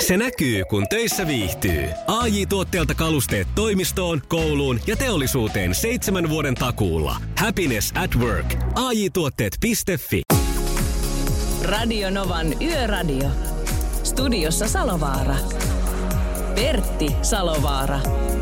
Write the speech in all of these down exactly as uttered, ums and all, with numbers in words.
Se näkyy, kun töissä viihtyy. A J-tuotteelta kalusteet toimistoon, kouluun ja teollisuuteen seitsemän vuoden takuulla. Happiness at work. A J tuotteet piste fi. Radio Novan Yöradio. Studiossa Salovaara. Pertti Salovaara.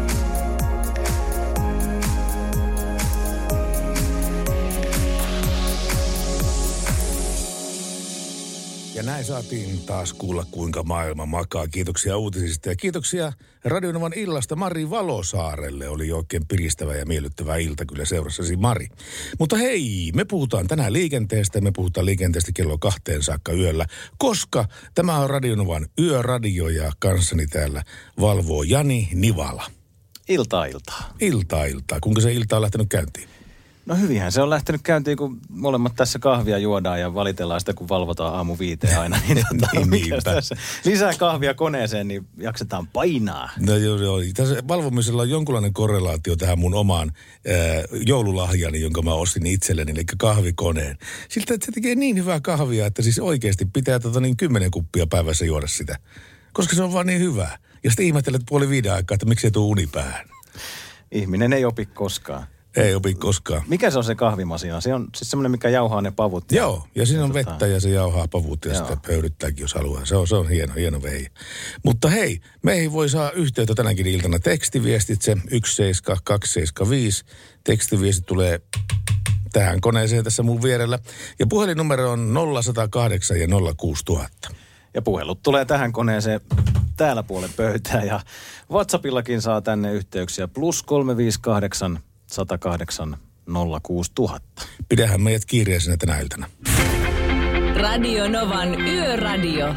Ja näin saatiin taas kuulla, kuinka maailma makaa. Kiitoksia uutisista ja kiitoksia Radio Novan illasta Mari Valosaarelle. Oli oikein piristävä ja miellyttävä ilta kyllä seurassasi, Mari. Mutta hei, me puhutaan tänään liikenteestä. Me puhutaan liikenteestä kello kahteen saakka yöllä, koska tämä on Radio Novan Yöradio ja kanssani täällä valvoo Jani Nivala. Iltaa iltaa. Iltaa iltaa. Kuinka se ilta on lähtenyt käyntiin? No hyvinhän se on lähtenyt käyntiin, kun molemmat tässä kahvia juodaan ja valitellaan sitä, kun valvotaan aamu viiteen aina. Niin, tota, niin tässä lisää kahvia koneeseen, niin jaksetaan painaa. No joo, joo. Tässä valvomisella on jonkunlainen korrelaatio tähän mun omaan ää, joululahjani, jonka mä ostin itselleni, eli kahvikoneen. Siltä, että se tekee niin hyvää kahvia, että siis oikeasti pitää tota niin kymmenen kuppia päivässä juoda sitä. Koska se on vaan niin hyvää. Ja sitten ihmettelet puoli viiden aikaa, että miksi ei tule uni päähän. Ihminen ei opi koskaan. Ei opi koskaan. Mikä se on se kahvimasina? Se on siis semmoinen, mikä jauhaa ne pavut. Ja, joo, ja siinä on tota... vettä ja se jauhaa pavut ja joo. Sitä pöydyttääkin, jos haluaa. Se on, se on hieno, hieno vei. Mutta hei, meihin voi saa yhteyttä tänäkin iltana tekstiviestitse yksi seitsemän kaksi seitsemän viisi. Tekstiviesti tulee tähän koneeseen tässä mun vierellä. Ja puhelinnumero on nolla yksi nolla kahdeksan ja nolla kuusi nolla nolla nolla. Ja puhelut tulee tähän koneeseen täällä puolen pöytää. Ja WhatsAppillakin saa tänne yhteyksiä plus kolme viisi kahdeksan sata kahdeksan nolla kuusi nolla nolla nolla. Pidähän meidät kiireisenä tänä iltana. Radio Novan Yöradio.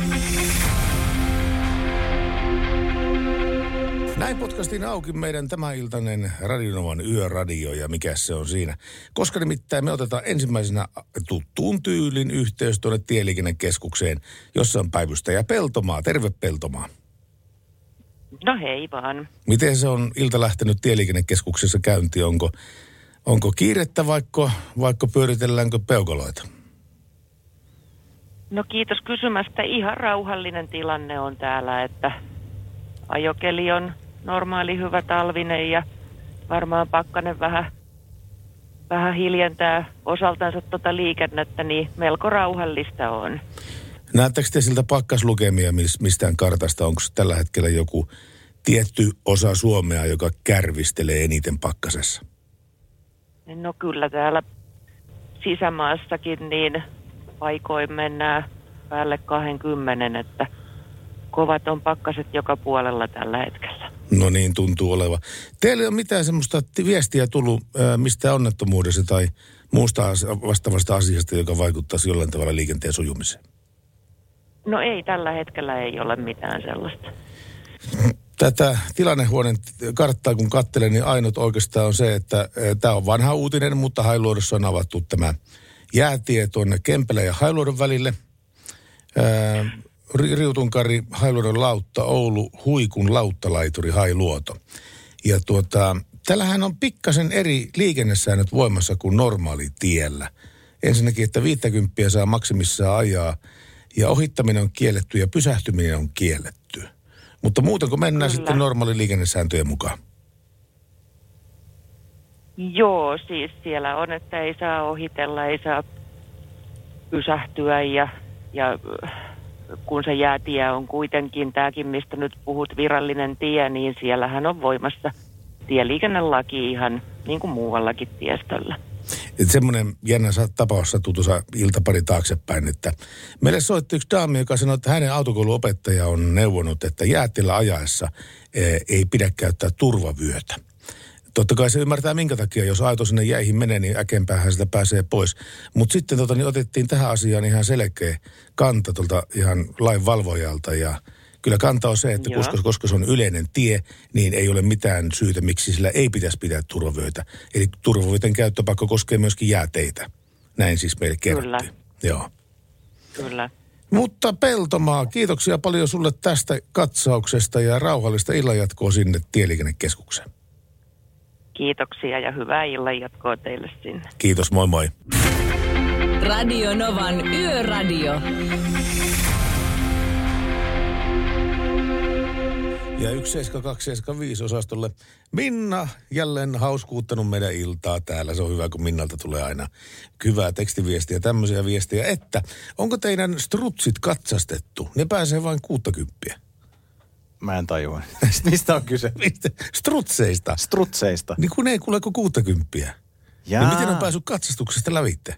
Näin podcastiin auki meidän tämäniltainen Radio Novan Yöradio ja mikä se on siinä. Koska nimittäin me otetaan ensimmäisenä tuttuun tyylin yhteys tuonne Tieliikennekeskukseen, jossa on päivystäjä Peltomaa. Terve Peltomaa. No hei vaan. Miten se on ilta lähtenyt Tieliikennekeskuksessa käynti? Onko, onko kiirettä vaikka, vaikka pyöritelläänkö peukaloita? No kiitos kysymästä. Ihan rauhallinen tilanne on täällä, että ajokeli on normaali hyvä talvinen ja varmaan pakkanen vähän, vähän hiljentää osaltansa tota liikennettä, niin melko rauhallista on. Näettekö te siltä pakkaslukemia mistään kartasta? Onko tällä hetkellä joku tietty osa Suomea, joka kärvistelee eniten pakkasessa? No kyllä täällä sisämaassakin niin paikoin mennään päälle kaksikymmentä, että kovat on pakkaset joka puolella tällä hetkellä. No niin, tuntuu oleva. Teillä ei ole mitään semmoista viestiä tullut äh, mistään onnettomuudesta tai muusta vastaavasta asiasta, joka vaikuttaisi jollain tavalla liikenteen sujumiseen? No ei, tällä hetkellä ei ole mitään sellaista. Tätä tilannehuoneen karttaa kun katselen, niin ainut oikeastaan on se, että tämä on vanha uutinen, mutta Hailuodossa on avattu tämä jäätie tuonne Kempelän ja Hailuodon välille. Ää, Riutunkari, Hailuodon lautta, Oulu, Huikun lauttalaituri, Hailuoto. Ja tuota, tällähän on pikkasen eri liikennesäännöt voimassa kuin normaali tiellä. Ensinnäkin, että viittäkymppiä saa maksimissaan ajaa ja ohittaminen on kielletty ja pysähtyminen on kielletty. Mutta muuten kun mennään Kyllä. sitten normaali liikennesääntöjen mukaan? Joo, siis siellä on, että ei saa ohitella, ei saa pysähtyä ja, ja kun se jäätie on kuitenkin tämäkin, mistä nyt puhut, virallinen tie, niin siellähän on voimassa tieliikennelaki ihan niin kuin muuallakin tiestöllä. Että semmoinen jännä tapaus sattui tuossa iltapari taaksepäin, että meille soitti yksi daami, joka sanoi, että hänen autokouluopettaja on neuvonut, että jäätiellä ajaessa ei pidä käyttää turvavyötä. Totta kai se ymmärtää minkä takia, jos auto sinne jäihin menee, niin äkempäähän sitä pääsee pois. Mutta sitten tota, niin otettiin tähän asiaan ihan selkeä kanta tuolta ihan lainvalvojalta ja kyllä kanta on se, että koska, koska se on yleinen tie, niin ei ole mitään syytä, miksi sillä ei pitäisi pitää turvavyötä. Eli turvavyöten käyttöpakko koskee myöskin jääteitä. Näin siis meille kerrottiin. Kyllä. Joo. Kyllä. Mutta Peltomaa, kiitoksia paljon sulle tästä katsauksesta ja rauhallista illanjatkoa sinne Tieliikennekeskukseen. Kiitoksia ja hyvää illanjatkoa teille sinne. Kiitos, moi moi. Radio Novan Yöradio. Ja yksi seitsemän kaksi seitsemän viisi osastolle. Minna jälleen hauskuuttanut meidän iltaa täällä. Se on hyvä, kun Minnalta tulee aina hyvää tekstiviestiä, tämmöisiä viestiä. Että onko teidän strutsit katsastettu? Ne pääsee vain kuuttakymppiä. Mä en tajua. Mistä on kyse? Mistä? Strutseista. Strutseista. Niin kun ei kuule kuin kuuttakymppiä. Jaa. Ja miten on päässyt katsastuksesta lävitte?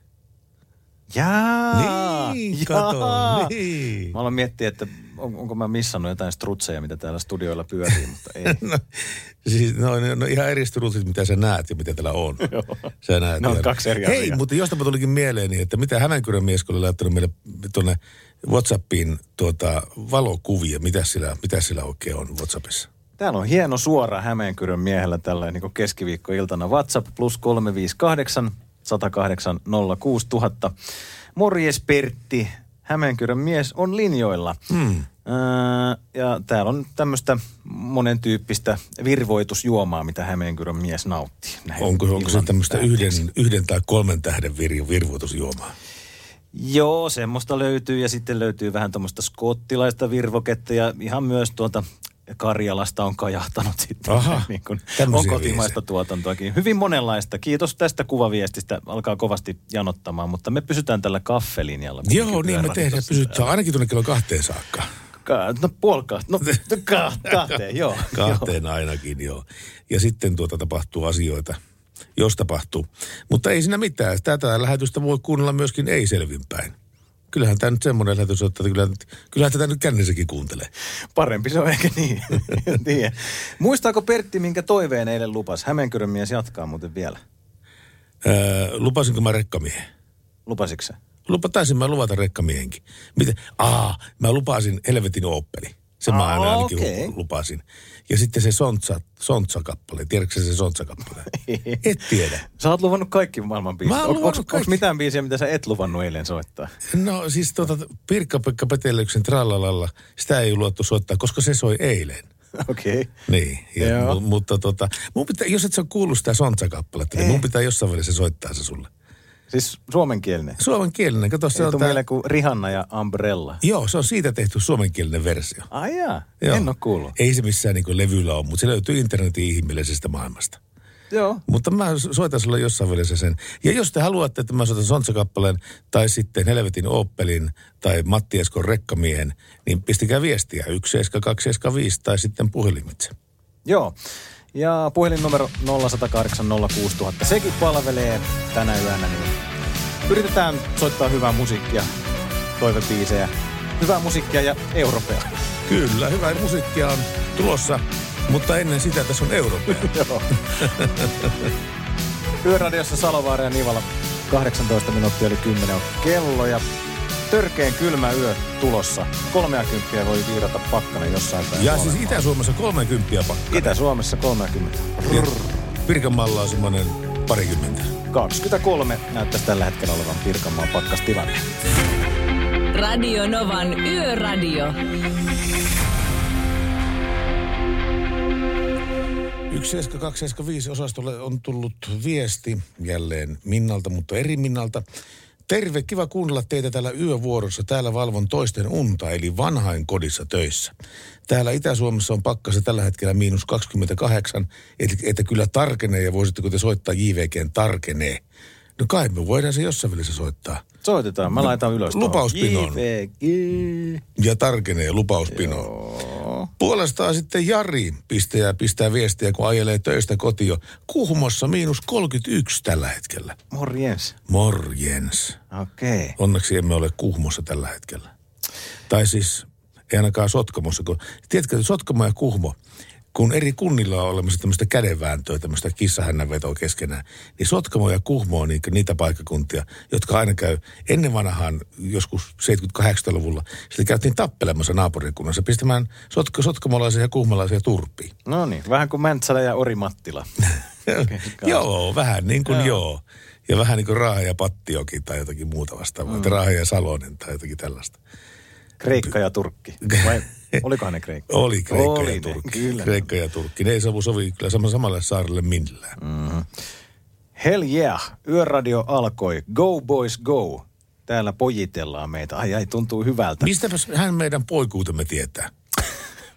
Jaa. Niin, kato, Jaa. niin. Mä aloin miettiä, että on, onko mä missannut jotain strutseja, mitä täällä studioilla pyörii, mutta ei. No, siis, no, no ihan eri strutsit, mitä sä näet ja mitä täällä on. Sä näet ne on ihan. kaksi eri Hei, asiaa. mutta jostapa tulikin mieleeni, että mitä Hämeenkyrön mies oli laittanut meille tuonne WhatsAppiin tuota, valokuvia. Mitä sillä, mitä sillä oikein on WhatsAppissa? Täällä on hieno suora Hämeenkyrön miehellä tällainen niin keskiviikkoiltana. WhatsApp plus kolme viisi kahdeksan sata kahdeksan nolla kuusi tuhatta. Morjes Pertti, Hämeenkyrön mies on linjoilla. Hmm. Öö, ja täällä on tämmöistä monen tyyppistä virvoitusjuomaa, mitä Hämeenkyrön mies nauttii. Näin Onko, onko se illan tämmöistä päätteeksi. yhden, yhden tai kolmen tähden vir, virvoitusjuomaa? Joo, semmoista löytyy ja sitten löytyy vähän tämmöistä skottilaista virvoketta ja ihan myös tuolta Karjalasta on kajahtanut sitten. Aha, niin kuin tämmöisiä on kotimaista viestejä. tuotantoakin. Hyvin monenlaista. Kiitos tästä kuvaviestistä. Alkaa kovasti janottamaan, mutta me pysytään tällä kaffelinjalla. Joo, niin me tehdään. Pysytään ainakin tuonne kello kahteen saakka. Ka- no puoli kahteen. No ka- kahteen, joo. Kahteen ainakin, joo. Ja sitten tuota tapahtuu asioita, jos tapahtuu. Mutta ei siinä mitään. Tätä lähetystä voi kuunnella myöskin ei selvinpäin. Kyllähän tämä nyt semmoinen lähetys on, että kyllähän, kyllähän tätä nyt kännissäkin kuuntelee. Parempi se on ehkä niin. Tiedä. Muistaako Pertti, minkä toiveen eilen lupas? Hämeenkyrön mies jatkaa muuten vielä. Öö, lupasinko mä rekkamiehen? Lupasitko se? Lupa, taisin mä luvata rekkamiehenkin. Miten? Aa, mä lupasin Helvetin Ooppeli. Se mä aina ainakin okei. lupasin. Ja sitten se Sontsa, Sontsa-kappale. Tiedätkö se Sontsa-kappale? Et tiedä. Sä oot luvannut kaikki maailman biisit. Mä oon On, luvannut onko kaikki. mitään biisiä, mitä sä et luvannut eilen soittaa? No siis tuota Pirkka-Pekka Peteliuksen Trallalalla, sitä ei luottu soittaa, koska se soi eilen. Okei. Okay. Niin, ja, Joo. mu, mutta tota, mun pitää, jos et sä ole kuullut sitä Sontsa-kappaletta, niin mun pitää jossain välissä soittaa se sulle. Siis suomenkielinen. Suomenkielinen, kato se Ei on tule tää, mieleen kuin Rihanna ja Umbrella. joo, se on siitä tehty suomenkielinen versio. Ai jaa, Joo. en oo kuullut. Ei se missään niin levyllä ole, mutta se löytyy internetin ihmeellisestä maailmasta. Joo. Mutta mä soitan sulle jossain välissä sen. Ja jos te haluatte, että mä soitan Sontsa-kappaleen tai sitten Helvetin Ooppelin tai Matti Eskon Rekkamiehen, niin pistikää viestiä yksi seitsemän kaksi seitsemän viisi tai sitten puhelimitse. Joo. Ja puhelinnumero nolla yksi nolla kahdeksan nolla kuusi tuhatta. Sekin palvelee tänä yönä. Niin yritetään soittaa hyvää musiikkia, toivebiisejä, hyvää musiikkia ja europea. Kyllä, hyvää musiikkia on tulossa, mutta ennen sitä tässä on Europea. Joo. Yöradiossa Salovaara ja Nivala. kahdeksantoista minuuttia yli kymmenen on kello ja törkeen kylmä yö tulossa. kolmekymmentä voi viirata pakkanen jossain päin. Ja siis Suomenmaalla. Itä-Suomessa kolmekymmentä pakka. Itä-Suomessa kolmekymmentä. Ja Pirkanmaalla on semmoinen parikymmentä. kaksikymmentäkolme näyttäisi tällä hetkellä olevan Pirkanmaan pakkastilanne. Radio Novan Yöradio. yksi seitsemän kaksi seitsemän viisi osastolle on tullut viesti jälleen Minnalta, mutta eri Minnalta. Terve, kiva kuunnella teitä täällä yövuorossa. Täällä valvon toisten unta, eli vanhainkodissa töissä. Täällä Itä-Suomessa on pakkassa tällä hetkellä miinus kaksikymmentäkahdeksan, että, että kyllä tarkenee ja voisitteko te soittaa J V G:n tarkenee. No kai me voidaan se jossain välissä soittaa. Soitetaan, mä laitan ylös. tuohon. Lupauspinoon. J V G. Ja tarkenee lupauspinoon. Puolestaan sitten Jari pistää, pistää viestiä, kun ajelee töistä kotiin. Kuhmossa miinus kolmekymmentäyksi tällä hetkellä. Morjens. Morjens. Okei. Okay. Onneksi emme ole Kuhmossa tällä hetkellä. Tai siis ei ainakaan Sotkamossa. Kun, tiedätkö, Sotkamo ja Kuhmo, kun eri kunnilla on olemassa tämmöistä kädenvääntöä, tämmöistä kissahännänvetoa keskenään, niin Sotkamo ja Kuhmo on niitä paikkakuntia, jotka aina käy ennen vanhaan joskus seitsemänkymmentä-kahdeksankymmentäluvulla. Sitten käytiin tappelemassa naapurikunnassa pistämään sotk- sotkamolaisia ja kuhmolaisia turpiin. No niin, vähän kuin Mäntsälä ja Orimattila. Joo, vähän niin kuin joo. joo. Ja vähän niin kuin Raahe ja Pattiokin tai jotakin muuta vastaavaa. Mm. Raahe ja Salonen tai jotakin tällaista. Kreikka ja Turkki. Vai olikohan ne Kreikka? Oli Kreikka Oli ja ne, Turkki. kyllä. Kreikka ja Turkki. Ne ei sovi, sovi kyllä sama, samalle saarelle millään. Mm-hmm. Hell yeah, yöradio alkoi. Go boys go. Täällä pojitellaan meitä. Ai ai, tuntuu hyvältä. Mistäpäs hän meidän poikuutemme tietää?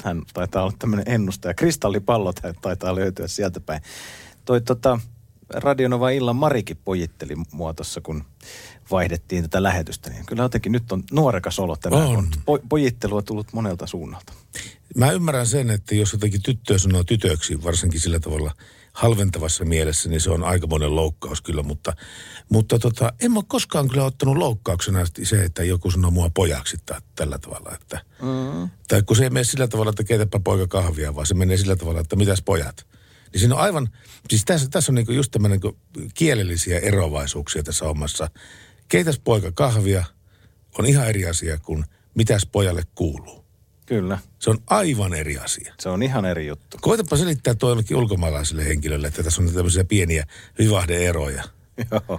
hän taitaa olla tämmöinen ennustaja. Kristallipallot taitaa löytyä sieltä päin. Toi tota, Radionova illan Marikin pojitteli mua tuossa, kun vaihdettiin tätä lähetystä. Niin kyllä jotenkin nyt on nuorekas olo tänään. On. Po- pojittelua tullut monelta suunnalta. Mä ymmärrän sen, että jos jotenkin tyttöä sanoo tytöksi, varsinkin sillä tavalla halventavassa mielessä, niin se on aikamoinen loukkaus kyllä, mutta, mutta tota, en mä koskaan kyllä ottanut loukkauksena se, että joku sanoo mua pojaksi tai tällä tavalla, että mm. tai kun se ei mene sillä tavalla, että keitäpä poika kahvia, vaan se menee sillä tavalla, että mitäs pojat. Niin siinä on aivan, siis tässä, tässä on niinku just tämmöinen kielellisiä eroavaisuuksia tässä hommassa. Keitäs poika kahvia on ihan eri asia kuin mitäs pojalle kuuluu. Kyllä. Se on aivan eri asia. Se on ihan eri juttu. Koitapa selittää tuo jollekin ulkomaalaiselle henkilölle, että tässä on tämmöisiä pieniä vivahde-eroja. Joo.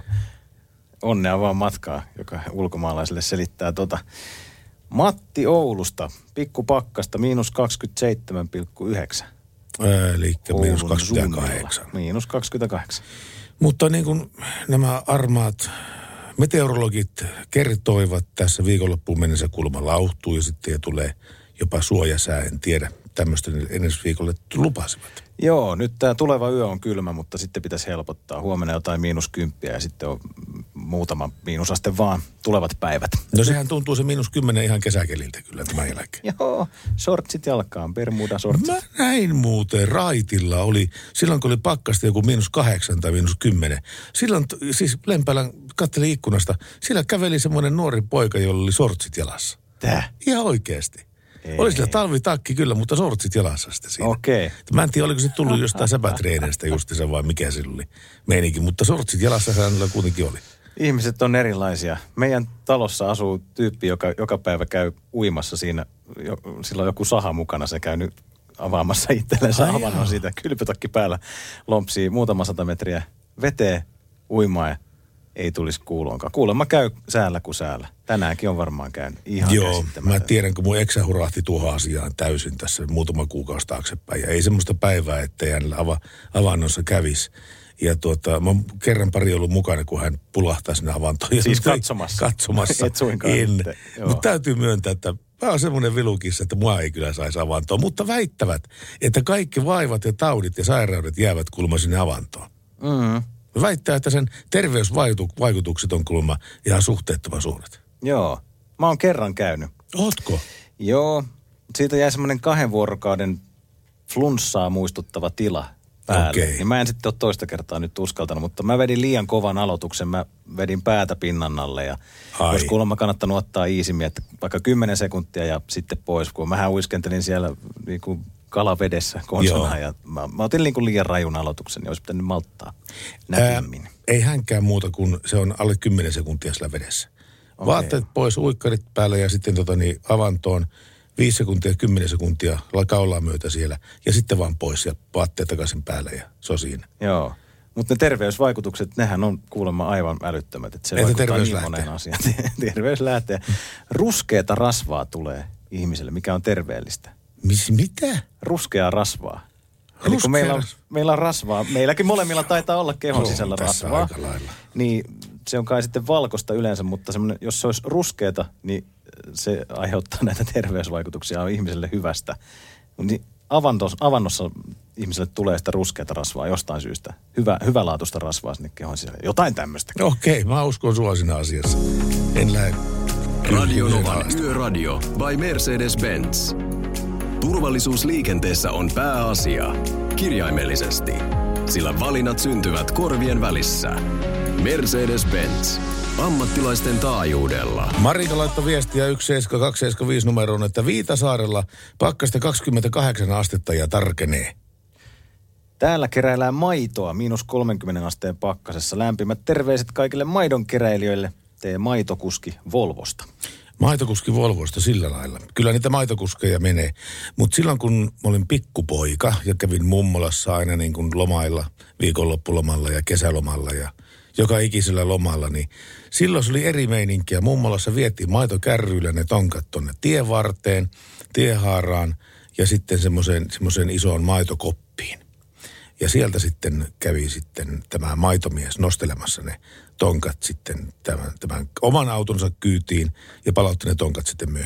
Onnea vaan matkaa, joka ulkomaalaiselle selittää tota. Matti Oulusta, pikkupakkasta, miinus kaksikymmentäseitsemän pilkku yhdeksän. Eli miinus kaksikymmentäkahdeksan. Miinus kaksikymmentäkahdeksan. Mutta niin kuin nämä armaat meteorologit kertoivat tässä viikonloppuun mennessä kulma lauhtuu ja sitten ja tulee jopa suojasää, en tiedä. Tämmöistä ensi viikolle lupasivat. Joo, nyt tämä tuleva yö on kylmä, mutta sitten pitäisi helpottaa. Huomenna jotain miinus kymppiä ja sitten on muutama miinusaste vaan tulevat päivät. No sehän tuntuu se miinus kymmenen ihan kesäkeliltä kyllä tämän jälkeen. Joo, shortsit jalkaan, bermuda shortsit. Mä näin muuten raitilla oli, silloin kun oli pakkasta joku miinus kahdeksan tai miinus kymmenen. Silloin siis Lempälän katselin ikkunasta, siellä käveli semmoinen nuori poika, jolla oli shortsit jalassa. Tää? Ihan oikeasti. Ei. Oli sillä talvitakki kyllä, mutta sortsit jalassa sitten siinä. Okei. Okay. Mä en tiedä, oliko se tullut jostain säpätreeneistä justiinsa vai mikä sillä oli meininki, mutta sortsit jalassa hänellä kuitenkin oli. Ihmiset on erilaisia. Meidän talossa asuu tyyppi, joka joka päivä käy uimassa siinä. Jo, sillä on joku saha mukana, se käy nyt avaamassa itsellensä avannon siitä. Kylpytakki päällä lompsii muutama sata metriä veteen uimaan ja ei tulisi kuuloonkaan. Kuulemma käy säällä kuin säällä. Tänäänkin on varmaan käynyt. Ihan Joo, mä tiedän, kun mun eksä hurahti tuohon asiaan täysin tässä muutama kuukausi taaksepäin. Ja ei semmoista päivää, ettei hänellä ava, avannossa kävisi. Ja tuota, mä oon kerran pari ollut mukana, kun hän pulahtaa sinne avantoon. Siis katsomassa? Katsomassa. Et suinkaan. En. Mutta täytyy myöntää, että mä oon semmoinen vilukissa, että mua ei kyllä saisi avantoon. Mutta väittävät, että kaikki vaivat ja taudit ja sairaudet jäävät kulma sinne avantoon. Mm. Väittää, että sen terveysvaikutukset on kulma ihan suhteettoman suuret. Joo. Mä oon kerran käynyt. Ootko? Joo. Siitä jäi semmoinen kahden vuorokauden flunssaa muistuttava tila päälle. Okei. Niin mä en sitten ole toista kertaa nyt uskaltanut, mutta mä vedin liian kovan aloituksen. Mä vedin päätä pinnan alle ja Ai. olisi kuulemma kannattanut ottaa iisimmin, että vaikka kymmenen sekuntia ja sitten pois, kun mähän uiskentelin siellä niin kuin kalavedessä konsana ja mä, mä otin niin kuin liian rajun aloituksen, niin olisi pitänyt malttaa nätimmin. Ää, ei hänkään muuta kuin se on alle kymmenen sekuntia sillä vedessä. Okay. Vaatteet pois, uikkarit päälle ja sitten tota niin, avantoon viisi sekuntia, kymmenen sekuntia kaulaa myötä siellä ja sitten vaan pois ja vaatteet takaisin päälle ja se on siinä. Joo, mutta ne terveysvaikutukset, nehän on kuulemma aivan älyttömät, että se Entä vaikuttaa terveys niin lähtee? moneen asiaan. Terveys lähtee. Ruskeata rasvaa tulee ihmiselle, mikä on terveellistä. Mis, mitä? Ruskeaa rasvaa. Eli Ruskea kun meillä on, ras- meillä on rasvaa, meilläkin molemmilla taitaa olla kehon sisällä on tässä rasvaa. aika lailla. Niin se on kai sitten valkoista yleensä, mutta jos se olisi ruskeata, niin se aiheuttaa näitä terveysvaikutuksia on ihmiselle hyvästä. Niin avantos, avannossa ihmiselle tulee sitä ruskeata rasvaa jostain syystä. Hyvä, hyvälaatuista rasvaa sinne kehon sisälle. Jotain tämmöistä. Okei, mä uskon sua siinä asiassa. En lähde. Radio Novan Yöradio by Mercedes-Benz. Turvallisuus liikenteessä on pääasia. Kirjaimellisesti. Sillä valinnat syntyvät korvien välissä. Mercedes-Benz. Ammattilaisten taajuudella. Marika laittoi viestiä yksi seitsemän kaksi seitsemän viisi numeroon, että Viitasaarella pakkasta kaksikymmentäkahdeksan astetta ja tarkenee. Täällä keräillään maitoa miinus kolmenkymmenen asteen pakkasessa. Lämpimät terveiset kaikille maidon keräilijöille. Tee maitokuski Volvosta. Maitokuski Volvosta sillä lailla. Kyllä niitä maitokuskeja menee. Mutta silloin kun mä olin pikkupoika ja kävin mummolassa aina niin kuin lomailla, viikonloppulomalla ja kesälomalla ja joka ikisellä lomalla, niin silloin se oli eri meininkiä. Mummolassa vietiin maitokärryillä ne tonkat tonne tien varteen, tiehaaraan ja sitten semmoiseen semmoiseen isoon maitokoppiin. Ja sieltä sitten kävi sitten tämä maitomies nostelemassa ne tonkat sitten tämän, tämän oman autonsa kyytiin ja palautti ne tonkat sitten myöhemmin.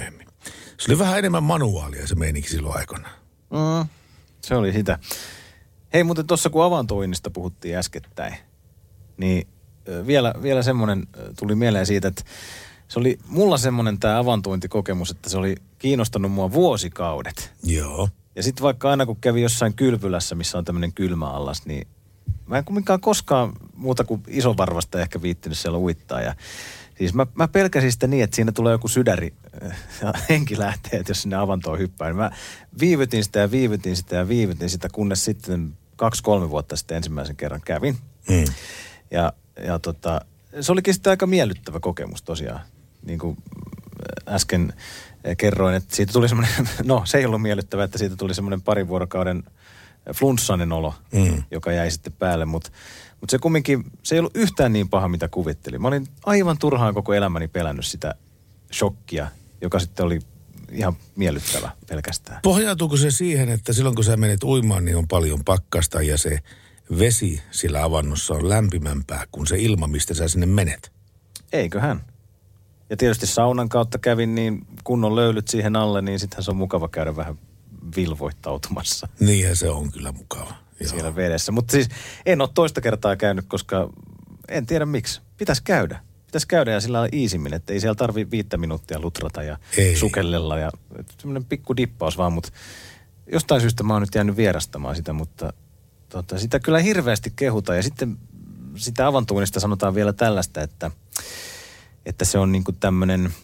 Se oli vähän enemmän manuaalia se meininki silloin aikana. Mm, se oli sitä. Hei, mutta tuossa kun avantoinnista puhuttiin äskettäin, niin vielä, vielä semmoinen tuli mieleen siitä, että se oli mulla semmoinen tämä avantointikokemus, että se oli kiinnostanut mua vuosikaudet. Joo. Ja sitten vaikka aina kun kävi jossain kylpylässä, missä on tämmöinen kylmäallas, niin mä en kumminkaan koskaan muuta kuin isovarvasta ehkä viittinyt siellä uittaa. Ja siis mä, mä pelkäsin sitä niin, että siinä tulee joku sydäri ja henki lähtee, että jos sinne avantoon hyppää. Niin mä viivytin sitä ja viivytin sitä ja viivytin sitä, kunnes sitten kaksi-kolme vuotta sitten ensimmäisen kerran kävin. Mm. Ja, ja tota, se olikin sitten aika miellyttävä kokemus tosiaan. Niin kuin äsken kerroin, että siitä tuli semmoinen, no se ei ollut miellyttävä, että siitä tuli semmoinen parin vuorokauden flunssainen olo, mm. joka jäi sitten päälle, mutta mut se kumminkin, se ei ollut yhtään niin paha, mitä kuvittelin. Mä olin aivan turhaan koko elämäni pelännyt sitä shokkia, joka sitten oli ihan miellyttävä pelkästään. Pohjautuuko se siihen, että silloin kun sä menet uimaan, niin on paljon pakkasta ja se vesi sillä avannossa on lämpimämpää kuin se ilma, mistä sä sinne menet? Eiköhän. Ja tietysti saunan kautta kävin, niin kunnon löylyt siihen alle, niin sittenhän se on mukava käydä vähän vilvoittautumassa. Niinhän se on kyllä mukava. Siellä Joo. vedessä. Mutta siis en ole toista kertaa käynyt, koska en tiedä miksi. Pitäisi käydä. Pitäisi käydä ja sillä lailla iisimmin, että ei siellä tarvitse viittä minuuttia lutrata ja ei. sukellella. Ja semmoinen pikku dippaus vaan, mutta jostain syystä mä oon nyt jäänyt vierastamaan sitä, mutta tota, sitä kyllä hirveästi kehutaan. Ja sitten sitä avantuunista sanotaan vielä tällaista, että että se on niin kuin tämmöinen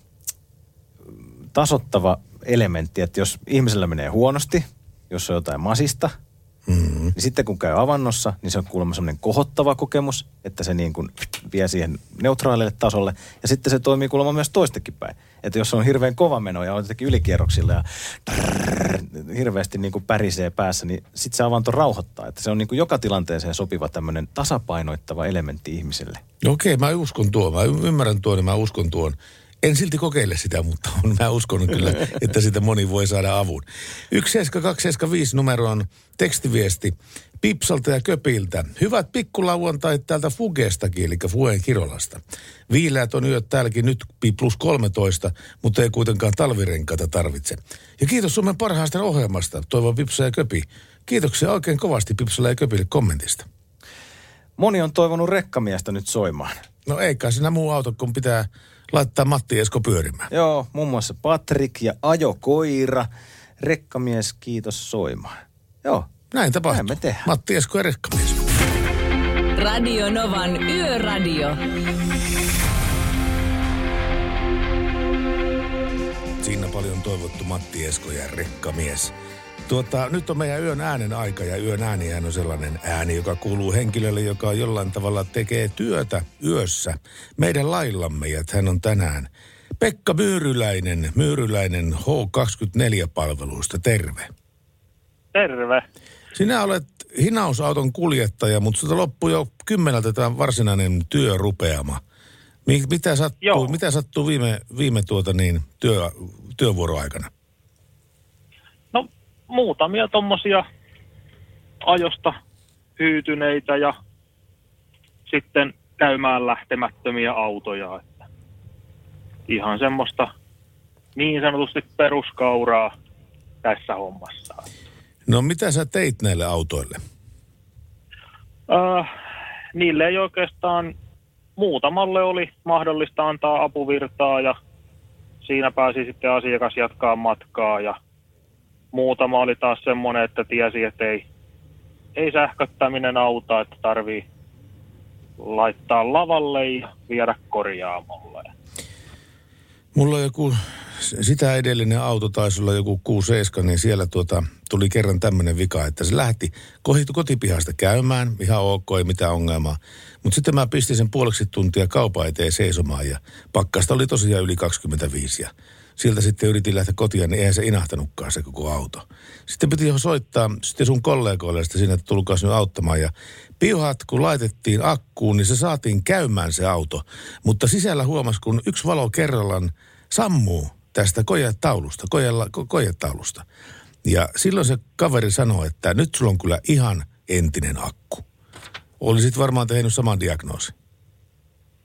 tasoittava elementti, että jos ihmisellä menee huonosti, jos on jotain masista, mm-hmm. niin sitten kun käy avannossa, niin se on kuulemma semmoinen kohottava kokemus, että se niin kuin vie siihen neutraalille tasolle. Ja sitten se toimii kuulemma myös toistekin päin. Että jos on hirveän kova meno ja on jotenkin ylikierroksilla ja trrr, hirveästi niin kuin pärisee päässä, niin sitten se avanto rauhoittaa. Että se on niin kuin joka tilanteeseen sopiva tämmöinen tasapainoittava elementti ihmiselle. Okei, mä uskon tuon. Mä ymmärrän tuon ja mä uskon tuon. En silti kokeile sitä, mutta on, mä uskon kyllä, että sitä moni voi saada avun. yksi seitsemän kaksi seitsemän viisi numero on tekstiviesti Pipsalta ja Köpiltä. Hyvät pikkulauantait täältä Fugestakin, eli Fuen Kirolasta. Viileät on yöt täälläkin nyt plus kolmetoista, mutta ei kuitenkaan talvirenkaita tarvitse. Ja kiitos Suomen parhaasta ohjelmasta, toivon Pipsa ja Köpi. Kiitoksia oikein kovasti Pipsalla ja Köpille kommentista. Moni on toivonut rekkamiestä nyt soimaan. No eikä siinä muu auto, kun pitää laittaa Matti Esko pyörimään. Joo, muun muassa Patrik ja ajokoira. Rekkamies, kiitos soimaan. Joo. Näin tapahtuu. Näin me tehdään. Matti Esko ja rekkamies. Radio Novan Yöradio. Siinä paljon toivottu Matti Esko ja rekkamies. Tuota, nyt on meidän yön äänen aika ja yön äänihän on sellainen ääni, joka kuuluu henkilölle, joka jollain tavalla tekee työtä yössä meidän laillamme. Ja hän on tänään Pekka Myyryläinen, Myyryläinen H kaksikymmentäneljä-palveluista. Terve. Terve. Sinä olet hinausauton kuljettaja, mutta sitä loppui jo kymmeneltä tämä varsinainen työrupeama. Mitä sattuu, mitä sattuu viime, viime tuota niin, työ, työvuoroaikana? No muutamia tommosia ajosta hyytyneitä ja sitten käymään lähtemättömiä autoja. Että ihan semmoista niin sanotusti peruskauraa tässä hommassa. No mitä sä teit näille autoille? Äh, niille ei oikeastaan, muutamalle oli mahdollista antaa apuvirtaa ja siinä pääsi sitten asiakas jatkaa matkaa ja muutama oli taas semmoinen, että tiesi, että ei, ei sähköttäminen auta, että tarvii laittaa lavalle ja viedä korjaamolle. Mulla on joku, sitä edellinen auto taisi olla joku kuusi seitsemän, niin siellä tuota, tuli kerran tämmöinen vika, että se lähti kotipihasta käymään, ihan ok, ei mitään ongelmaa. Mutta sitten mä pistin sen puoleksi tuntia kaupan eteen seisomaan ja pakkasta oli tosiaan yli kaksikymmentäviisi ja sieltä sitten yritin lähteä kotiin, niin eihän se inahtanutkaan se koko auto. Sitten piti jo soittaa sitten sun kollegoille sitten siinä, että tulkaas nyt auttamaan. Ja piuhat, kun laitettiin akkuun, niin se saatiin käymään se auto. Mutta sisällä huomasi, kun yksi valo kerrallaan sammuu tästä kojetaulusta, kojella, ko, kojetaulusta. Ja silloin se kaveri sanoi, että nyt sulla on kyllä ihan entinen akku. Olisit varmaan tehnyt saman diagnoosin.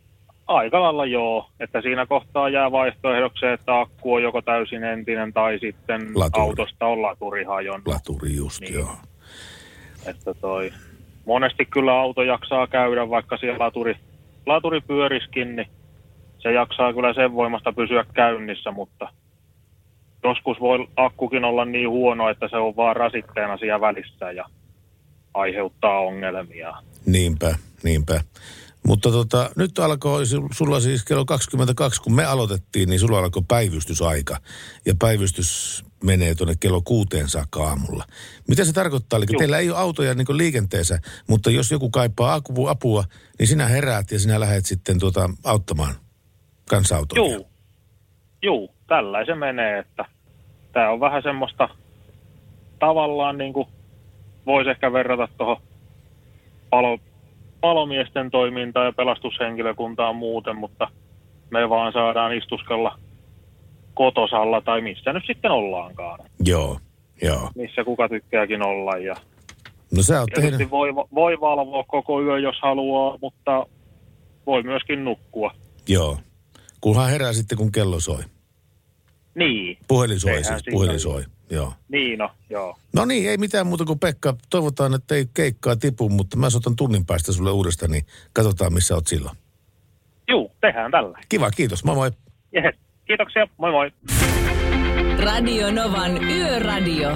Aika lailla joo, että siinä kohtaa jää vaihtoehdoksi, että akku on joko täysin entinen tai sitten laturi. Autosta on laturi hajonnut. Laturi just, niin. Joo. Että toi, monesti kyllä auto jaksaa käydä, vaikka siellä laturi, laturi pyöriskin, niin se jaksaa kyllä sen voimasta pysyä käynnissä, mutta joskus voi akkukin olla niin huono, että se on vaan rasitteena siellä välissä ja aiheuttaa ongelmia. Niinpä, niinpä. Mutta tota, nyt alkoi, sulla siis kello kaksikymmentäkaksi, kun me aloitettiin, niin sulla alkoi päivystysaika. Ja päivystys menee tuonne kello kuuteen saakka aamulla. Mitä se tarkoittaa? Eli teillä ei ole autoja niin kuin liikenteessä, mutta jos joku kaipaa apua, niin sinä heräät ja sinä lähdet sitten tuota, auttamaan kansa-autoja. Joo, Joo, tällä se menee, että tämä on vähän semmoista tavallaan niin kuin voisi ehkä verrata tuohon palo, palomiesten toimintaan ja pelastushenkilökuntaan muuten, mutta me vaan saadaan istuskella kotosalla tai missä nyt sitten ollaankaan. Joo, joo. Missä kuka tykkääkin olla. Ja no sä oot tehnyt. Voi, voi valvoa koko yö, jos haluaa, mutta voi myöskin nukkua. Joo, kunhan herää sitten, kun kello soi. Niin. Puhelin soi siis, puhelin soi, joo. Niin, no, joo. No niin, ei mitään muuta kuin Pekka. Toivotaan, että ei keikkaa tipu, mutta mä soitan tunnin päästä sulle uudestaan, niin katsotaan, missä oot silloin. Juu, tehdään tällä. Kiva, kiitos. Moi moi. Yes. Kiitoksia, moi moi. Radio Novan Yöradio.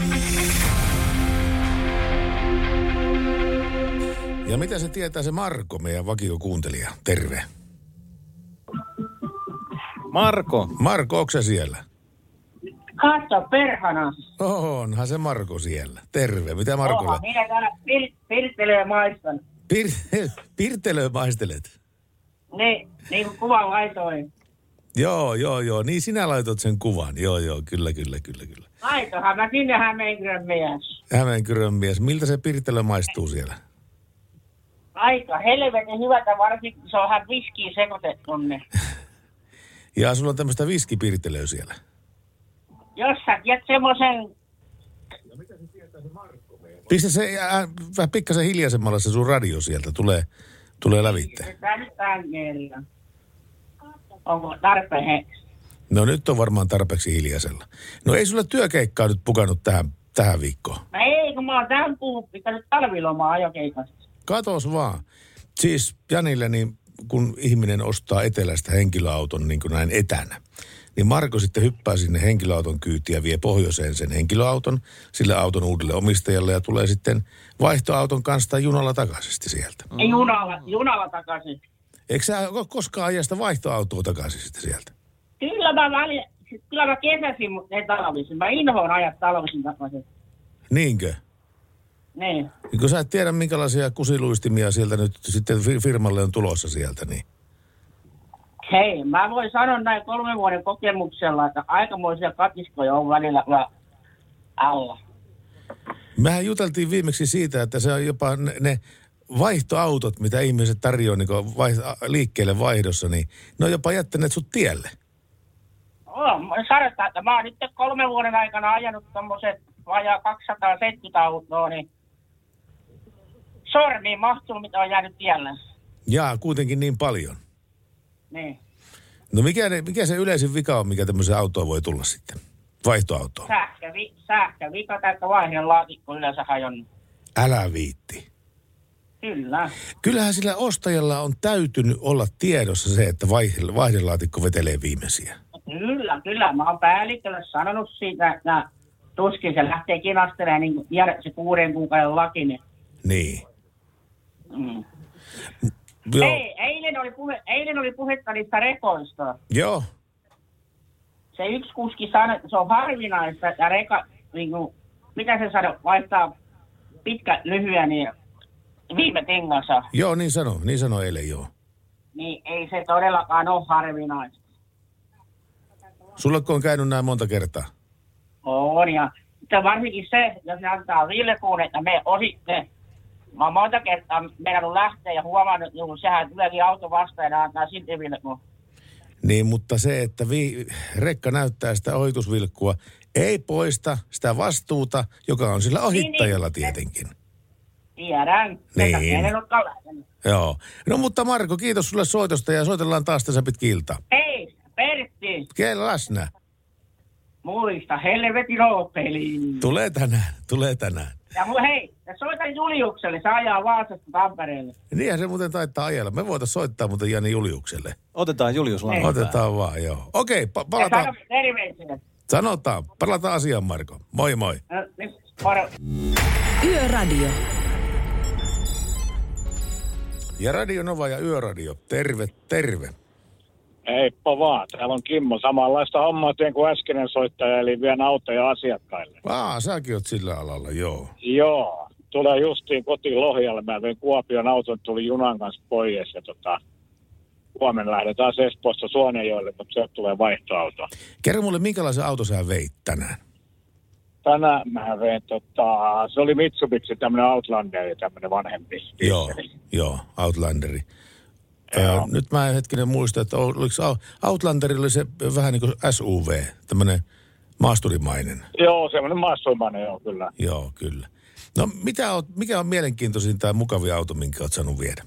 Ja mitä se tietää se Marko, meidän vakiokuuntelija? Terve. Marko. Marko, onko sä siellä? Katso perhana. Onhan se Marko siellä. Terve. Mitä Markolle? Oha, minä täällä pir- pirttelöä ja maistan. Pir- pirtelöä maistelet? Niin, niin kuin kuvan laitoin. Joo, joo, joo. Niin sinä laitot sen kuvan. Joo, joo, kyllä, kyllä, kyllä, kyllä. Aitohan mä sinne Hämeenkyrön mies. Hämeenkyrön mies. Miltä se pirtelö maistuu siellä? Aika helvetin hyvältä, varsinkin kun se on hän viskiin sekoitettu. Ja sulla on tämmöistä viskipirtelöä siellä. Jos sä tiedät semmoisen... Pistä se äh, vähän pikkasen hiljaisemmalla se sun radio sieltä. Tulee, tulee lävitteen. Tämän kerran. Onko tarpeen he? No nyt on varmaan tarpeeksi hiljaisella. No ei sulle työkeikkaa nyt pukannut tähän, tähän viikkoon. No ei, kun mä oon tämän puhut pitänyt talvilomaa ajokeikasta. Katos vaan. Siis Janille, niin kun ihminen ostaa etelästä henkilöauton niin kuin näin etänä, niin Marko sitten hyppää sinne henkilöauton kyytiin ja vie pohjoiseen sen henkilöauton sille auton uudelle omistajalle ja tulee sitten vaihtoauton kanssa tai junalla takaisin sieltä. Ei junalla, junalla takaisin. Eikö sä koskaan aja sitä vaihtoautoa takaisin sitten sieltä? Kyllä mä, väli, kyllä mä kesäsin, mutta ei talvisin. Mä inhoon ajat talvisin takaisin. Niinkö? Niin. Niin kun sä et tiedä, minkälaisia kusiluistimia sieltä nyt sitten firmalle on tulossa sieltä, niin... Hei, mä voin sanoa näin kolmen vuoden kokemuksella, että aikamoisia katiskoja on välillä alla. Mehän juteltiin viimeksi siitä, että se on jopa ne, ne vaihtoautot, mitä ihmiset tarjoaa niin vaihto, liikkeelle vaihdossa, niin ne on jopa jättäneet sut tielle. Oh, sanotaan, että mä oon nyt kolmen vuoden aikana ajanut tommoset vajaa kaksisataaseitsemänkymmentä autoa, niin sormiin mahtuu, mitä on jäänyt tielle. Jaa, kuitenkin niin paljon. Niin. No mikä, ne, mikä se yleisin vika on, mikä tämmöiseen autoon voi tulla sitten? Vaihtoautoon. Sähkövi, sähkövika tai vaiheen laatikko yleensä hajonnut. Älä viitti. Kyllä. Kyllähän sillä ostajalla on täytynyt olla tiedossa se, että vaihdelaatikko vetelee viimeisiä. Kyllä, kyllä. Mä oon päällikölle sanonut siitä, että tuskin se lähtee kinastelemaan niin kuin tiedät se kuuden kuukauden laki. Niin. Niin. Mm. Joo. Ei, eilen oli, puhe, eilen oli puhetta niistä rekoista. Joo. Se yksi kuski sanoi, että se on harvinaista, että reka, niin kuin, mitä se sanoi, vaihtaa pitkä, lyhyen niin viime tingassa. Joo, niin sano, niin sano eilen, joo. Niin ei se todellakaan ole harvinaista. Sulleko on käynyt näin monta kertaa? On, ja varsinkin se, jos ne antaa vilkuun, että me ositte. Mä oon monta kertaa meidän lähteä ja huomannut, että sehän tuleekin auto vastaan ja antaa silti vilkuun. Niin, mutta se, että vi- rekka näyttää sitä ohitusvilkkua, ei poista sitä vastuuta, joka on sillä ohittajalla tietenkin. Tiedän. Niin. Joo. No mutta Marko, kiitos sulle soitosta ja soitellaan taas tässä pitkin iltaa. Hei, Pertti, Kellä läsnä? muista helvetin oopeliin. Tulee tänään, tulee tänään. Ja mu, hei, ja soitan Juliukselle, se ajaa Vaasasta Tampereelle. Niinhän se muuten taittaa ajella. Me voitaisiin soittaa muuten Jani Juliukselle. Otetaan Julius langan Otetaan vaan, joo. Okei, pa- Ja palataan. sano terveisiä. Sanotaan, palataan asiaan, Marko. Moi moi. No, nyt, moro. Yöradio. Ja Radio Nova ja Yöradio. Terve, terve. Heippa vaan. Täällä on Kimmo. Samanlaista hommaa teen kuin äskeinen soittaja, eli vien autoja asiakkaille. Aa, säkin oot sillä alalla, joo. Joo. Tulee justiin kotiin Lohjalle. Mä vein Kuopion auton, tuli junan kanssa pois ja tota... Huomenna lähdetään Espoosta Suonenjoelle, mutta sieltä tulee vaihtoauto. Kerro mulle, minkälaisen auto sä veit tänään? Tänään mä vein tota... Se oli Mitsubishi, tämmönen Outlander, tämmönen vanhempi. Joo, joo, Outlanderi. Öö, nyt mä en hetkinen muista, että oliko Outlanderilla oli se vähän niin kuin S U V, tämmöinen maasturimainen. Joo, semmoinen maasturimainen, joo, kyllä. Joo, kyllä. No mitä on, mikä on mielenkiintoisin tai mukavin auto, minkä oot saanut viedä?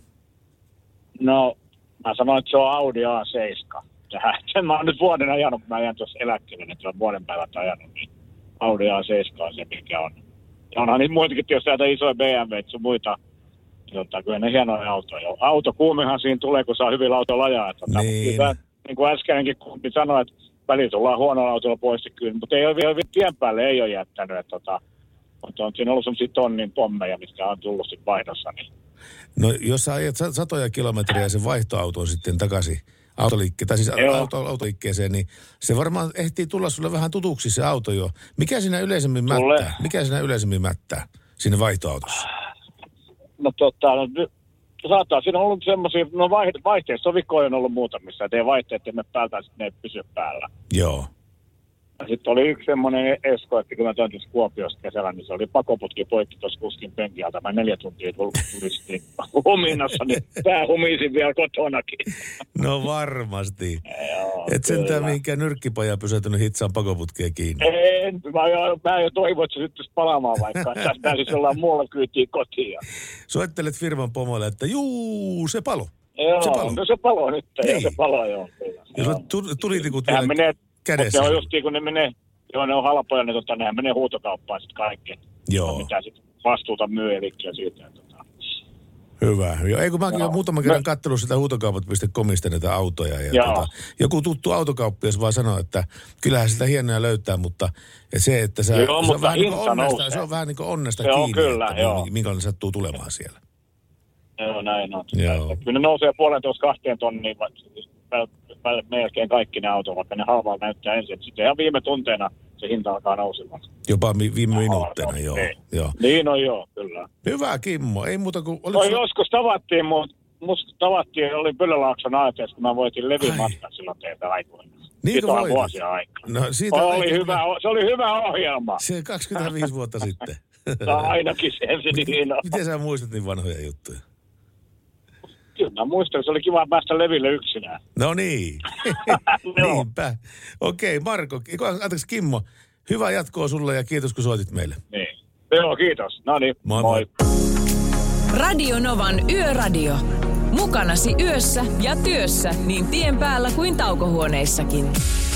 No, mä sanoin, että se on Audi A seitsemän. Sen mä oon nyt vuoden ajanut, kun mä ajan tuossa eläkkeelle, että olen vuoden päivät ajanut, niin Audi A seitsemän on se, mikä on. Ja onhan niitä muitakin, jos näitä isoja B M W:itä sun muita, tota, kyllä ne hienoja autoja. Autokuumihan siinä tulee, kun saa hyvillä autoilla ajaa. Tota, niin. Mutta niin kuin äskenkin kumpi sanoi, että välillä tullaan huonolla autolla pois, kyllä, mutta ei ole vielä tien päälle ei ole jättänyt. Että, tota, mutta on siinä ollut sellaisia tonnin pommeja, mitkä on tullut sitten vaihdossa. Niin. No jos sä ajat satoja kilometriä ja se vaihtoauto on sitten takaisin autoliikkeen, tai siis auto, autoliikkeeseen, niin se varmaan ehtii tulla sulle vähän tutuksi se auto jo. Mikä siinä yleisemmin Tule. mättää? Mikä siinä yleisemmin mättää siinä vaihtoautossa? No tota, no, saattaa siinä on ollut semmoisia, no vaihteissa sovikkoja on ollut muutamissa, että ei vaihteet emme päältä, sitten ne ei pysy päällä. Joo. Sitten oli yksi semmoinen esko, että kun mä toin tuossa Kuopiosta kesällä, niin se oli pakoputki poikki tuossa kuskin penkin alta. Mä neljä tuntia tulistin huminassa, niin pää humisin vielä kotonakin. No varmasti. Joo, et sentään mihinkään nyrkkipaja pysäytynyt hitsaan pakoputkeen kiinni. En, mä, jo, mä jo toivon, että se syttyisi palaamaan vaikka. Tässä pääsisi jollain muulla kyytiin kotiin. Soittelet firman pomolle, että juu, se palo. Joo, se palo. no se palo nyt. Niin. Se palo, joo. Ja sulla tulitikut vielä menee, kädessä. mutta ne on justiin, kun ne menee, joo, ne on halpoja, niin tota, nehän menee huutokauppaan sitten kaikki. Joo. Mitä sitten vastuuta myy erikseen siitä. Tota. Hyvä. Jo, ei kun mäkin No. olen muutaman kerran katsellut sitä huutokaupat piste comista näitä autoja. Ja Joo. tota, joku tuttu autokauppias vaan sanoo, että kyllähän sitä hienoja löytää, mutta ja se, että sä, Joo, se, on mutta vähän niin kuin hinta onnesta, nousee. se on vähän niin kuin onnesta Se on kiinni, kyllä, että joo. minkälainen sattuu tulemaan siellä. Joo, näin on. Joo. Kyllä ne nousee puolentoista kahteen tonniin, melkein kaikki ne autot, vaikka ne halvalla näyttää ensin. Sitten ihan viime tunteena se hinta alkaa nousemaan. Jopa mi- viime minuutteina, joo. Niin. joo. Niin on joo, kyllä. Hyvä Kimmo, ei muuta kuin... No, Oliko... joskus tavattiin, mut, musta tavattiin, oli Pylölaakson ajateessa, kun mä voitin Levimatkan silloin teiltä aikoina. Niin Siitä kuin on voitit? vuosia aikaa. No, siitä oli aika- hyvä, se oli hyvä ohjelma. Se kaksikymmentäviisi vuotta sitten. No, ainakin sen se niin on. Miten sä muistat niin vanhoja juttuja? Kyllä mä muistan, se oli kiva päästä leville yksinään. No niin. Joo. Niinpä. Okei, Marko, anteeksi Kimmo, hyvää jatkoa sulle ja kiitos kun soitit meille. Niin. Joo, kiitos. No niin, Moi, moi. Radio Novan Yöradio. Mukanasi yössä ja työssä niin tien päällä kuin taukohuoneissakin.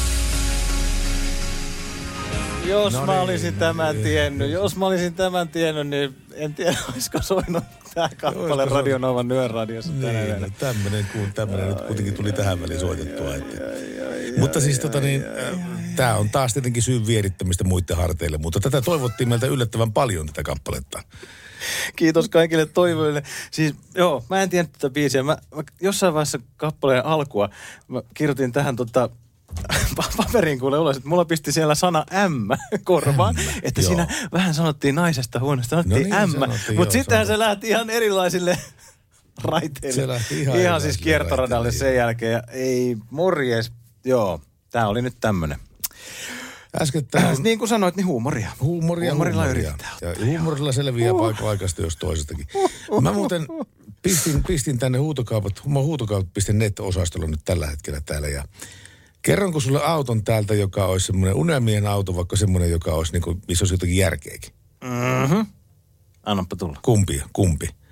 Jos No mä niin, olisin no tämän niin. tiennyt, jos mä olisin tämän tiennyt, niin en tiedä, olisiko soinut tää kappale Olisiko Radio Novan Yöradiossa tänä Niin, yönä. no, tämmönen kuin tämmönen nyt kuitenkin tuli tähän väliin soitettua. Että. Mutta siis tota niin, tää on taas tietenkin syyn vierittämistä muiden harteille, mutta tätä toivottiin meiltä yllättävän paljon tätä kappaletta. Kiitos kaikille toivoille. Siis joo, mä en tiennyt tätä biisiä. Mä, mä jossain vaiheessa kappaleen alkua mä kirjoitin tähän tota paperiin kuule ulos, että mulla pisti siellä sana M korvaan, että joo. siinä vähän sanottiin naisesta huoneesta, sanottiin No niin, M, sanottiin, mutta joo, sittenhän se sanottiin. lähti ihan erilaisille raiteille. Se lähti ihan ihan siis erilaisille kiertoradalle raiteille, sen jälkeen. Ja ei, morjes, joo, tää oli nyt tämmönen. Äskettäin Niin kuin sanoit, niin huumoria. Huumoria, Huumorilla huumoria. yritetään Ja ottaa, huumorilla selviää uh. paikasta jos toisestakin. Mä muuten pistin, pistin tänne huutokaupat, huutokaupat piste net-osastolla nyt tällä hetkellä täällä. Ja kerronko sulle auton täältä, joka olisi semmoinen unelmien auto, vaikka semmoinen, joka olisi niin kuin, missä olisi jotakin järkeäkin? Mhm. Annappa tulla. Kumpi, kumpi?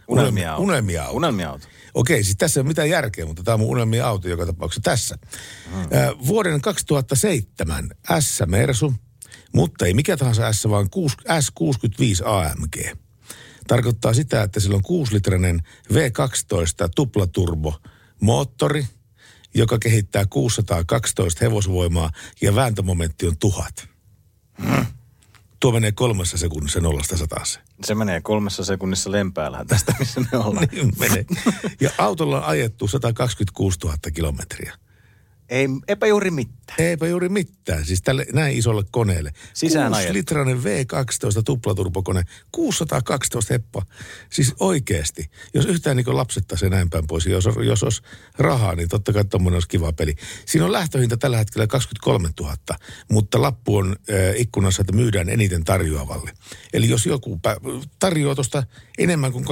Unelmia-auto. Unelmia-auto. Unelmia-auto. Okei, siis tässä ei ole mitään järkeä, mutta tämä on mun unelmia-auto joka tapauksessa tässä. Hmm. Äh, vuoden kaksituhattaseitsemän S-Mersu, mutta ei mikä tahansa S, vaan S kuusikymmentäviisi A M G. Tarkoittaa sitä, että sillä on kuusilitrainen V kaksitoista tuplaturbo moottori, joka kehittää kuusisataakaksitoista hevosvoimaa ja vääntömomentti on tuhat. Hmm. Tuo menee kolmessa sekunnissa nollasta sataseen. Se menee kolmessa sekunnissa Lempäällähän tästä, missä me ollaan. Niin menee. Ja autolla on ajettu sata kaksikymmentäkuusituhatta kilometriä. Ei, eipä juuri mitään. Eipä juuri mitään. Siis tälle näin isolle koneelle. Sisään ajettu. Kuusilitrainen V kaksitoista tuplaturbokone, kuusisataakaksitoista heppa. Siis oikeasti, jos yhtään niin lapsettaisiin näin päin pois, jos, jos olisi rahaa, niin totta kai tommoinen olisi kiva peli. Siinä on lähtöhinta tällä hetkellä kaksikymmentäkolmetuhatta, mutta lappu on äh, ikkunassa, että myydään eniten tarjoavalle. Eli jos joku tarjoaa tuosta enemmän kuin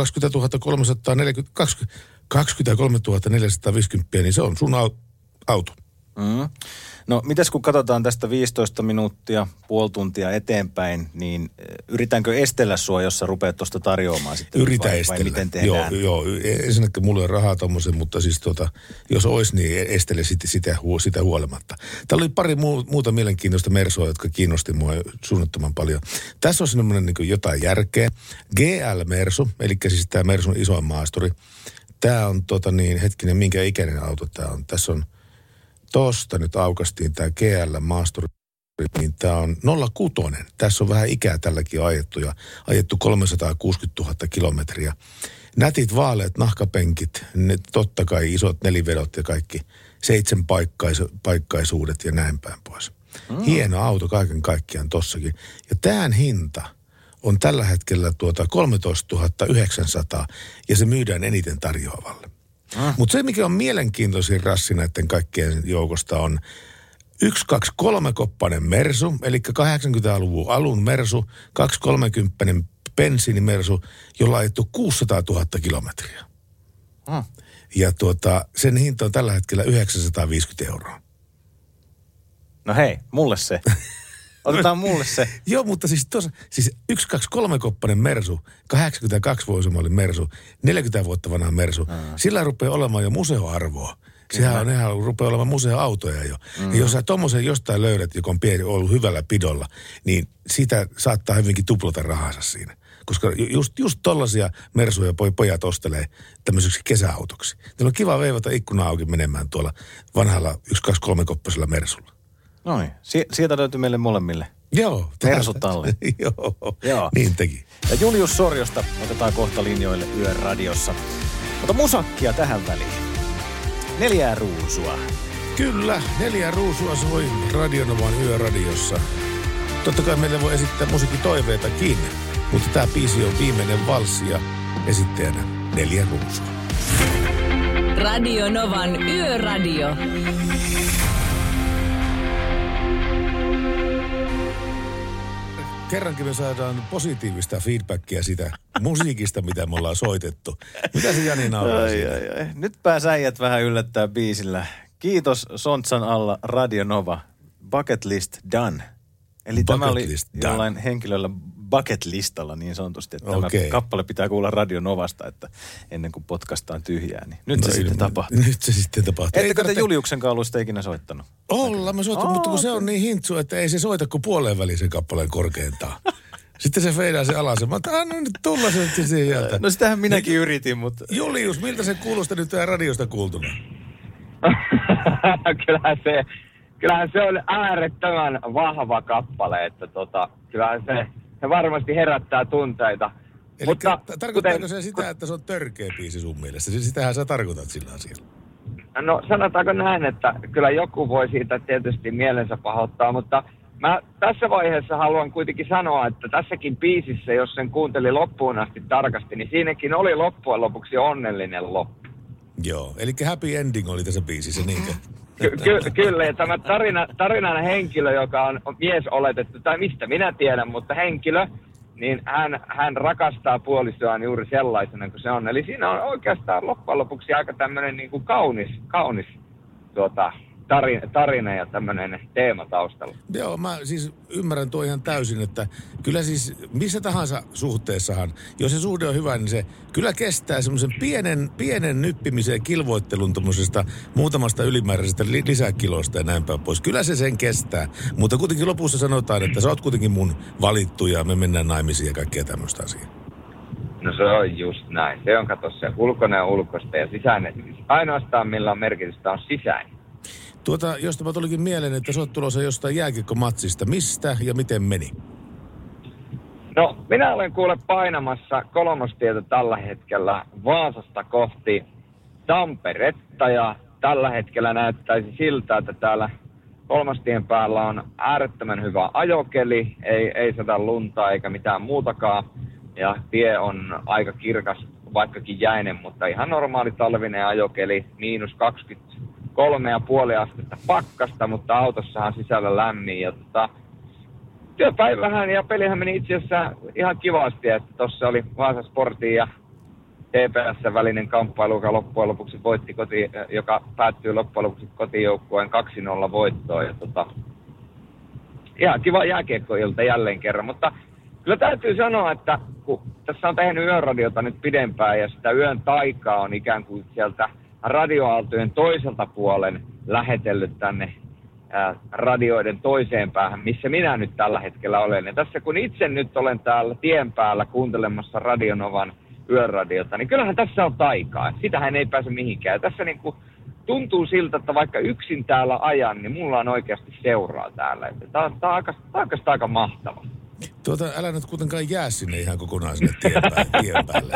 kaksikymmentäkolmetuhatta neljäsataaviisikymmentä, niin se on sun auto. Mm. No, mites kun katsotaan tästä viisitoista minuuttia, puoli tuntia eteenpäin, niin yritänkö estellä sua, jos sä rupeat tuosta tarjoamaan sitten? Yritä vai, estellä. Vai miten tehdään? Joo, joo. Ensinnäkin mulla on rahaa tommosen, mutta siis tota, jos olisi, niin estele sitä, sitä, sitä huolimatta. Täällä oli pari muuta mielenkiintoista Mersua, jotka kiinnosti mua suunnattoman paljon. Tässä on semmoinen niin kuin jotain järkeä. G L-Mersu, eli siis tämä Mersun isoin maasturi. Tämä on tota niin, hetkinen, minkä ikäinen auto tämä on. Tässä on Tosta nyt aukastiin tämä G L-maasturi, niin tämä on nolla kuusi. Tässä on vähän ikää tälläkin ajettu ja ajettu kolmesataakuusikymmentätuhatta kilometriä. Nätit vaaleat nahkapenkit, ne totta kai isot nelivedot ja kaikki seitsemän paikkais- paikkaisuudet ja näin päin pois. Mm. Hieno auto kaiken kaikkiaan tossakin. Ja tämän hinta on tällä hetkellä tuota kolmetoistatuhatta yhdeksänsataa ja se myydään eniten tarjoavalle. Ah. Mutta se, mikä on mielenkiintoisin rassi näiden kaikkien joukosta on yksi kaksi kolme koppainen Mersu, eli kahdeksankymmentäluvun alun Mersu, kaksi kolmekymmentä bensiinimersu, jolla on ajettu kuusisataatuhatta kilometriä. Ah. Ja tuota, sen hinta on tällä hetkellä yhdeksänsataaviisikymmentä euroa. No hei, mulle se. Otetaan mulle se. Joo, mutta siis tuossa, siis yksi kaksi kolme koppainen Mersu, kahdeksankymmentäkaksi vuosimalli Mersu, neljäkymmentä vuotta vanha Mersu, mm. sillä rupeaa olemaan jo museoarvoa. Sehän on, nehän rupeaa olemaan museoautoja jo. Mm. Ja jos sä tommosen jostain löydät, joka on pieni, ollut hyvällä pidolla, niin sitä saattaa hyvinkin tuplata rahansa siinä. Koska just, just tollaisia Mersuja pojat ostelee tämmöiseksi kesäautoksi. Niillä on kiva veivata ikkuna auki menemään tuolla vanhalla yksi kaksi kolme koppaisella Mersulla. Noin, Sie- sieltä löytyy meille molemmille. Joo. Mersutalle. Joo, Joo, niin teki. Ja Julius Sorjosta otetaan kohta linjoille Yön radiossa. Mutta musakkia tähän väliin. Neljää ruusua. Kyllä, neljä ruusua soi Radionovan Yöradiossa. Totta kai meille voi esittää musiikkitoiveitakin, mutta tämä biisi on viimeinen valssi ja esittäjänä neljä ruusua. Radio Novan Yöradio. Kerrankin me saadaan positiivista feedbackia sitä musiikista, mitä me ollaan soitettu. Mitä se Jani nauraa siinä? Ai, ai, ai. Nyt pääs äijät vähän yllättää biisillä. Kiitos Sontsan alla Radio Nova. Bucket list done. Eli Bucket tämä oli list jollain done. henkilöllä bucket-listalla niin sanotusti, että okay. Tämä kappale pitää kuulla Radio Novasta, että ennen kuin podcastaan tyhjää, niin nyt no, se il... sitten tapahtuu. Nyt se sitten tapahtuu. Ettekö te Juliuksen kauluista ikinä soittanut? Ollaan me soittanut, mutta kun se on niin hintsu, että ei se soita kuin puoleen väliin sen kappaleen korkeintaan. Sitten se feidaa se alas. Mä oon nyt tulla se nyt sieltä. No sitähän minäkin niin, yritin, mutta... Julius, miltä se kuulostaa nyt tää radiosta kuultuna? kyllähän, se, kyllähän se on äärettömän vahva kappale, että tota, kyllähän se, se varmasti herättää tunteita. Eli mutta, t- tarkoittaako kuten, se sitä, että se on törkeä biisi sun mielestä? Sitähän sä tarkoitat sillä asialla. No sanotaanko näin, että kyllä joku voi siitä tietysti mielensä pahoittaa, mutta mä tässä vaiheessa haluan kuitenkin sanoa, että tässäkin biisissä, jos sen kuunteli loppuun asti tarkasti, niin siinäkin oli loppujen lopuksi onnellinen loppu. Joo, eli happy ending oli tässä biisissä, niinkö? Ky- ky- kyllä, ja tämä tarina, tarinan henkilö, joka on mies oletettu, tai mistä minä tiedän, mutta henkilö, niin hän, hän rakastaa puolisoaan juuri sellaisena kuin se on. Eli siinä on oikeastaan loppujen lopuksi aika tämmöinen niin kuin kaunis, kaunis tuota, tarina, tarina ja tämmöinen teema taustalla. Joo, mä siis ymmärrän tuo ihan täysin, että kyllä siis missä tahansa suhteessahan, jos se suhde on hyvä, niin se kyllä kestää semmoisen pienen, pienen nyppimisen ja kilvoittelun tommosesta muutamasta ylimääräisestä li- lisäkilosta ja näin päin pois. Kyllä se sen kestää, mutta kuitenkin lopussa sanotaan, että sä oot kuitenkin mun valittu ja me mennään naimisiin ja kaikkea tämmöistä asiaa. No se on just näin. Se on, kato, se ulkoinen on ulkoista ja sisäinen. Ainoastaan millä on merkitystä on sisäinen. Tuota, josta mä tulikin mieleen, että sä oot tulossa jostain jääkiekkomatsista. Mistä ja miten meni? No, minä olen kuule painamassa kolmostietä tällä hetkellä Vaasasta kohti Tamperetta. Ja tällä hetkellä näyttäisi siltä, että täällä kolmostien päällä on äärettömän hyvä ajokeli. Ei, ei sada lunta eikä mitään muutakaan. Ja tie on aika kirkas, vaikkakin jäinen, mutta ihan normaali talvinen ajokeli. Miinus kaksikymmentäkolme pilkku viisi astetta pakkasta, mutta autossahan sisällä lämmin. Ja tota, työpäivähän ja pelihän meni itse asiassa ihan kivasti, että tuossa oli Vaasa Sportin ja T P S välinen kamppailu, joka loppujen lopuksi voitti koti, joka päättyi loppujen lopuksi kotijoukkueen kaksi nolla voittoon. Ja tota, ihan kiva jääkiekkoilta jälleen kerran, mutta kyllä täytyy sanoa, että kun tässä on tehnyt yöradiota nyt pidempään ja sitä yön taikaa on ikään kuin sieltä radioaaltojen toiselta puolen lähetellyt tänne ää, radioiden toiseen päähän, missä minä nyt tällä hetkellä olen. Ja tässä kun itse nyt olen täällä tien päällä kuuntelemassa Radionovan yöradiota, niin kyllähän tässä on taikaa. Sitähän ei pääse mihinkään. Ja tässä niin kuin tuntuu siltä, että vaikka yksin täällä ajan, niin mulla on oikeasti seuraa täällä. Tämä on, tämä on aika, aika, aika mahtava. Tuota, älä nyt kuitenkaan jää sinne ihan kokonaan sinne tien päälle. Tien päälle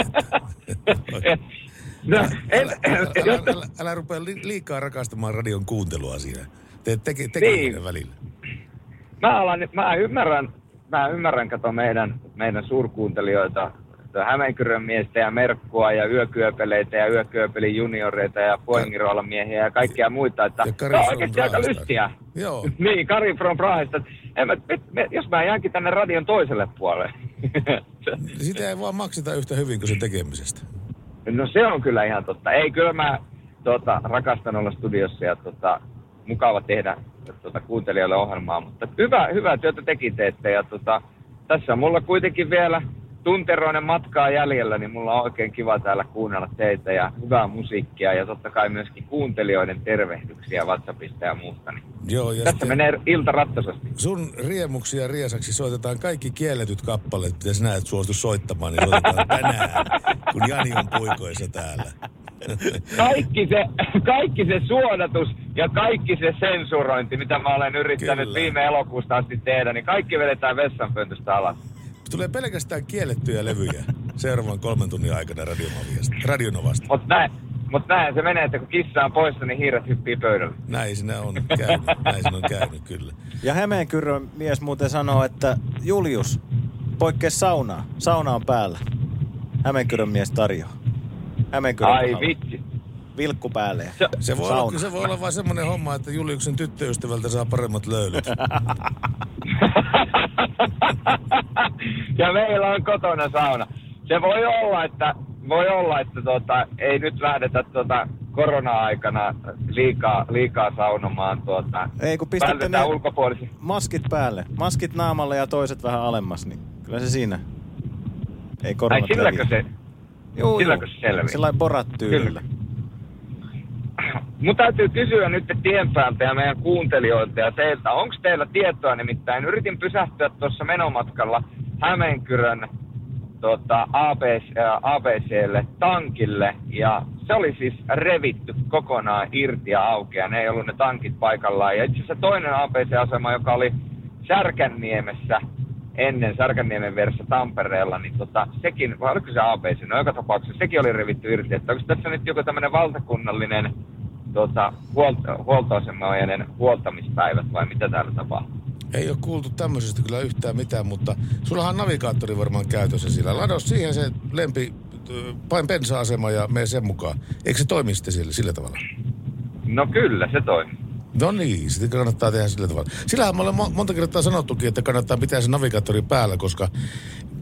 no, älä, en, älä, älä, älä, älä, älä rupea liikaa rakastamaan radion kuuntelua siinä. Teet teke, tekeminen niin välillä. Mä, alan, mä ymmärrän, mä ymmärrän kato meidän, meidän suurkuuntelijoita, Hämeenkyrön miestä ja Merkkua ja yökyöpeleitä ja yökyöpelin junioreita ja Poengiroalan miehiä ja kaikkia muita. Että ja on oikeasti aika lystiä. Joo. Niin, Kari from Prahasta. Jos mä jäänkin tänne radion toiselle puolelle. Sitä ei vaan makseta yhtä hyvin kuin sen tekemisestä. No se on kyllä ihan totta. Ei, kyllä mä tuota, rakastan olla studiossa ja tuota, mukava tehdä tuota, kuuntelijoille ohjelmaa. Mutta hyvä, hyvää työtä tekin teette ja tuota, tässä on mulla kuitenkin vielä tunteroinen matkaa jäljellä, niin mulla on oikein kiva täällä kuunnella teitä ja hyvää musiikkia ja totta kai myöskin kuuntelijoiden tervehdyksiä WhatsAppista ja muusta. Niin joo, ja tässä menee ilta rattosasti. Sun riemuksi ja riesaksi soitetaan kaikki kielletyt kappaleet, mitä sinä et suostu soittamaan, niin soitetaan tänään, kun Jani on puikoissa täällä. Kaikki se, kaikki se suodatus ja kaikki se sensurointi, mitä mä olen yrittänyt Kyllä. viime elokuusta asti tehdä, niin kaikki vedetään vessanpöntöstä alas. Tulee pelkästään kiellettyjä levyjä seuraavan kolmen tunnin aikana Radionovasta. Mutta näin, mut näin se menee, että kun kissa on poissa, niin hiiret hyppii pöydälle. Näin siinä on käynyt, näin siinä on käynyt, kyllä. Ja Hämeenkyrön mies muuten sanoo, että Julius, poikkea saunaa. Sauna on päällä. Hämeenkyrön mies tarjoaa. Hämeenkyrön Ai kohdalla. vitsi. Vilkku päälle. Se, se, voi olla, se voi olla vain semmoinen homma, että Juliuksen tyttöystävältä saa paremmat löylyt. Ja meillä on kotona sauna. Se voi olla, että, voi olla, että tuota, ei nyt lähdetä tuota korona-aikana liikaa, liikaa saunomaan. Tuota, ei kun pistätte ne ulkopuolisia maskit päälle. Maskit naamalle ja toiset vähän alemmas, niin kyllä se siinä. Ei koronat Ai silläkö se, juu, silläkö se selviää? Sellainen borat-tyylillä. Mun täytyy kysyä nyt tien päältä ja meidän kuuntelijoilta ja teiltä, onko teillä tietoa nimittäin? Yritin pysähtyä tuossa menomatkalla Hämeenkyrön tota, A B C:lle tankille ja se oli siis revitty kokonaan irti ja auki ja ne ei ollut ne tankit paikallaan. Ja itse asiassa toinen A B C-asema, joka oli Särkänniemessä ennen Särkänniemen vieressä Tampereella, niin tota, sekin, vai oliko se A B C? No joka tapauksessa sekin oli revitty irti. Että onko tässä nyt joku tämmöinen valtakunnallinen Tuota, huolto, huoltoasemainen huoltamispäivät vai mitä täällä tapahtuu? Ei ole kuultu tämmöisestä kyllä yhtään mitään, mutta sullahan on navigaattori varmaan käytössä sillä. Lados siihen se lempi, pain bensa-asema ja mene sen mukaan. Eikö se toimi sitten sillä, sillä tavalla? No kyllä, se toimii. No niin, sitten kannattaa tehdä sillä tavalla. Sillähän me ollaan monta kertaa sanottukin, että kannattaa pitää se navigaattori päällä, koska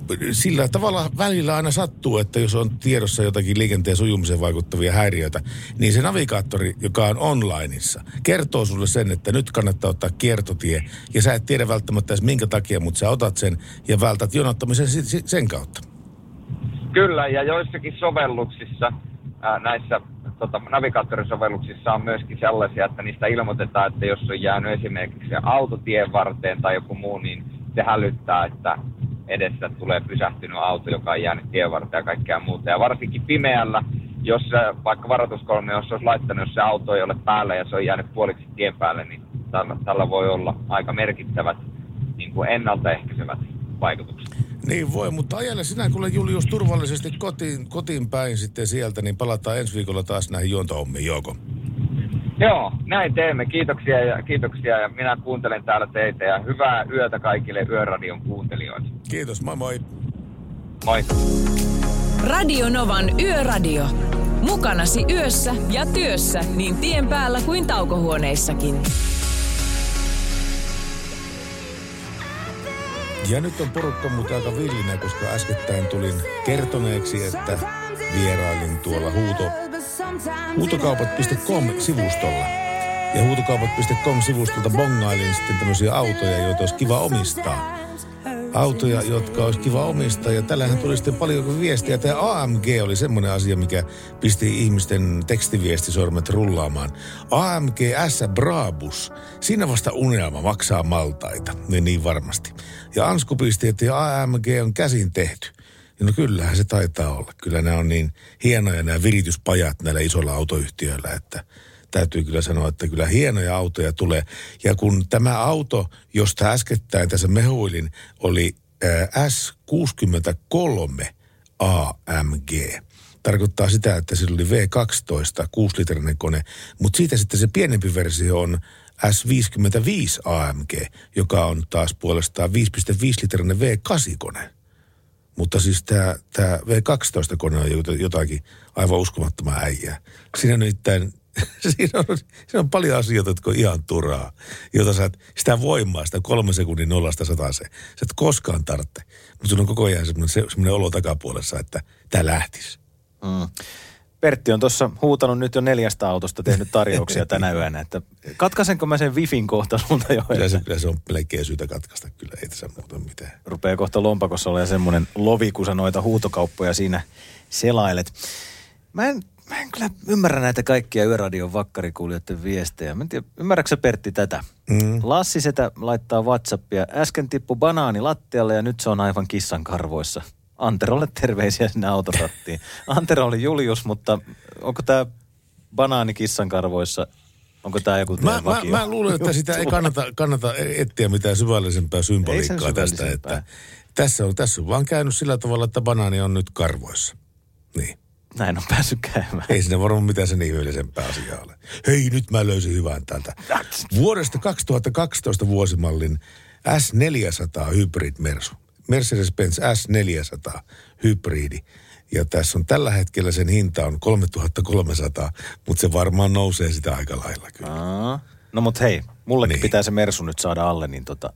sillä tavalla välillä aina sattuu, että jos on tiedossa jotakin liikenteen sujumiseen vaikuttavia häiriöitä, niin se navigaattori, joka on onlineissa, kertoo sulle sen, että nyt kannattaa ottaa kiertotie. Ja sä et tiedä välttämättä edes minkä takia, mutta sä otat sen ja vältät jonottamisen sen kautta. Kyllä, ja joissakin sovelluksissa, ää, näissä tota, navigaattorisovelluksissa on myöskin sellaisia, että niistä ilmoitetaan, että jos on jäänyt esimerkiksi autotien varteen tai joku muu, niin se hälyttää, että edessä tulee pysähtynyt auto, joka on jäänyt tien varteen ja kaikkea muuta. Ja varsinkin pimeällä, jos vaikka varoituskolme, jos olisi laittanut, jos se auto ei ole päällä ja se on jäänyt puoliksi tien päälle, niin tällä, tällä voi olla aika merkittävät niin kuin ennaltaehkäisevät vaikutukset. Niin voi, mutta ajele sinä kuule Julius turvallisesti kotiin, kotiin päin sitten sieltä, niin palataan ensi viikolla taas näihin juontohommiin, Joko? Joo, näin teemme. Kiitoksia ja, kiitoksia ja minä kuuntelen täällä teitä ja hyvää yötä kaikille Yöradion kuuntelijoille. Kiitos, moi moi. Moi. Radio Novan Yöradio. Mukanasi yössä ja työssä niin tien päällä kuin taukohuoneissakin. Ja nyt on porukka mutta aika villinä, koska äskettäin tulin kertoneeksi, että vierailin tuolla huuto, huutokaupat piste com-sivustolla. Ja huutokaupat piste com-sivustolta bongailin sitten tämmöisiä autoja, joita olisi kiva omistaa. Autoja, jotka olisi kiva omistaa. Ja tällähän tuli sitten paljon viestiä. Tämä A M G oli semmoinen asia, mikä pisti ihmisten tekstiviestisormet rullaamaan. A M G S Brabus. Siinä vasta unelma maksaa maltaita. Niin, niin varmasti. Ja Ansku pisti, että A M G on käsin tehty. Ja no kyllähän se taitaa olla. Kyllä nämä on niin hienoja nämä virityspajat näillä isoilla autoyhtiöillä, että täytyy kyllä sanoa, että kyllä hienoja autoja tulee. Ja kun tämä auto, josta äskettäin tässä mehuilin, oli ää, S kuusikymmentäkolme A M G. Tarkoittaa sitä, että sillä oli V kaksitoista, kuusilitrinen kone, mutta siitä sitten se pienempi versio on S viisikymmentäviisi A M G, joka on taas puolestaan viisi pilkku viisi litrinen V kahdeksan-kone. Mutta siis tämä, tämä V kaksitoista-kone on jotakin aivan uskomattomaa äijää. Siinä nimittäin Siinä on, siinä on paljon asioita, jotka on ihan turhaa, jota sä et, sitä voimaa, sitä kolme sekunnin nollasta sataseen, sä et koskaan tarvitse. Mutta sun on koko ajan semmoinen, semmoinen olo takapuolessa, että tää lähtisi. Mm. Pertti on tuossa huutanut nyt jo neljästä autosta, tehnyt tarjouksia tänä yönä, että katkaisenko mä sen Wifin kohta sulta jo? Kyllä se, kyllä se on melkein syytä katkaista, kyllä ei tässä muuta mitään. Rupeaa kohta lompakossa olemaan semmoinen lovi, kun sä noita huutokauppoja siinä selailet. Mä en... Mä en kyllä ymmärrä näitä kaikkia Yöradion vakkarikuulijoiden viestejä. Mä en tiedä, ymmärrätkö sä Pertti tätä? Mm. Lassi Setä laittaa WhatsAppia. Äsken tippui banaani lattialle ja nyt se on aivan kissan karvoissa. Anterolle terveisiä sinne autorattiin. Antero oli Julius, mutta onko tää banaani kissan karvoissa? Onko tää joku mä, mä, mä luulen, että sitä ei kannata, kannata etsiä mitään syvällisempää symboliikkaa tästä. Että tässä, on, tässä on vaan käynyt sillä tavalla, että banaani on nyt karvoissa. Niin. Näin on päässyt käymään. Ei siinä varmaan mitään sen ihmeellisempää asiaa ole. Hei, nyt mä löysin hyvän täältä. Vuodesta kaksituhattakaksitoista vuosimallin S neljäsataa Hybrid Mersu. Mercedes-Benz S neljäsataa Hybridi. Ja tässä on tällä hetkellä sen hinta on kolmetuhattakolmesataa, mutta se varmaan nousee sitä aika lailla kyllä. Aa. No mut hei, mullekin niin. Pitää se Mersu nyt saada alle, niin tota,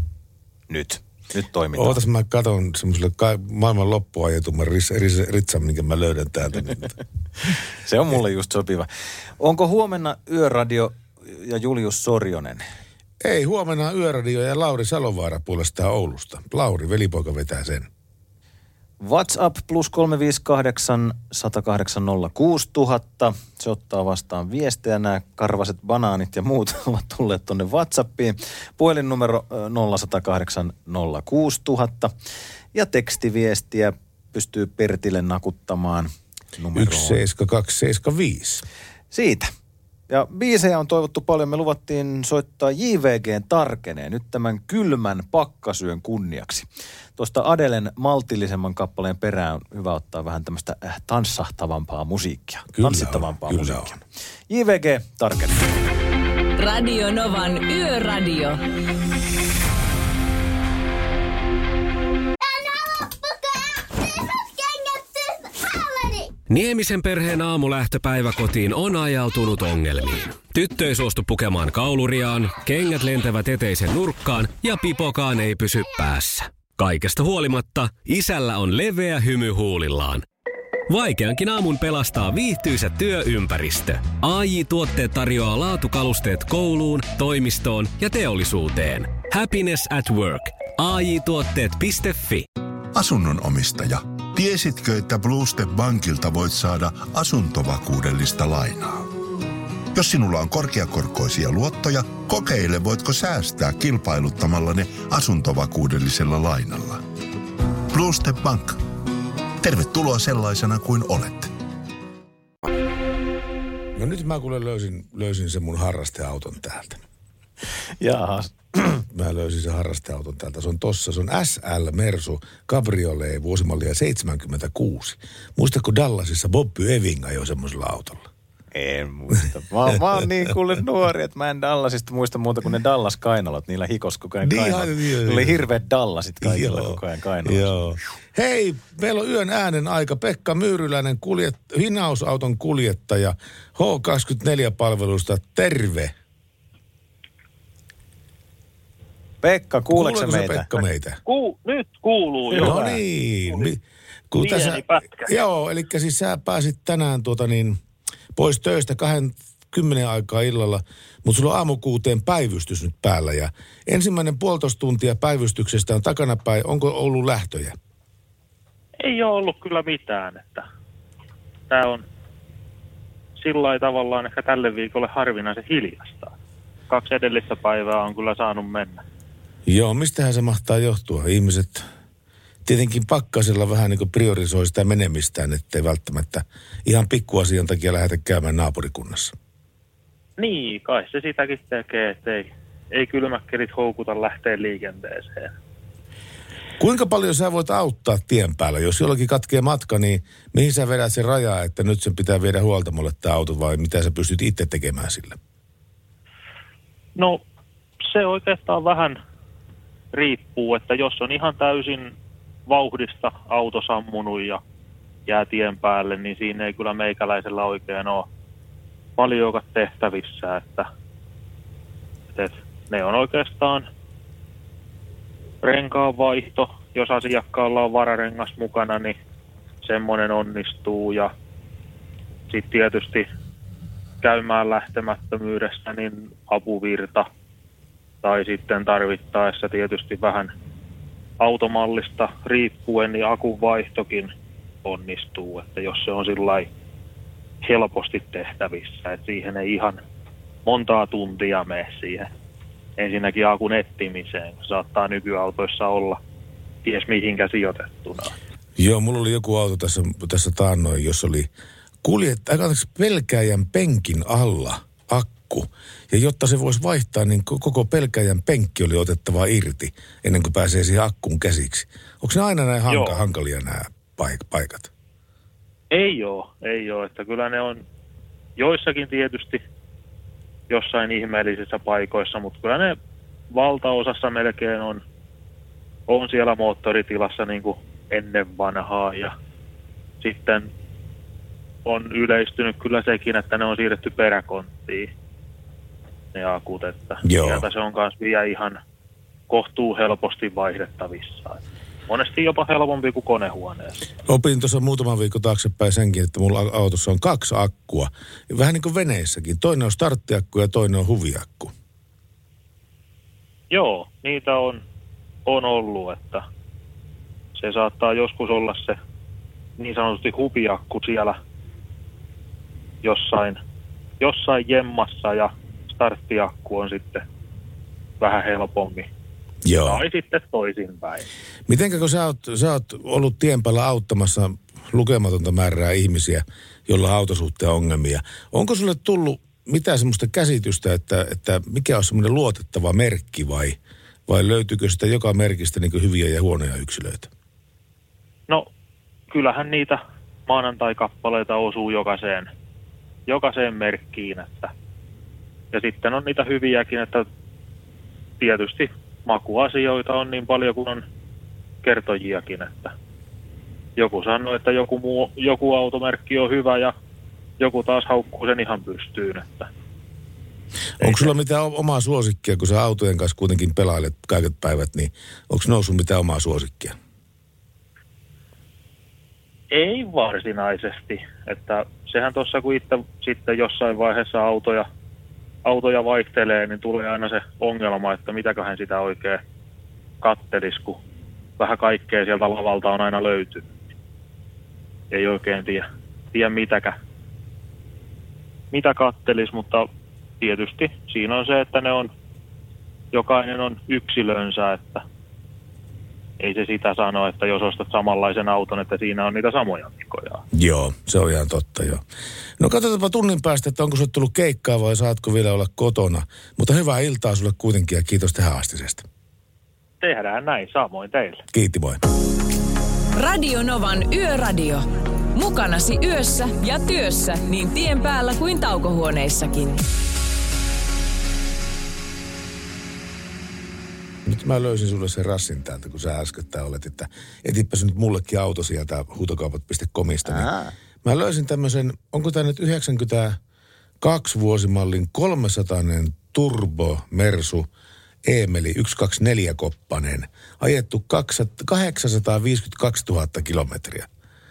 nyt. Nyt toimitaan. Ootas mä katon semmoiselle ka- maailman loppuajetumman ris- ris- ritsan, minkä mä löydän täältä. Se on mulle just sopiva. Onko huomenna Yöradio ja Julius Sorjonen? Ei, huomenna on Yöradio ja Lauri Salovaara puolestaan Oulusta. Lauri, velipoika vetää sen. WhatsApp plus kolme viisi kahdeksan, sata kahdeksan, nolla kuusi tuhatta. Se ottaa vastaan viestejä. Nämä karvaset banaanit ja muut ovat tulleet tuonne WhatsAppiin. Puhelinnumero nolla yksi nolla kahdeksan, nolla kuusi tuhatta. Ja tekstiviestiä pystyy Pertille nakuttamaan numeroon yksi seitsemän kaksi seitsemän viisi. Siitä. Ja biisejä on toivottu paljon. Me luvattiin soittaa J V G:n Tarkenee nyt tämän kylmän pakkasyön kunniaksi. Tuosta Adelen maltillisemman kappaleen perään on hyvä ottaa vähän tämmöistä tanssahtavampaa musiikkia. Kyllä tanssittavampaa on, musiikkia. On. J V G Tarkenee. Radio Novan Yöradio. Niemisen perheen aamulähtöpäivä kotiin on ajautunut ongelmiin. Tyttö ei suostu pukemaan kauluriaan, kengät lentävät eteisen nurkkaan ja pipokaan ei pysy päässä. Kaikesta huolimatta, isällä on leveä hymy huulillaan. Vaikeankin aamun pelastaa viihtyisä työympäristö. A J-tuotteet tarjoaa laatukalusteet kouluun, toimistoon ja teollisuuteen. Happiness at work. A J tuotteet piste fi. Asunnon omistaja, tiesitkö, että Bluestep Bankilta voit saada asuntovakuudellista lainaa? Jos sinulla on korkeakorkoisia luottoja, kokeile voitko säästää kilpailuttamalla ne asuntovakuudellisella lainalla. Bluestep Bank. Tervetuloa sellaisena kuin olet. No nyt mä kuule löysin, löysin sen mun harrasteauton täältä. Jaahas. Mä löysin sen harrasteauton täältä. Se on tossa, se on S L Mersu Cabriolet vuosimallia seitsemänkymmentäkuusi. Muistatko Dallasissa Bobby Eving ajoi semmoisella autolla? En muista. Mä, mä oon niin kuule nuori, että mä en Dallasista muista muuta kuin ne Dallas-kainalot. Niillä hikos koko ajan kainalot. Niillä oli hirveät Dallasit kaikilla joo, koko ajan kainalot. Joo. Hei, meillä on yön äänen aika. Pekka Myyryläinen, kuljet, hinausauton kuljettaja H kaksikymmentäneljä-palvelusta. Terve. Pekka, kuuleeko meitä? Pekka meitä? Ku, nyt kuuluu jo. No niin. Mi, kun Pieni tässä, pätkä. Joo, eli siis sä pääsit tänään tuota niin, pois töistä kahden kymmenen aikaa illalla, mutta sulla on aamukuuteen päivystys nyt päällä ja ensimmäinen puolitoista tuntia päivystyksestä on takanapäin. Onko ollut lähtöjä? Ei ole ollut kyllä mitään, että tämä on sillä lailla tavallaan ehkä tälle viikolle harvinaisen hiljasta. Kaksi edellistä päivää on kyllä saanut mennä. Joo, mistähän se mahtaa johtua? Ihmiset tietenkin pakkasella vähän niin kuin priorisoi sitä menemistään, ettei välttämättä ihan pikkuasian takia lähdetä käymään naapurikunnassa. Niin, kai se sitäkin tekee, ettei ei kylmäkkelit houkuta lähteä liikenteeseen. Kuinka paljon sä voit auttaa tien päällä? Jos jollakin katkee matka, niin mihin sä vedät sen rajaa, että nyt sen pitää viedä huoltamolle tämä auto vai mitä sä pystyt itse tekemään sille? No, se oikeastaan vähän riippuu, että jos on ihan täysin vauhdista auto sammunut ja jää tien päälle, niin siinä ei kyllä meikäläisellä oikein ole paljonkaan tehtävissä, että, että ne on oikeastaan renkaanvaihto. Jos asiakkaalla on vararengas mukana, niin semmoinen onnistuu ja sitten tietysti käymään lähtemättömyydessä, niin apuvirta tai sitten tarvittaessa tietysti vähän automallista riippuen, niin akunvaihtokin onnistuu, että jos se on sillai helposti tehtävissä, että siihen ei ihan montaa tuntia mene siihen ensinnäkin akun etsimiseen, saattaa nykyautoissa olla ties mihinkä sijoitettuna. Joo, mulla oli joku auto tässä, tässä taannoin, jossa oli kuljettaja, pelkääjän penkin alla akku. Ja jotta se voisi vaihtaa, niin koko pelkääjän penkki oli otettava irti ennen kuin pääsee siihen akkuun käsiksi. Onko ne aina näin hanka, hankalia nämä paikat? Ei ole, ei ole. Että kyllä ne on joissakin tietysti jossain ihmeellisissä paikoissa, mutta kyllä ne valtaosassa melkein on, on siellä moottoritilassa niin kuin ennen vanhaa. Ja sitten on yleistynyt kyllä sekin, että ne on siirretty peräkonttiin, ne akut, että Joo. sieltä se on kanssa vielä ihan kohtuu helposti vaihdettavissa. Monesti jopa helpompi kuin konehuoneessa. Opin tuossa muutaman viikon taaksepäin senkin, että mulla autossa on kaksi akkua. Vähän niin kuin veneissäkin. Toinen on starttiakku ja toinen on huviakku. Joo, niitä on, on ollut, että se saattaa joskus olla se niin sanotusti huviakku siellä jossain, jossain jemmassa ja starttiakku on sitten vähän helpommin. Joo. Tai sitten toisinpäin. Mitenkä kun sä oot, sä oot ollut tien päällä auttamassa lukematonta määrää ihmisiä, joilla on autosuhteen ongelmia. Onko sulle tullut mitään semmoista käsitystä, että, että mikä on semmoinen luotettava merkki vai, vai löytyykö sitä joka merkistä niin kuin hyviä ja huonoja yksilöitä? No, kyllähän niitä maanantai-kappaleita osuu jokaiseen, jokaiseen merkkiin. Että, ja sitten on niitä hyviäkin, että tietysti makuasioita on niin paljon kuin on kertojiakin, että joku sanoo, että joku, muu, joku automerkki on hyvä ja joku taas haukkuu sen ihan pystyyn. Että. Onko sulla mitään omaa suosikkia, kun sä autojen kanssa kuitenkin pelailet kaiket päivät, niin onko noussut mitään omaa suosikkia? Ei varsinaisesti. Että sehän tuossa, kun itse sitten jossain vaiheessa autoja, autoja vaihtelee, niin tulee aina se ongelma, että mitäköhän sitä oikein kattelis, kun vähän kaikkea sieltä lavalta on aina löytynyt. Ei oikein tiedä, tiedä mitäkä, mitä kattelis, mutta tietysti siinä on se, että ne on, jokainen on yksilönsä, että ei se sitä sano, että jos ostat samanlaisen auton, että siinä on niitä samoja vikoja. Joo, se on ihan totta, joo. No katsotaanpa tunnin päästä, että onko sinulle tullut keikkaa vai saatko vielä olla kotona. Mutta hyvää iltaa sulle kuitenkin ja kiitos tähän astisesta. Tehdään näin, samoin teille. Kiitti, moi. Radio Novan Yöradio. Mukanasi yössä ja työssä niin tien päällä kuin taukohuoneissakin. Nyt mä löysin sulle sen rassin täältä, kun sä äskettäin olet, että etipäs nyt mullekin auto sieltä huutokaupat piste comista. Niin mä löysin tämmöisen, onko tämä nyt yhdeksänkymmentäkaksi vuosimallin kolmesataa turbo Mersu Eemeli yksi kaksi neljä koppanen, ajettu kahdeksansataaviisikymmentäkaksituhatta kilometriä.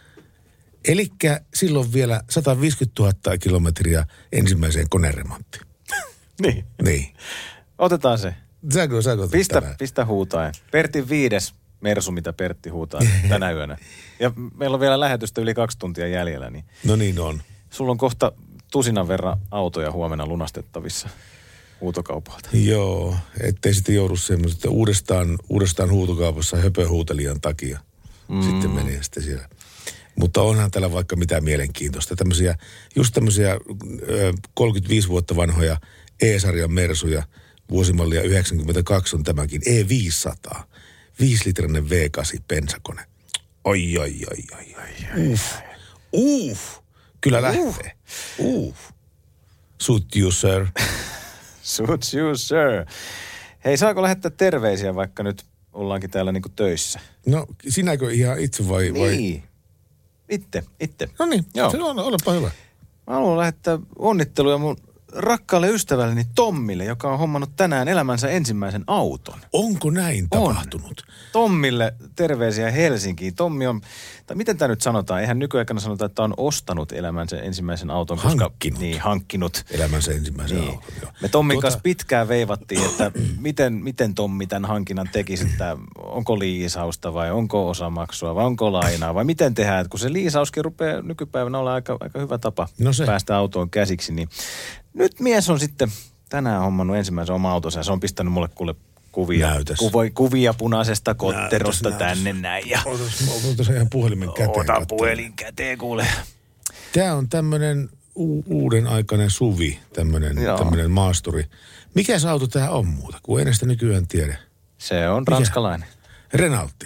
Elikkä silloin vielä sataviisikymmentätuhatta kilometriä ensimmäiseen koneremonttiin. Niin. Niin. Otetaan se. Saanko, saanko pistä, pistä huutaen. Pertin viides Mersu, mitä Pertti huutaa tänä yönä. Ja meillä on vielä lähetystä yli kaksi tuntia jäljellä. Niin no niin on. Sulla on kohta tusinan verran autoja huomenna lunastettavissa huutokaupalta. Joo, ettei sitten joudu semmoista, että uudestaan, uudestaan huutokaupassa höpöhuutelijan takia mm. sitten menee sitten siellä. Mutta onhan täällä vaikka mitään mielenkiintoista. Tämmöisiä, just tämmöisiä kolmekymmentäviisi vuotta vanhoja E-sarjan Mersuja, vuosimallia yhdeksänkymmentäkaksi on tämäkin, E viisisataa. Viisilitrainen V kahdeksan bensakone. Oi, oi, oi, oi, oi. Uff. Uff. Kyllä lähtee. Uff. Suit you, sir. Suit you, sir. Hei, saako lähettää terveisiä, vaikka nyt ollaankin täällä niinku töissä? No, sinäkö ihan itse vai? vai? Niin. Itse, itse. No niin, se on, olepa hyvä. Mä haluan lähettää onnitteluja mun rakkaalle ystävälleni Tommille, joka on hommannut tänään elämänsä ensimmäisen auton. Onko näin tapahtunut? On. Tommille terveisiä Helsinkiin. Tommi on, tai miten tämä nyt sanotaan? Eihän nykyaikana sanota, että on ostanut elämänsä ensimmäisen auton. Hankkinut. Koska, niin, hankkinut. Elämänsä ensimmäisen niin. auton, joo. Me Tommin tuota... kanssa pitkään veivattiin, että miten, miten Tommi tämän hankinnan tekisi, että onko liisausta vai onko osamaksua vai onko lainaa vai miten tehdään. Kun se liisauskin rupeaa nykypäivänä olla aika, aika hyvä tapa no päästä autoon käsiksi, niin nyt mies on sitten tänään hommannut ensimmäisen oma autonsa ja se on pistänyt mulle kuule kuvia, kuva, kuvia punaisesta kotterosta näytäs, tänne näytäs. Näin. Ja otas, otas ihan puhelimen käteen. Ota puhelin käteen kuule. Tämä on tämmöinen u- uuden aikainen suvi, tämmöinen, tämmöinen maasturi. Mikä se auto tämä on muuta, kun ei sitä nykyään tiedä? Se on mikä? Ranskalainen. Renaultti.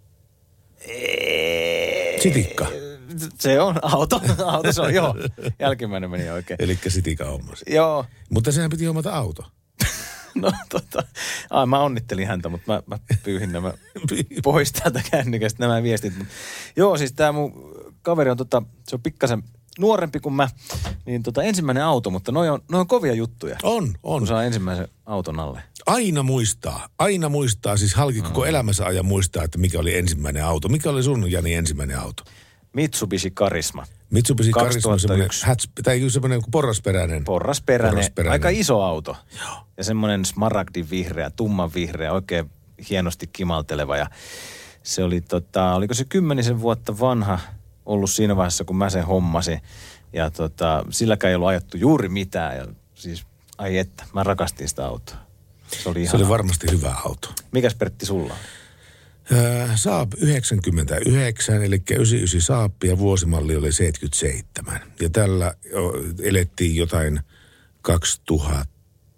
Eee... Sitikka. Se on auto. Auto se on, joo. Jälkimmäinen meni oikein. Elikkä Sitikan hommasi. Joo. Mutta sehän piti hommata auto. No tota, ai mä onnittelin häntä, mutta mä, mä pyyhin nämä pois täältä kännykästä nämä viestit. Joo, siis tää mun kaveri on tota, se on pikkasen nuorempi kuin mä, niin tota ensimmäinen auto, mutta noi on, noi on kovia juttuja. On, on. Kun saa ensimmäisen auton alle. Aina muistaa, aina muistaa, siis halki koko mm. elämänsä ajan muistaa, että mikä oli ensimmäinen auto. Mikä oli sun, Jani, ensimmäinen auto? Mitsubishi Karisma. Mitsubishi Karisma on semmoinen, hatch, tai semmoinen porrasperäinen. porrasperäinen. Porrasperäinen. Aika iso auto. Joo. Ja semmoinen smaragdin vihreä, tumman vihreä, oikein hienosti kimalteleva. Ja se oli tota, oliko se kymmenisen vuotta vanha ollut siinä vaiheessa, kun mä sen hommasin. Ja tota, silläkään ei ollut ajettu juuri mitään. Ja siis, ai että, mä rakastin sitä autoa. Se oli, se oli varmasti hyvä auto. Mikäs Pertti sulla on? Saab yhdeksänkymmentäyhdeksän, eli yhdeksänkymmentäyhdeksän Saab ja vuosimalli oli seitsemänkymmentäseitsemän. Ja tällä elettiin jotain kaksituhatta,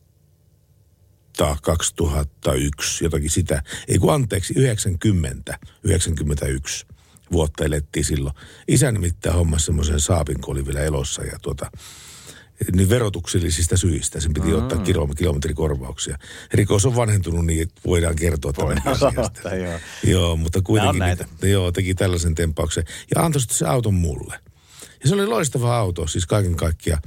kaksituhattayksi, jotakin sitä. Ei kun anteeksi, yhdeksänkymmentä, yhdeksänkymmentäyksi vuotta elettiin silloin. Isä nimittäin hommasi semmoisen Saabin, kun oli vielä elossa ja tuota... niin verotuksellisista syistä. Sen piti mm. ottaa kilo, kilometrikorvauksia. Rikos on vanhentunut niin, että voidaan kertoa tämän asiasta. Joo. joo, mutta kuitenkin niitä, joo, teki tällaisen tempauksen. Ja antoi sitten se auton mulle. Ja se oli loistava auto, siis kaiken kaikkiaan.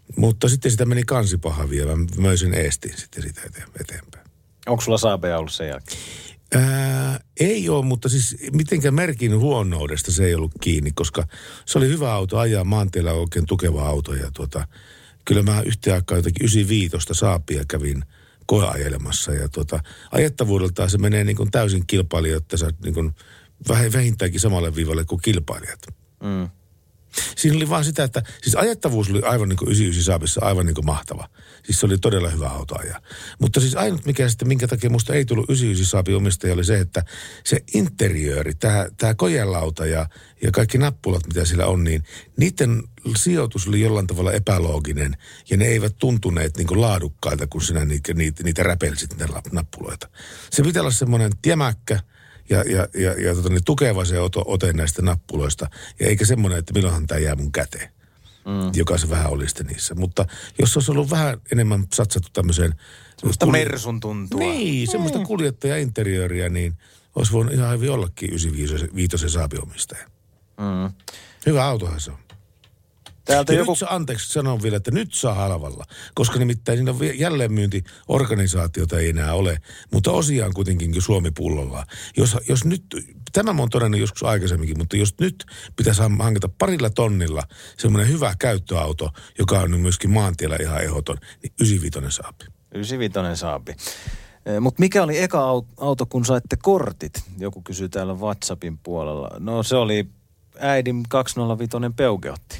Mutta sitten sitä meni kansipaha vielä. Mä möin sen eestiin sitten sitä eteenpäin. Onko sulla Saabeja ollut sen jälkeen? Ää, ei ole, mutta siis mitenkään merkin huonoudesta se ei ollut kiinni, koska se oli hyvä auto ajaa maantiellä, oikein tukeva auto. Ja tuota, kyllä mä yhteen aikaan jotakin yhdeksänkymmentäviisi Saabia kävin koeajelemassa. Ja tuota, ajettavuudeltaan se menee niin kuin täysin kilpailijoita, niin kuin vähintäänkin samalle viivalle kuin kilpailijat. Mm. Siinä oli vaan sitä, että siis ajettavuus oli aivan niin kuin yhdeksänkymmentäyhdeksän Saabissa aivan niin kuin mahtava. Siis se oli todella hyvä auto ajaa. Mutta siis ainut mikä sitten, minkä takia musta ei tullut yhdeksänkymmentäyhdeksän Saabin omistaja oli se, että se interiööri, tämä, tämä kojelauta ja, ja kaikki nappulat, mitä siellä on, niin niiden sijoitus oli jollain tavalla epälooginen ja ne eivät tuntuneet niin kuin laadukkailta, kun sinä niitä, niitä, niitä räpelsit, niitä nappuloita. Se pitää olla semmoinen jämäkkä, Ja, ja, ja, ja tota, niin tukeva se oto, ote näistä nappuloista. Ja eikä semmoinen, että milloinhan tämä jää mun käteen. Mm. Joka se vähän oli sitten niissä. Mutta jos olisi ollut vähän enemmän satsattu tämmöiseen... Semmoista kulje... mersun tuntua. Niin, semmoista mm. kuljettaja-interiööriä, niin olisi voinut ihan hyvin ollakin yhdeksänkymmentäviisi Saabiomistaja. Mm. Hyvä autohan se on. Täältä ja joku... nyt anteeksi sanon vielä, että nyt saa halvalla, koska nimittäin siinä jälleenmyyntiorganisaatiota ei enää ole, mutta osiaan kuitenkin Suomi pullollaan. Jos, jos nyt, tämä mä oon todennut joskus aikaisemminkin, mutta jos nyt pitäisi hankita parilla tonnilla semmoinen hyvä käyttöauto, joka on myöskin maantiellä ihan ehdoton, niin yhdeksänkymmentäviisi Saabi. yhdeksänkymmentäviisi Saabi. Mutta mikä oli eka auto, kun saitte kortit? Joku kysyy täällä WhatsAppin puolella. No se oli äidin kaksisataaviisi Peugeotti.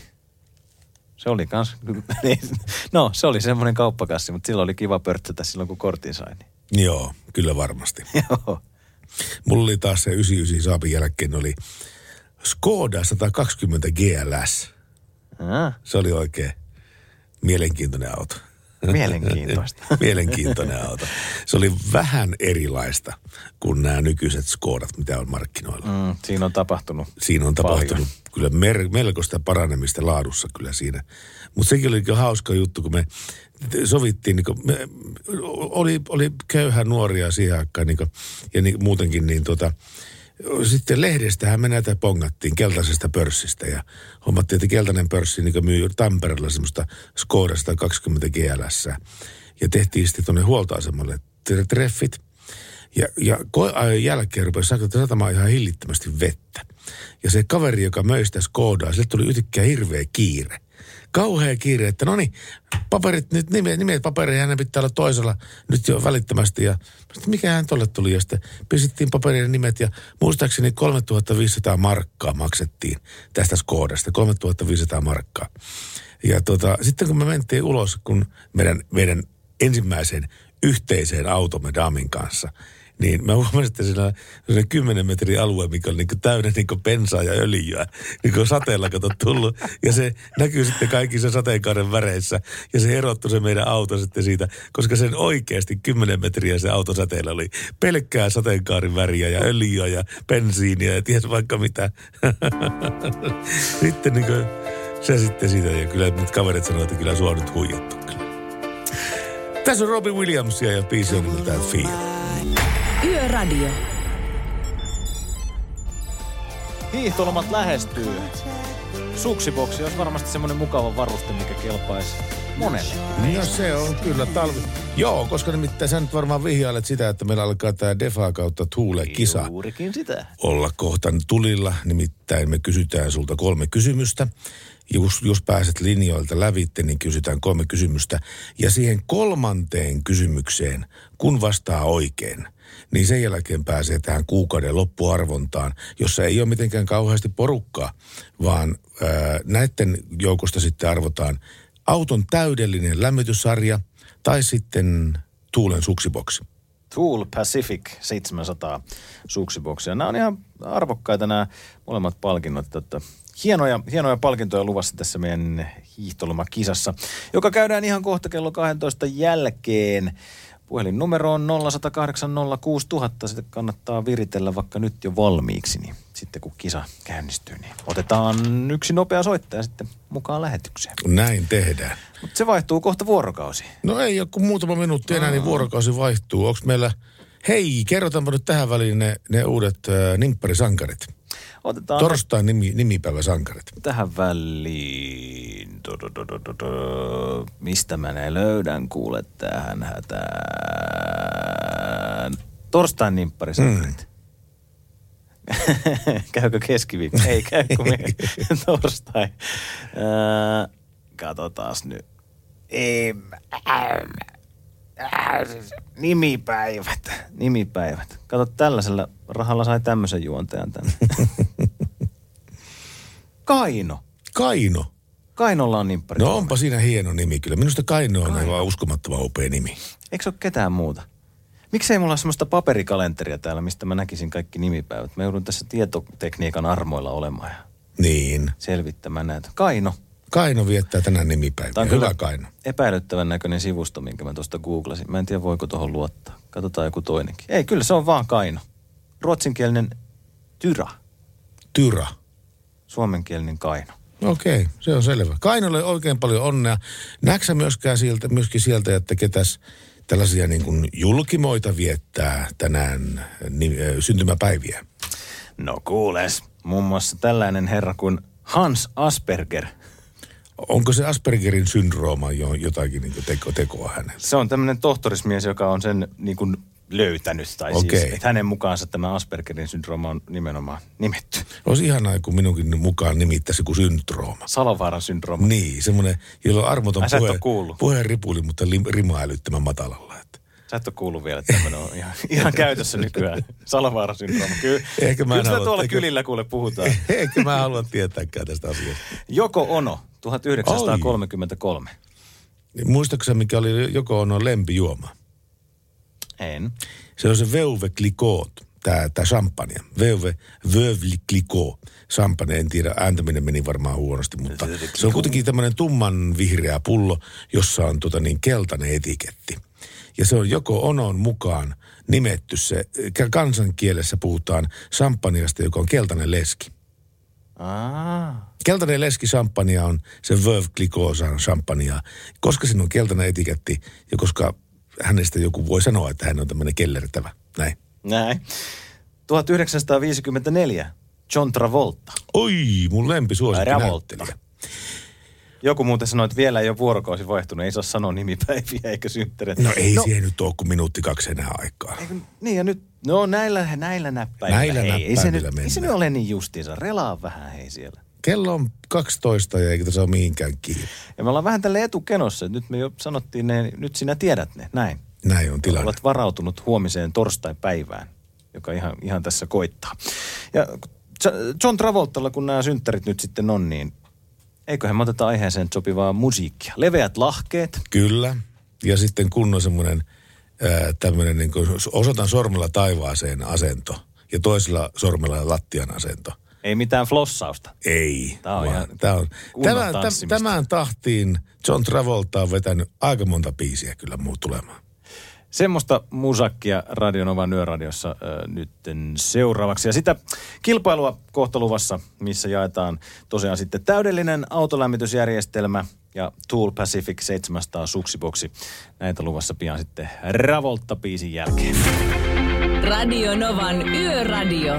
Se oli kans, no se oli semmoinen kauppakassi, mutta silloin oli kiva pörtsätä silloin, kun kortin sai. Niin. Joo, kyllä varmasti. Joo. Mulla oli taas se yhdeksänkymmentäyhdeksän Saabin jälkeen oli Skoda sata kaksikymmentä G L S. Ah. Se oli oikein mielenkiintoinen auto. Mielenkiintoista. Mielenkiintoinen auto. Se oli vähän erilaista kuin nämä nykyiset Skodat, mitä on markkinoilla. Mm, siinä on tapahtunut Siinä on tapahtunut paljon. Kyllä mer- melkoista paranemista laadussa kyllä siinä. Mutta sekin oli hauska juttu, kun me sovittiin, niin kuin, me, oli, oli köyhä nuoria siihen aikaan niin kuin, ja niin, muutenkin niin tota, sitten lehdestähän me näitä pongattiin keltaisesta pörssistä ja hommattiin, että keltainen pörssi niin myy Tampereella semmoista Skoda sata kaksikymmentä G L S. Ja tehtiin sitten tuonne huoltoasemalle treffit. Ja, ja koeajan jälkeen rupesi satamaan ihan hillittömästi vettä. Ja se kaveri, joka möi sitä Skodaa, sille tuli yhtäkkiä hirveä kiire. Kauhea kiire, että no niin, paperit, nyt nimet, nimet paperia, hänen pitää olla toisella nyt jo välittömästi. Ja sitten mikähän tolle tuli, ja sitten pisittiin paperien nimet, ja muistaakseni kolmetuhattaviisisataa markkaa maksettiin tästä Skodasta, kolmetuhattaviisisataa markkaa. Ja tota, sitten kun me mentiin ulos, kun meidän, meidän ensimmäisen yhteiseen automme Damin kanssa, niin mä huomasin, että siinä on kymmenen metrin alue, mikä on niin täynnä niin bensaa ja öljyä. Niin kuin sateella kato tullut. Ja se näkyy sitten kaikissa sateenkaaren väreissä. Ja se erottui se meidän auto sitten siitä, koska sen oikeasti kymmenen metriä se auto sateella oli pelkkää sateenkaarin väriä ja öljyä ja bensiiniä ja ties vaikka mitä. Sitten niin kuin se sitten siitä. Ja kyllä nyt kaverit sanoivat, että kyllä sua on nyt huijattu. Tässä on Robbie Williamsia ja biisi on nimeltään Feel. Yöradio. Hiihtolomat lähestyy. Suksiboksi olisi varmasti semmoinen mukava varuste, mikä kelpaisi monelle. No se on kyllä talvi. Joo, koska nimittäin sä nyt varmaan vihjailet sitä, että meillä alkaa tämä Defa kautta Tuule-kisa. Juurikin sitä. Olla kohta tulilla. Nimittäin me kysytään sulta kolme kysymystä. Jos, jos pääset linjoilta lävitte, niin kysytään kolme kysymystä. Ja siihen kolmanteen kysymykseen, kun vastaa oikein, niin sen jälkeen pääsee tähän kuukauden loppuarvontaan, jossa ei ole mitenkään kauheasti porukkaa, vaan ää, näiden joukosta sitten arvotaan auton täydellinen lämmityssarja tai sitten Tuulen suksiboksi. Tool Pacific seitsemänsataa suksiboksia. Nämä on ihan arvokkaita nämä molemmat palkinnot. Että hienoja, hienoja palkintoja luvassa tässä meidän hiihtolomakisassa, joka käydään ihan kohta kello kaksitoista jälkeen. Puhelinnumero on nolla yksi nolla kahdeksan nolla kuusi nolla nolla nolla. Sitä kannattaa viritellä vaikka nyt jo valmiiksi, niin sitten kun kisa käynnistyy, niin otetaan yksi nopea soittaja sitten mukaan lähetykseen. Näin tehdään. Mutta se vaihtuu kohta vuorokausi. No ei ole kuin muutama minuutti enää, niin vuorokausi vaihtuu. Onko meillä, hei, kerrotaanpa nyt tähän väliin ne, ne uudet äh, nimpparisankarit. Otetaan Torstain nimi, nimipäiväsankarit. Tähän väliin Mistä mä ne löydän, kuule tähän hätään. Torstain nimpparisakrit. Mm. Käykö keskiviikko? Ei käy, kun me torstai. Äh, katsotaas nyt. Ei, äh, äh, nimipäivät. Nimipäivät. Kato, tällaisella rahalla sai tämmöisen juontajan tänne. Kaino. Kaino? Kainolla on nimppari. No onpa siinä hieno nimi kyllä. Minusta Kaino on aivan uskomattoman upea nimi. Eikö se ole ketään muuta? Miksei mulla ole semmoista paperikalenteria täällä, mistä mä näkisin kaikki nimipäivät? Mä joudun tässä tietotekniikan armoilla olemaan ja niin. selvittämään näitä. Kaino. Kaino viettää tänään nimipäivää. Hyvä Kaino. Epäilyttävän näköinen sivusto, minkä mä tuosta googlasin. Mä en tiedä, voiko tuohon luottaa. Katsotaan joku toinenkin. Ei, kyllä se on vaan Kaino. Ruotsinkielinen Tyra. Tyra. Suomenkielinen Kaino. Okei, okay, se on selvä. Kainolle oikein paljon onnea. Näetkö myöskään sieltä, myöskin sieltä, että ketäs tällaisia niin kuin julkimoita viettää tänään niin, syntymäpäiviä? No kuules, muun muassa tällainen herra kuin Hans Asperger. Onko se Aspergerin syndrooma jo jotakin niin kuin teko, tekoa hänellä? Se on tämmöinen tohtorismies, joka on sen niin kuin löytänyt. Tai okay. siis, että hänen mukaansa tämä Aspergerin syndrooma on nimenomaan nimetty. Olisi ihanaa, kun minunkin mukaan nimittäisi joku syndrooma. Salovaaran syndrooma. Niin, semmoinen, jolla on armoton Ai, puhe, puheen ripuli, mutta rima älyttömän matalalla. Että. Sä et ole kuullut vielä, että tämmöinen on ihan, ihan käytössä nykyään. Salovaaran syndrooma. Kyllä, Ehkä mä kyllä sitä halua, tuolla eikö, kylillä kuule puhutaan. Ehkä mä haluan tietääkään tästä asiasta. Yoko Ono, tuhatyhdeksänsataakolmekymmentäkolme. Niin, muistatko sä, mikä oli Yoko Onon lempijuoma? En. Se on se Veuve Clicquot, tää, tää champagne. Veuve, Veuve Clicquot. Champagne, en tiedä, ääntäminen meni varmaan huonosti, mutta se on kuitenkin tämmöinen tumman vihreä pullo, jossa on tota niin keltainen etiketti. Ja se on Yoko Onon mukaan nimetty se, kansankielessä puhutaan champagneasta, joka on keltainen leski. Aa. Keltainen leski champagnea on se Veuve Clicquot champagnea, koska siinä on keltainen etiketti ja koska hänestä joku voi sanoa, että hän on tämmöinen kellertävä. Näin. Näin. tuhatyhdeksänsataaviisikymmentäneljä. John Travolta. Oi, mun lempisuosikki näyttelijä. Joku muuten sanoi, että vielä ei ole vuorokausi vaihtunut. Ei saa sanoa nimipäiviä eikä synttäreitä. No ei no, siihen nyt ole kuin minuutti kaksi enää aikaa. Eikö, niin ja nyt, no näillä, näillä näppäimillä. Näillä hei, näppäimillä ei se, nyt, ei se nyt ole niin justiinsa. Relaa vähän hei siellä. Kello on kaksitoista ja eikä tässä ole mihinkään kiinni. Ja me ollaan vähän tälle etukenossa. Nyt me jo sanottiin ne, nyt sinä tiedät ne, näin. Näin on tilanne. Olet varautunut huomiseen torstai-päivään, joka ihan, ihan tässä koittaa. Ja John Travoltalla, kun nämä synttärit nyt sitten on, niin eiköhän me oteta aiheeseen sopivaa musiikkia. Leveät lahkeet. Kyllä. Ja sitten kunnon semmoinen tämmöinen niin kuin osoitan sormella taivaaseen asento ja toisella sormella lattian asento. Ei mitään flossausta. Ei. Tämä on ihan tämä on, tämän, tämän tahtiin John Travolta on vetänyt aika monta biisiä kyllä muu tulemaan. Semmoista musakkia Radio Novan Yöradiossa äh, nyt seuraavaksi. Ja sitä kilpailua kohta luvassa, missä jaetaan tosiaan sitten täydellinen autolämmitysjärjestelmä ja Tool Pacific seitsemänsataa suksiboksi. Näitä luvassa pian sitten Ravolta-biisin jälkeen. Radio Novan Yöradio.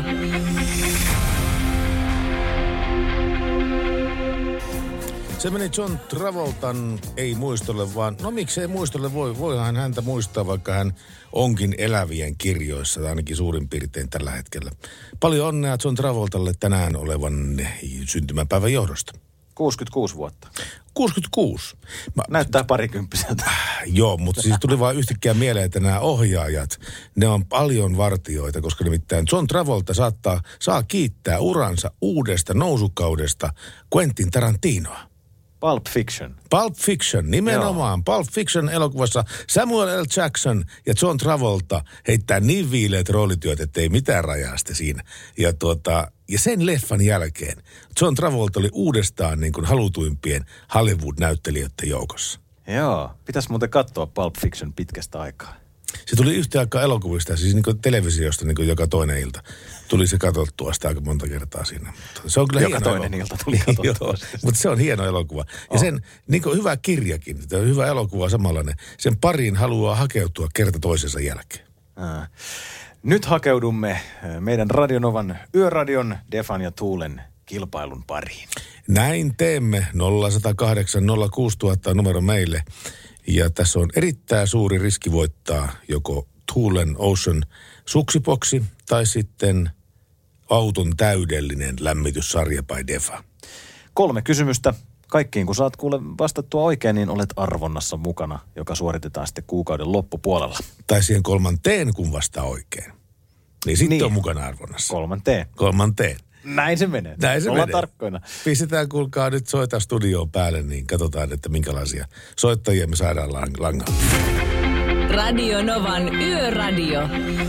Se meni John Travoltan ei muistolle, vaan no miksei muistolle voi, voihan häntä muistaa, vaikka hän onkin elävien kirjoissa, tai ainakin suurin piirtein tällä hetkellä. Paljon onnea John Travoltalle tänään olevan syntymäpäivän johdosta. kuusikymmentäkuusi vuotta. kuusikymmentäkuusi. Mä, Näyttää parikymppiseltä. Äh, joo, mutta siis tuli vaan yhtäkkiä mieleen, että nämä ohjaajat, ne on paljon vartijoita, koska nimittäin John Travolta saattaa, saa kiittää uransa uudesta nousukaudesta Quentin Tarantinoa. Pulp Fiction. Pulp Fiction, nimenomaan. Joo. Pulp Fiction elokuvassa Samuel L. Jackson ja John Travolta heittää niin viileät roolityöt, ettei mitään rajaa sitten siinä. Ja, tuota, ja sen leffan jälkeen John Travolta oli uudestaan niin kuin halutuimpien Hollywood-näyttelijöiden joukossa. Joo, pitäisi muuten katsoa Pulp Fiction pitkästä aikaa. Se tuli yhtä aikaa elokuvista, siis niin kuin televisiosta niin kuin joka toinen ilta. Tuli se katsottua sitä aika monta kertaa siinä. Mutta se on kyllä joka hieno toinen elokuva. ilta tuli katsottua. Joo, mutta se on hieno elokuva. Ja oh. sen, niin kuin hyvä kirjakin, hyvä elokuva samanlainen, sen pariin haluaa hakeutua kerta toisensa jälkeen. Äh. Nyt hakeudumme meidän Radio Novan Yöradion, Defan ja Tuulen kilpailun pariin. Näin teemme. nolla yksi nolla kahdeksan nolla kuusi nolla nolla nolla numero meille. Ja tässä on erittäin suuri riski voittaa joko Tuulen Ocean suksiboksi tai sitten auton täydellinen lämmityssarja by Defa. Kolme kysymystä. Kaikkiin kun saat kuule vastattua oikein, niin olet arvonnassa mukana, joka suoritetaan sitten kuukauden loppupuolella. Tai siihen kolmanteen, kun vastaa oikein. Niin sitten Niin. on mukana arvonnassa. Kolmanteen. Kolmanteen. Näin se menee. Näin se Ollaan menee. tarkkoina. Pistetään, kuulkaa, nyt soita studioon päälle, niin katsotaan, että minkälaisia soittajia me saadaan lang- langalle. Radio Novan Yöradio.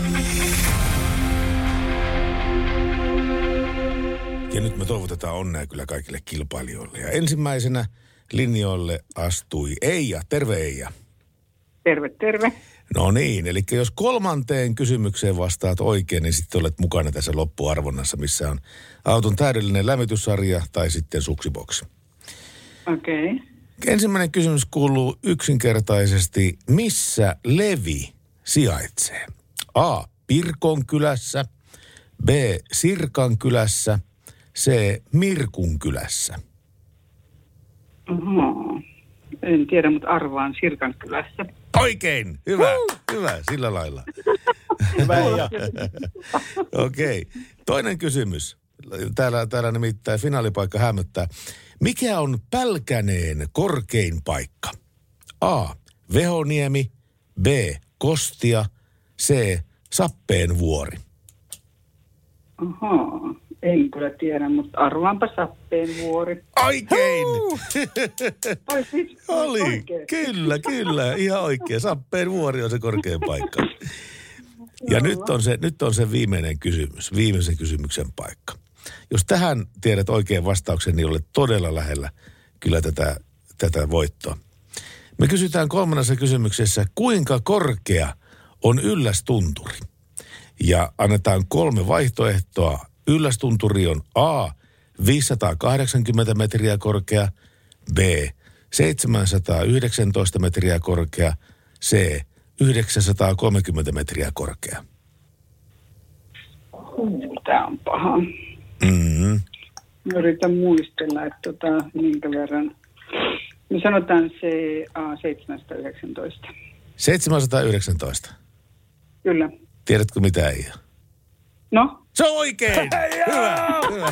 Ja nyt me toivotetaan onnea kyllä kaikille kilpailijoille. Ja ensimmäisenä linjoille astui Eija. Terve Eija. Terve, terve. No niin, eli jos kolmanteen kysymykseen vastaat oikein, niin sitten olet mukana tässä loppuarvonnassa, missä on auton täydellinen lämmityssarja tai sitten suksiboksi. Okei. Okay. Ensimmäinen kysymys kuuluu yksinkertaisesti, missä Levi sijaitsee? A. Pirkon kylässä, B. Sirkan kylässä, C. Mirkun kylässä. Oho. En tiedä, mutta arvaan Sirkan kylässä. Oikein! Hyvä, hyvä, sillä lailla. Hyvä ja. Okei. Okay. Toinen kysymys. Täällä, täällä nimittäin finaalipaikka hämöttää. Mikä on Pälkäneen korkein paikka? A. Vehoniemi, B. Kostia, C. Sappeenvuori. Oho. En kyllä tiedä, mutta arvaanpa Sappeenvuori. Oikein! Oi, siis, Oli, oikein. kyllä, kyllä, ihan oikein. Sappeenvuori on se korkein paikka. Ja nyt on, se, nyt on se viimeinen kysymys, viimeisen kysymyksen paikka. Jos tähän tiedät oikein vastauksen, niin olet todella lähellä kyllä tätä, tätä voittoa. Me kysytään kolmannessa kysymyksessä, kuinka korkea on Yllästunturi? Ja annetaan kolme vaihtoehtoa. Yllästunturi on A, viisisataakahdeksankymmentä metriä korkea, B, seitsemänsataayhdeksäntoista metriä korkea, C, yhdeksänsataakolmekymmentä metriä korkea. Tämä on paha. Mm-hmm. Yritän muistella, että tota, minkä verran. Me sanotaan se A seitsemänsataayhdeksäntoista. seitsemänsataayhdeksäntoista. Kyllä. Tiedätkö mitä ei ole? No? Se on oikein! Hyvä! Hyvä!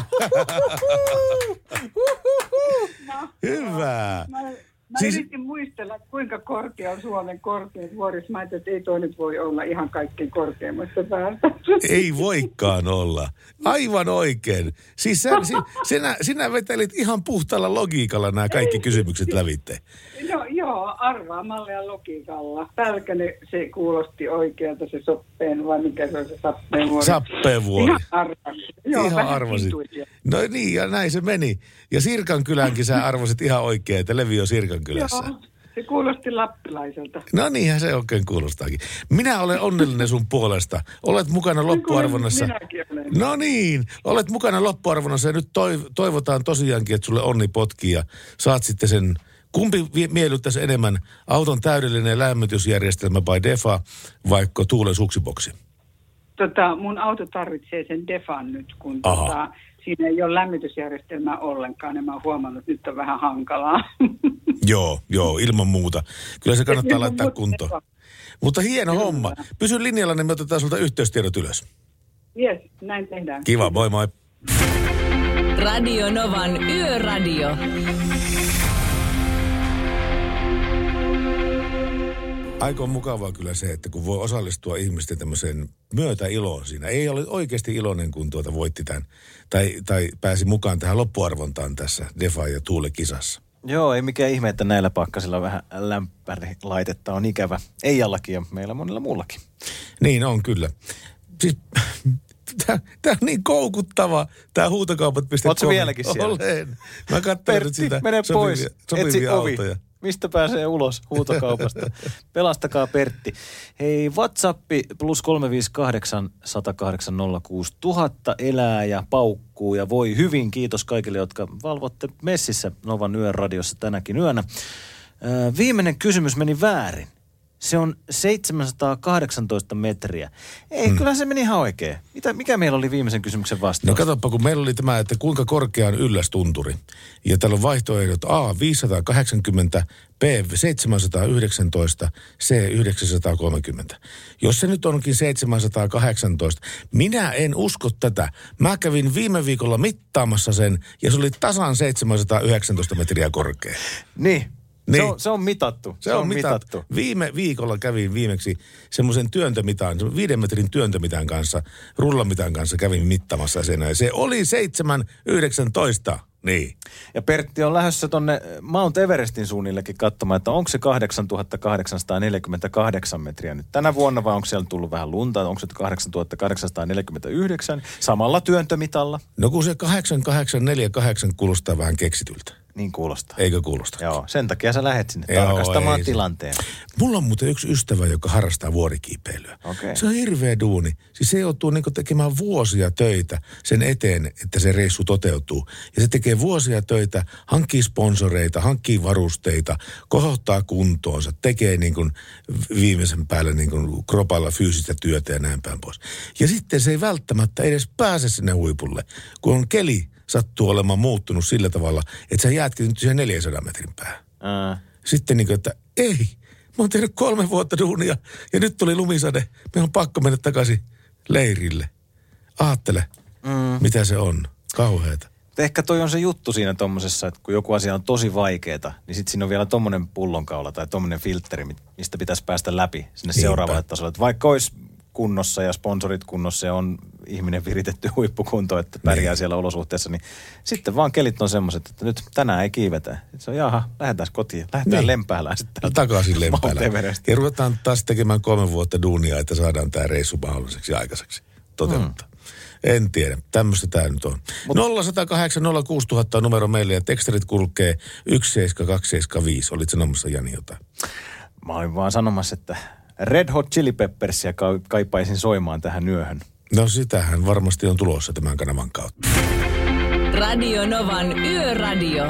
Hyvä! Mä, mä siis... yritin muistella, kuinka korkea on Suomen korkein vuori. Mä ajattelin, että ei toi nyt voi olla ihan kaikkein korkeimmasta päästä. Ei voikaan olla. Aivan oikein. Siis sä, si, sinä, sinä vetelit ihan puhtaalla logiikalla nämä kaikki kysymykset lävitte. No joo, arvaamalla ja logiikalla. Pälkäne se kuulosti oikealta, se soppeen, vai mikä se on se Sappeenvuori? Sappeenvuori. Ihan arvasin. Joo, ihan arvasit. No niin, ja näin se meni. Ja Sirkan kylänkin sä arvasit ihan oikein, että Levi on Sirkan kylässä. Joo, se kuulosti lappilaiselta. No niinhän se oikein kuulostaakin. Minä olen onnellinen sun puolesta. Olet mukana loppuarvonnassa. Minäkin olen. No niin, olet mukana loppuarvonnassa ja nyt toivotaan tosiaankin, että sulle onni potkii ja saat sitten sen. Kumpi miellyttäisi enemmän, auton täydellinen lämmitysjärjestelmä by Defa, vaikka Tuulen suksiboksi? Tota, mun auto tarvitsee sen Defan nyt, kun tota, siinä ei ole lämmitysjärjestelmää ollenkaan. Ja mä oon huomannut, että nyt on vähän hankalaa. Joo, joo, ilman muuta. Kyllä se kannattaa laittaa kuntoon. Defa. Mutta hieno Kyllä. homma. Pysy linjalla, niin me otetaan sulta yhteystiedot ylös. Jes, näin tehdään. Kiva, moi moi. Radio Novan Yöradio. Aika on mukavaa kyllä se, että kun voi osallistua ihmisten tämmöiseen myötäiloon siinä. Ei ole oikeasti iloinen, kun tuota voitti tämän, tai, tai pääsi mukaan tähän loppuarvontaan tässä Defa ja Tuule kisassa. Joo, ei mikään ihme, että näillä pakkasilla vähän lämpärilaitetta on ikävä. Eijallakin ja meillä monilla muullakin. Niin on kyllä. Siis Tämä on niin koukuttava, tämä huutokaupat piste com. Ootko vieläkin siellä? Olen. Mä katselen nyt sitä mene pois. sopivia, sopivia Etsi autoja. Ovi. Mistä pääsee ulos huutokaupasta? Pelastakaa Pertti. Hei, WhatsApp plus kolme viisi kahdeksan, sata kahdeksan, nolla kuusi tuhatta elää ja paukkuu ja voi hyvin. Kiitos kaikille, jotka valvotte messissä Novan Yön radiossa tänäkin yönä. Äh, viimeinen kysymys meni väärin. Se on seitsemänsataakahdeksantoista metriä. Ei, hmm. kyllä se meni ihan oikein. Mitä, mikä meillä oli viimeisen kysymyksen vastaus? No katsoppa, kun meillä oli tämä, että kuinka korkea on yllästunturi. Ja täällä on vaihtoehdot A viisisataakahdeksankymmentä, B seitsemänsataayhdeksäntoista, C yhdeksänsataakolmekymmentä. Jos se nyt onkin seitsemänsataakahdeksantoista, minä en usko tätä. Mä kävin viime viikolla mittaamassa sen ja se oli tasan seitsemänsataayhdeksäntoista metriä korkea. Niin. Niin. Se, on, se on mitattu. Se, se on, on mitattu. mitattu. Viime viikolla kävin viimeksi semmoisen työntömitan, viiden metrin työntömitan kanssa, rullamitan kanssa kävin mittamassa sen. Ja se oli seitsemän yhdeksäntoista. Niin. Ja Pertti on lähdössä tonne Mount Everestin suunnillekin katsomaan, että onko se kahdeksantuhattakahdeksansataaneljäkymmentäkahdeksan metriä nyt tänä vuonna vai onko siellä tullut vähän lunta, onko se kahdeksantuhattakahdeksansataaneljäkymmentäyhdeksän samalla työntömitalla? No kun se kahdeksantuhattakahdeksansataaneljäkymmentäkahdeksan kuulostaa vähän keksityltä. Niin kuulostaa. Eikö kuulosta? Joo, sen takia sä lähet sinne Joo, tarkastamaan ei, tilanteen. Mulla on muuten yksi ystävä, joka harrastaa vuorikiipeilyä. Okay. Se on hirveä duuni. Siis se joutuu niinku tekemään vuosia töitä sen eteen, että se reissu toteutuu. Ja se tekee vuosia töitä, hankkii sponsoreita, hankkii varusteita, kohottaa kuntoonsa, tekee niinku viimeisen päälle niinku kropalla fyysistä työtä ja näin päin pois. Ja sitten se ei välttämättä edes pääse sinne huipulle, kun on keli sattuu olemaan muuttunut sillä tavalla, että sä jäätkin nyt siihen neljänsadan metrin päähän. Ää. Sitten niin kuin, että ei, mä oon tehnyt kolme vuotta duunia ja nyt tuli lumisade. Me on pakko mennä takaisin leirille. Aattele, mm. mitä se on. Kauheeta. Ehkä toi on se juttu siinä tommosessa, että kun joku asia on tosi vaikeeta, niin sit siinä on vielä tommonen pullonkaula tai tommonen filtteri, mistä pitäisi päästä läpi sinne Niinpä. seuraavalle tasolle. Että vaikka olisi kunnossa ja sponsorit kunnossa ja on ihminen viritetty huippukunto, että pärjää niin. siellä olosuhteessa, niin sitten vaan kelit on semmoiset, että nyt tänään ei kiivetä. Sitten se on, jaha, lähdetään kotiin, lähdetään niin. Lempäälään sitten. Takaisin Lempäälään. Ja ruvetaan taas tekemään kolme vuotta duunia, että saadaan tämä reissu mahdolliseksi aikaiseksi toteuttaa. Mm. En tiedä. Tämmöistä tämä nyt on. Mut... nolla yksi nolla kahdeksan nolla kuusi nolla nolla nolla on numero meille ja tekstarit kulkee yksi seitsemän kaksi seitsemän viisi. Olit sanomassa, Jani, jotain? Mä olin vaan sanomassa, että Red Hot Chili Peppersia kaipaisin soimaan tähän yöhön. No sitähän varmasti on tulossa tämän kanavan kautta. Radio Novan Yöradio.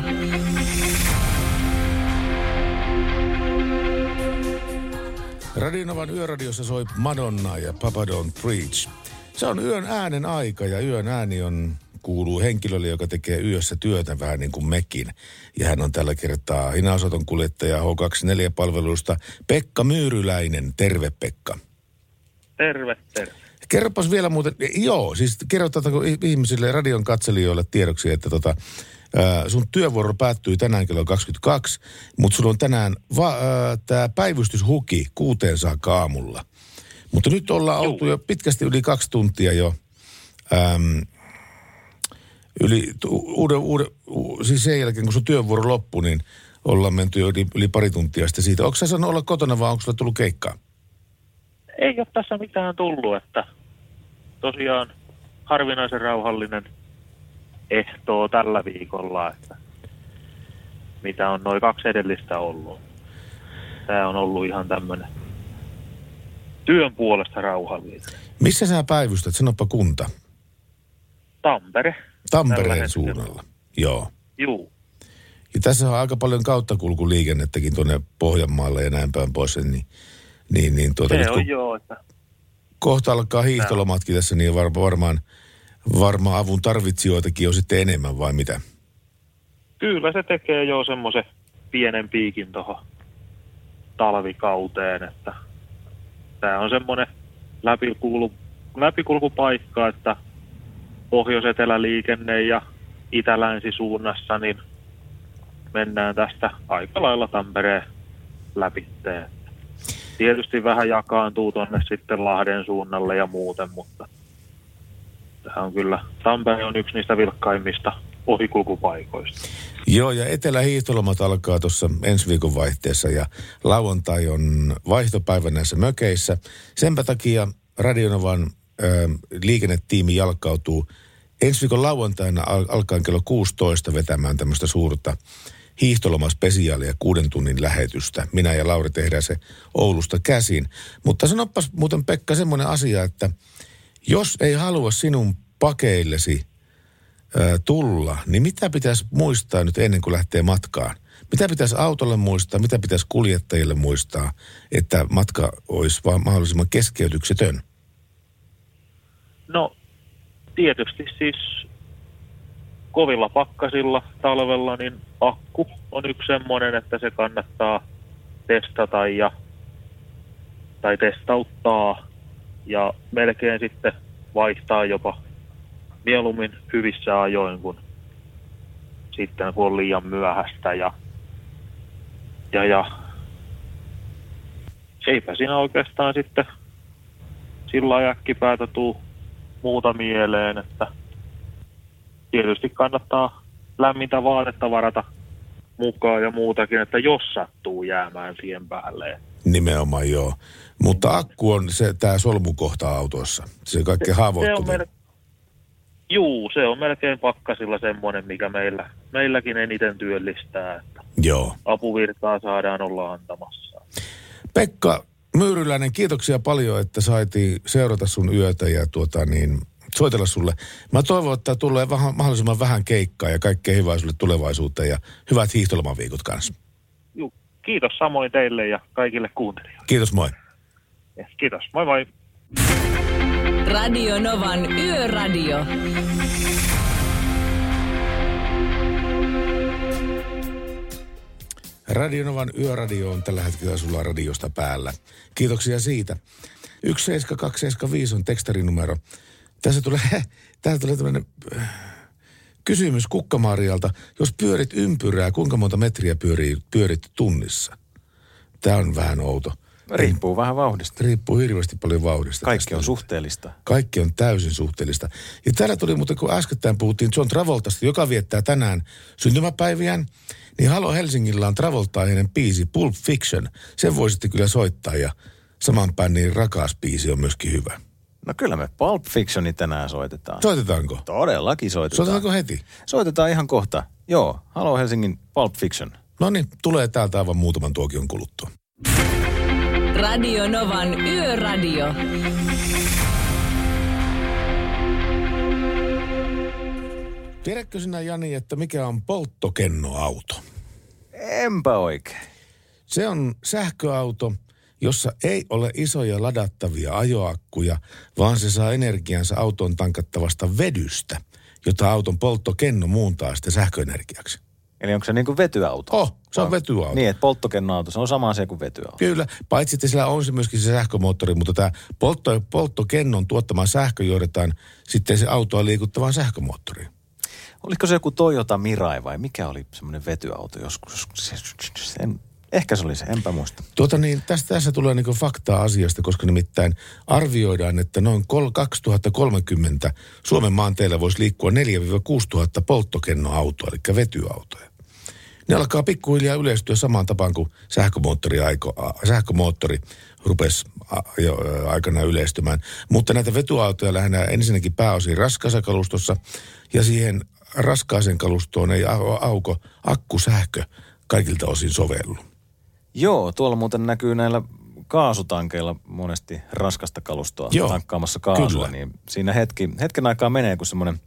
Radio Novan Yöradiossa soi Madonna ja Papa Don't Preach. Se on yön äänen aika ja yön ääni on, kuuluu henkilölle, joka tekee yössä työtä vähän niin kuin mekin. Ja hän on tällä kertaa hinausauton kuljettaja H kaksikymmentäneljä-palvelusta Pekka Myyryläinen. Terve, Pekka. Terve, terve. Kerropas vielä muuten, joo, siis kerrotaanko ihmisille, radion katselijoille tiedoksi, että tota, ää, sun työvuoro päättyy tänään kello kaksikymmentäkaksi, mutta sulla on tänään va, tämä päivystyshuki kuuteen saakka aamulla. Mutta nyt ollaan Juu. oltu jo pitkästi yli kaksi tuntia jo, äm, yli, uuden, uuden, u, siis sen jälkeen kun sun työvuoro loppui, niin ollaan menty jo yli, yli pari tuntia sitten siitä. Onko sä sanonut olla kotona vai onko sulla tullut keikkaa? Ei ole tässä mitään tullut, että tosiaan harvinaisen rauhallinen ehtoo tällä viikolla, että mitä on noin kaksi edellistä ollut. Tämä on ollut ihan tämmöinen työn puolesta rauhallinen. Missä sä päivystät? Sanoppa kunta. Tampere. Tampereen suunnalla, joo. Juu. Ja tässä on aika paljon kauttakulkuliikennettäkin tuonne Pohjanmaalle ja näin päin pois, niin Niin, niin tuota, se nyt, on joo, että... kohta alkaa hiihtolomatkin tässä, niin var, varmaan, varmaan avun tarvitsijoitakin on sitten enemmän, vai mitä? Kyllä se tekee jo semmoisen pienen piikin tuohon talvikauteen, että tämä on semmoinen läpikulku, läpikulkupaikka, että pohjois-eteläliikenne ja itä-länsi-suunnassa, niin mennään tästä aika lailla Tampereen läpitteen. Tietysti vähän jakaantuu tuonne sitten Lahden suunnalle ja muuten, mutta tämä on kyllä, Tampere on yksi niistä vilkkaimmista ohikulkupaikoista. Joo, ja etelähiihtolomat alkaa tuossa ensi viikon vaihteessa ja lauantai on vaihtopäivä näissä mökeissä. Senpä takia Radio Novan ö, liikennetiimi jalkautuu ensi viikon lauantaina al- alkaen kello kuusitoista vetämään tämmöistä suurta hiihtolomaspesiaalia kuuden tunnin lähetystä. Minä ja Lauri tehdään se Oulusta käsin. Mutta sanopas muuten, Pekka, semmoinen asia, että jos ei halua sinun pakeillesi ö, tulla, niin mitä pitäisi muistaa nyt ennen kuin lähtee matkaan? Mitä pitäisi autolle muistaa, mitä pitäisi kuljettajille muistaa, että matka olisi vaan mahdollisimman keskeytyksetön? No tietysti siis kovilla pakkasilla talvella niin akku on yksi semmoinen, että se kannattaa testata ja tai testauttaa ja melkein sitten vaihtaa jopa mieluummin hyvissä ajoin kuin sitten kun on liian myöhäistä ja ja, ja eipä siinä oikeastaan sitten sillä äkkipäätä tuu muuta mieleen, että tietysti kannattaa lämmintä vaatetta varata mukaan ja muutakin, että jos sattuu jäämään siihen päälle. Nimenomaan joo. Mutta akku on se tämä solmukohta autossa. Se kaikkein haavoittuvin. Mel- Juu, se on melkein pakkasilla semmoinen, mikä meillä, meilläkin eniten työllistää. Että joo. Apuvirtaa saadaan olla antamassa. Pekka Myyryläinen, kiitoksia paljon, että saitiin seurata sun yötä ja tuota niin, soitella sulle. Mä toivon, että tulee vähän, mahdollisimman vähän keikkaa ja kaikkea hyvää sulle tulevaisuuteen ja hyvät hiihtolomaviikot kanssa. Juu, kiitos samoin teille ja kaikille kuuntelijoille. Kiitos, moi. Yes, kiitos, moi moi. Radio Novan Yöradio. Radio Novan Yöradio on tällä hetkellä sulla radiosta päällä. Kiitoksia siitä. yksi seitsemän kaksi seitsemän viisi on tekstarinumero. Tässä tulee, tässä tulee tämmöinen kysymys Kukkamarialta. Jos pyörit ympyrää, kuinka monta metriä pyörii, pyörit tunnissa? Tämä on vähän outo. Riippuu en, vähän vauhdista. Riippuu hirveästi paljon vauhdista. Kaikki on suhteellista. Kaikki on täysin suhteellista. Ja täällä tuli muuten, kun äskettäin puhuttiin John Travoltasta, joka viettää tänään syntymäpäiviään, niin Halo Helsingillä on Travoltainen biisi Pulp Fiction. Sen voisitte kyllä soittaa ja saman bändin Rakas biisi on myöskin hyvä. No kyllä me Pulp Fictioni tänään soitetaan. Soitetaanko? Todellakin soitetaan. Soitetaanko heti? Soitetaan ihan kohta. Joo, Halo Helsingin Pulp Fiction. No niin, tulee täältä aivan muutaman tuokion kuluttua. Radio Novan Yöradio. Tiedätkö sinä, Jani, että mikä on polttokennoauto? Enpä oikein. Se on sähköauto, jossa ei ole isoja ladattavia ajoakkuja, vaan se saa energiansa autoon tankattavasta vedystä, jota auton polttokenno muuntaa sitten sähköenergiaksi. Eli onko se niin kuin vetyauto? Oh, se on vetyauto. Niin, että polttokennoauto, se on sama asia kuin vetyauto. Kyllä, paitsi että sillä on se myöskin se sähkömoottori, mutta tämä poltto, polttokennon tuottama sähkö johdetaan sitten se autoa liikuttavaan sähkömoottoriin. Oliko se joku Toyota Mirai vai mikä oli semmoinen vetyauto joskus? En, ehkä se oli se, enpä muista. Tuota niin, tästä, tässä tulee niin kuin faktaa asiasta, koska nimittäin arvioidaan, että noin kaksituhattakolmekymmentä Suomen maanteillä voisi liikkua neljä kuusi tuhatta polttokennoautoa, eli vetyautoja. Ne alkaa pikkuhiljaa yleistyä samaan tapaan kuin sähkömoottori, aiko, sähkömoottori rupesi aikanaan yleistymään. Mutta näitä vetyautoja lähdetään ensinnäkin pääosin raskaassa kalustossa ja siihen raskaaseen kalustoon ei auko akkusähkö kaikilta osin sovellu. Joo, tuolla muuten näkyy näillä kaasutankeilla monesti raskasta kalustoa Joo, tankkaamassa kaasua. Kyllä. Niin siinä hetki, hetken aikaa menee, kun semmoinen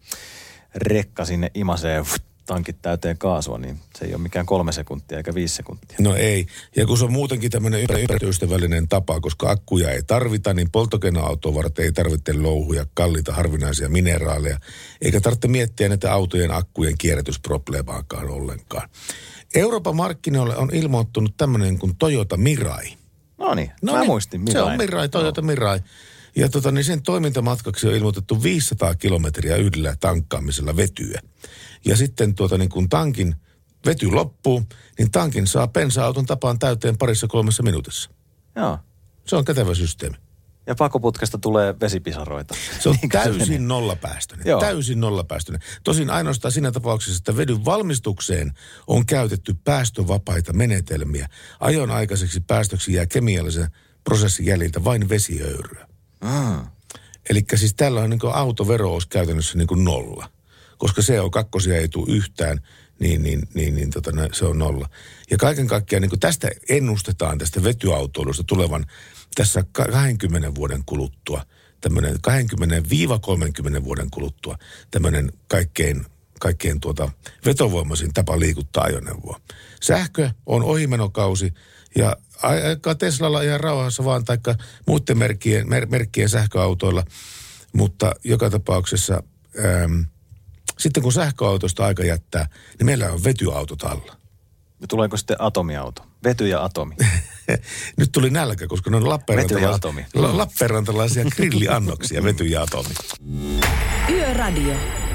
rekka sinne imasee tankit täyteen kaasua, niin se ei ole mikään kolme sekuntia eikä viisi sekuntia. No ei. Ja kun se on muutenkin tämmöinen ympäristöystävällinen tapa, koska akkuja ei tarvita, niin polttokennoautoa varten ei tarvitse louhuja, kalliita harvinaisia mineraaleja, eikä tarvitse miettiä näitä autojen akkujen kierrätysprobleemaakaan ollenkaan. Euroopan markkinoille on ilmoittunut tämmöinen kuin Toyota Mirai. No niin, no mä niin, muistin Mirai. Se on Mirai, Toyota no. Mirai. Ja tota, niin sen toimintamatkaksi on ilmoitettu viisisataa kilometriä yhdellä tankkaamisella vetyä. Ja sitten tuota, niin kun tankin vety loppuu, niin tankin saa bensa-auton tapaan täyteen parissa kolmessa minuutissa. Joo. Se on kätevä systeemi. Ja pakoputkesta tulee vesipisaroita. Se on täysin nollapäästöinen. Joo. Täysin nollapäästöinen. Tosin ainoastaan siinä tapauksessa, että vedyn valmistukseen on käytetty päästövapaita menetelmiä. Ajon aikaiseksi päästöksi jää kemiallisen prosessin jäljiltä vain vesihöyryä. Mm. Eli siis tällä on niin kuin autovero olisi käytännössä niin kuin nolla. Koska C O kaksi ei tule yhtään, niin, niin, niin, niin tota, se on nolla. Ja kaiken kaikkiaan niin kuin tästä ennustetaan tästä vetyautoilusta tulevan tässä kaksikymmentä vuoden kuluttua tämmöinen kaksikymmentä kolmekymmentä vuoden kuluttua tämmöinen kaikkein, kaikkein tuota vetovoimaisin tapa liikuttaa ajoneuvoa. Sähkö on ohimenokausi ja aika Teslalla ihan rauhassa vaan, taikka muiden merkkien, mer, merkkien sähköautoilla, mutta joka tapauksessa äm, sitten kun sähköautosta aika jättää, niin meillä on vetyautot alla. Ja tuleeko sitten atomiauto? Vety ja atomi. Nyt tuli nälkä, koska ne on Lappeenrantalaisia, Lappeenrantalaisia grilliannoksia, vety ja atomi. Yöradio.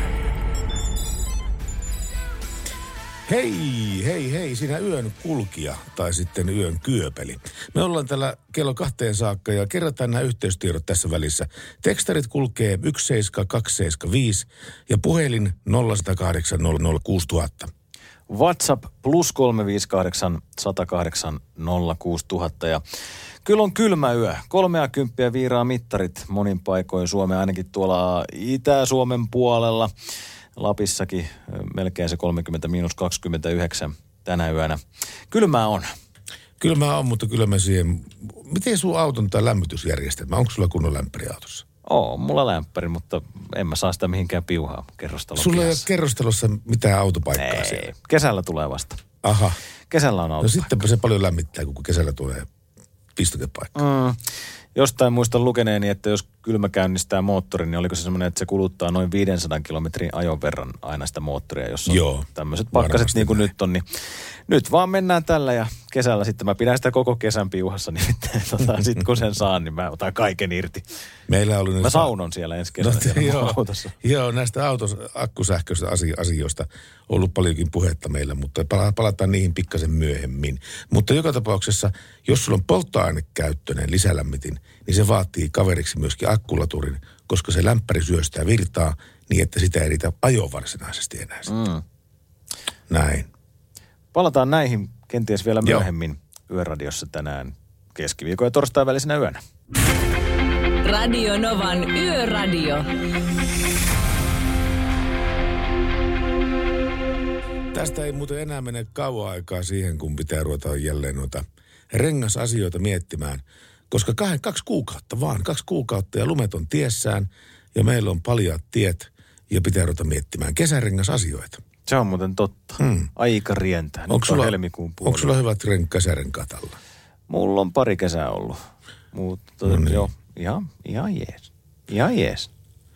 Hei, hei, hei, sinä yön kulkija tai sitten yön kyöpeli. Me ollaan täällä kello kahteen saakka ja kerrotaan nämä yhteystiedot tässä välissä. Tekstarit kulkee yksi seitsemän kaksi seitsemän viisi ja puhelin nolla yksi nolla kahdeksan nolla nolla kuusi nolla nolla nolla. WhatsApp plus kolme viisi kahdeksan sata kahdeksan nolla kuusi nolla nolla nolla ja kyllä on kylmä yö. Kolmeakymppiä viiraa mittarit monin paikoin Suomea, ainakin tuolla Itä-Suomen puolella. Lapissakin melkein se kolmekymmentä miinus kaksikymmentäyhdeksän tänä yönä. Kylmää on. Kylmää on, mutta kyllä mä siihen... Miten sun auton tai lämmitysjärjestelmä? Onko sulla kunnon lämpäri autossa? Oo, mulla lämpäri, mutta en mä saa sitä mihinkään piuhaa kerrostalossa. Sulla ei ole kerrostalossa mitään autopaikkaa ei, siellä? Kesällä tulee vasta. Aha. Kesällä on autopaikka. No sittenpä se paljon lämmittää, kun kesällä tulee pistokepaikka. Mm. Jostain muistan lukeneeni, että jos kylmä käynnistää moottorin, niin oliko se semmoinen, että se kuluttaa noin viisisataa kilometrin ajon verran aina sitä moottoria, jos on Joo, tämmöiset pakkaset niin kuin näin. Nyt on. Niin nyt vaan mennään tällä ja kesällä sitten mä pidän sitä koko kesän piuhassa, niin tota, sitten kun sen saan, niin mä otan kaiken irti. Meillä oli mä saunon siellä ensi kesänä no, siellä joo, autossa. Joo, näistä autos, akkusähköistä asioista on ollut paljonkin puhetta meillä, mutta palataan niihin pikkasen myöhemmin. Mutta joka tapauksessa, jos sulla on polttoainekäyttöinen lisälämmitin, niin se vaatii kaveriksi myöskin akkulaturin, koska se lämpäri syöstää virtaa niin, että sitä ei riitä ajoon varsinaisesti enää. Mm. Näin. Palataan näihin kenties vielä myöhemmin Joo. Yöradiossa tänään keskiviikon ja torstain välisenä yönä. Radio Novan Yöradio. Tästä ei muuten enää mene kauan aikaa siihen, kun pitää ruveta jälleen noita rengasasioita miettimään. Koska kahden, kaksi kuukautta vaan, kaksi kuukautta ja lumet on tiessään ja meillä on paljaat tiet ja pitää ruveta miettimään kesärengasasioita. Se on muuten totta. Hmm. Aika rientää. Onko sulla, helmikuun onko sulla hyvät ren, kesärenkaat alla? Mulla on pari kesää ollut. Mutta no niin. Joo, ihan, ihan jees. Ihan jees.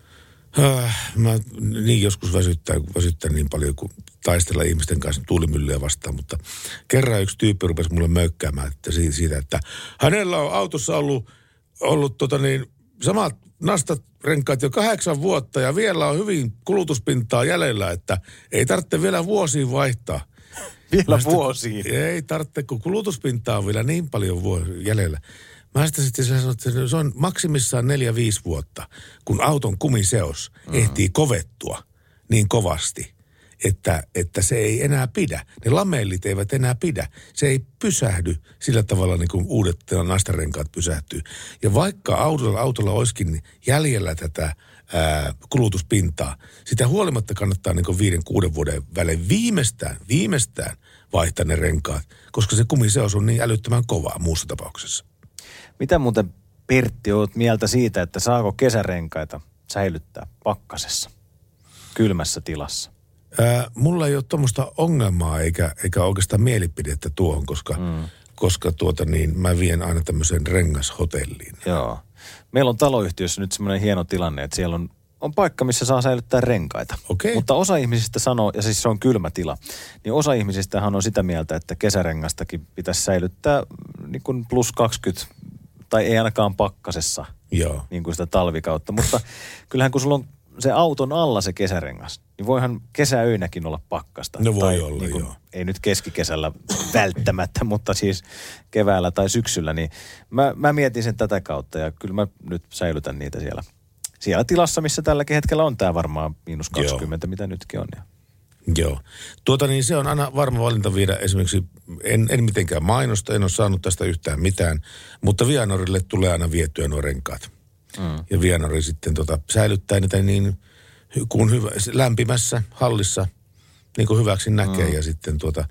Äh, mä niin joskus väsyttää, väsyttää niin paljon kuin taistella ihmisten kanssa tuulimyllyjä vastaan, mutta kerran yksi tyyppi rupesi mulle möykkäämään että siitä, että hänellä on autossa ollut, ollut tota niin, samat nastat renkaat jo kahdeksan vuotta ja vielä on hyvin kulutuspintaa jäljellä, että ei tarvitse vielä vuosiin vaihtaa. Vielä vuosiin? Ei tarvitse, kun kulutuspintaa on vielä niin paljon jäljellä. Mä sitä sitten sanoin, että se on maksimissaan neljä, viisi vuotta, kun auton kumiseos mm-hmm. ehtii kovettua niin kovasti, että, että se ei enää pidä. Ne lamellit eivät enää pidä. Se ei pysähdy sillä tavalla niin kuin uudet nastarenkaat pysähtyy. Ja vaikka autolla, autolla olisikin jäljellä tätä ää, kulutuspintaa, sitä huolimatta kannattaa niin kuin viiden, kuuden vuoden välein viimeistään, viimeistään vaihtaa ne renkaat, koska se kumiseos on niin älyttömän kovaa muussa tapauksessa. Mitä muuten, Pertti, oot mieltä siitä, että saako kesärenkaita säilyttää pakkasessa, kylmässä tilassa? Ää, mulla ei ole tuommoista ongelmaa eikä, eikä oikeastaan mielipidettä tuohon, koska, mm. koska tuota niin, mä vien aina tämmöiseen rengashotelliin. Joo. Meillä on taloyhtiössä nyt semmoinen hieno tilanne, että siellä on, on paikka, missä saa säilyttää renkaita. Okay. Mutta osa ihmisistä sanoo, ja siis se on kylmä tila, niin osa ihmisistähän on sitä mieltä, että kesärengastakin pitäisi säilyttää niin kuin plus kaksikymmentä, tai ei ainakaan pakkasessa, Joo. niin kuin sitä talvikautta. Mutta kyllähän kun sulla on se auton alla se kesärengas, niin voihan kesäöinäkin olla pakkasta. No voi tai olla, niin kuin, joo. Ei nyt keskikesällä välttämättä, mutta siis keväällä tai syksyllä, niin mä, mä mietin sen tätä kautta ja kyllä mä nyt säilytän niitä siellä, siellä tilassa, missä tälläkin hetkellä on tämä varmaan miinus kaksikymmentä, joo. Mitä nytkin on. Ja. Joo. Tuota niin, se on aina varma valinta viedä esimerkiksi, en, en mitenkään mainosta, en ole saanut tästä yhtään mitään, mutta Vianorille tulee aina vietyä nuo renkaat. Mm. Ja Vianori sitten tota, säilyttää niitä niin kuin hyvä, lämpimässä hallissa, niin kuin hyväksi näkee, mm. ja sitten tuota,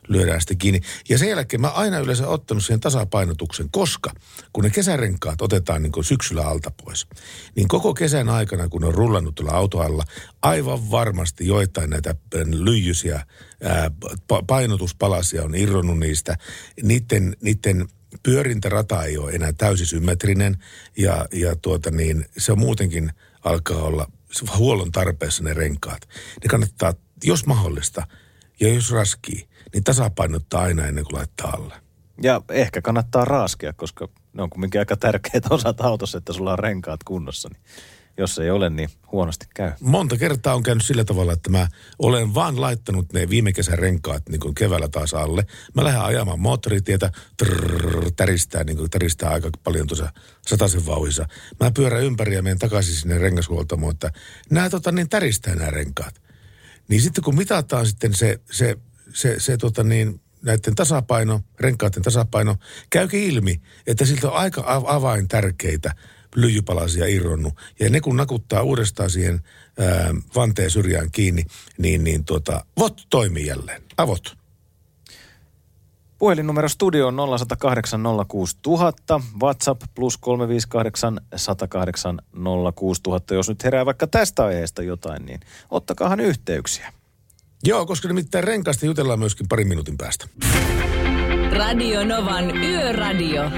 lyödään sitten kiinni. Ja sen jälkeen mä aina yleensä ottanut siihen tasapainotuksen, koska kun ne kesärenkaat otetaan niin kuin syksyllä alta pois, niin koko kesän aikana, kun on rullannut tuolla autoalla, aivan varmasti joitain näitä lyijyisiä ää, painotuspalasia on irronnut niistä. Niiden, niiden pyörintärata ei ole enää täysisymmetrinen ja, ja tuota niin, se on muutenkin alkaa olla huollon tarpeessa ne renkaat. Ne kannattaa, jos mahdollista ja jos raskii, niin tasapainottaa aina ennen kuin laittaa alle. Ja ehkä kannattaa raaskia, koska ne on kumminkin aika tärkeät osat autossa, että sulla on renkaat kunnossa. Niin jos ei ole, niin huonosti käy. Monta kertaa on käynyt sillä tavalla, että mä olen vaan laittanut ne viime kesän renkaat niin kuin keväällä taas alle. Mä lähden ajamaan moottoritietä, trrrr, täristää, niin kuin täristää aika paljon tuossa sataisen vauhissa. Mä pyörän ympäri ja menen takaisin sinne rengashuoltamoon, että nämä tota, niin täristää nämä renkaat. Niin sitten kun mitataan sitten se, se, se, se tota niin, näiden tasapaino, renkaiden tasapaino, käykin ilmi, että siltä on aika avain tärkeitä lyijypalasia irronnut. Ja ne kun nakuttaa uudestaan siihen ää, vanteen syrjään kiinni, niin, niin tuota, V O T toimii jälleen. Avot. Puhelinnumero studio on nolla yksi nolla kahdeksan nolla kuusi nolla nolla nolla, WhatsApp plus kolme viisi kahdeksan sata kahdeksan nolla kuusi nolla nolla nolla. Jos nyt herää vaikka tästä aiheesta jotain, niin ottakaahan yhteyksiä. Joo, koska nimittäin renkaasta jutellaan myöskin parin minuutin päästä. Radio Novan Yöradio.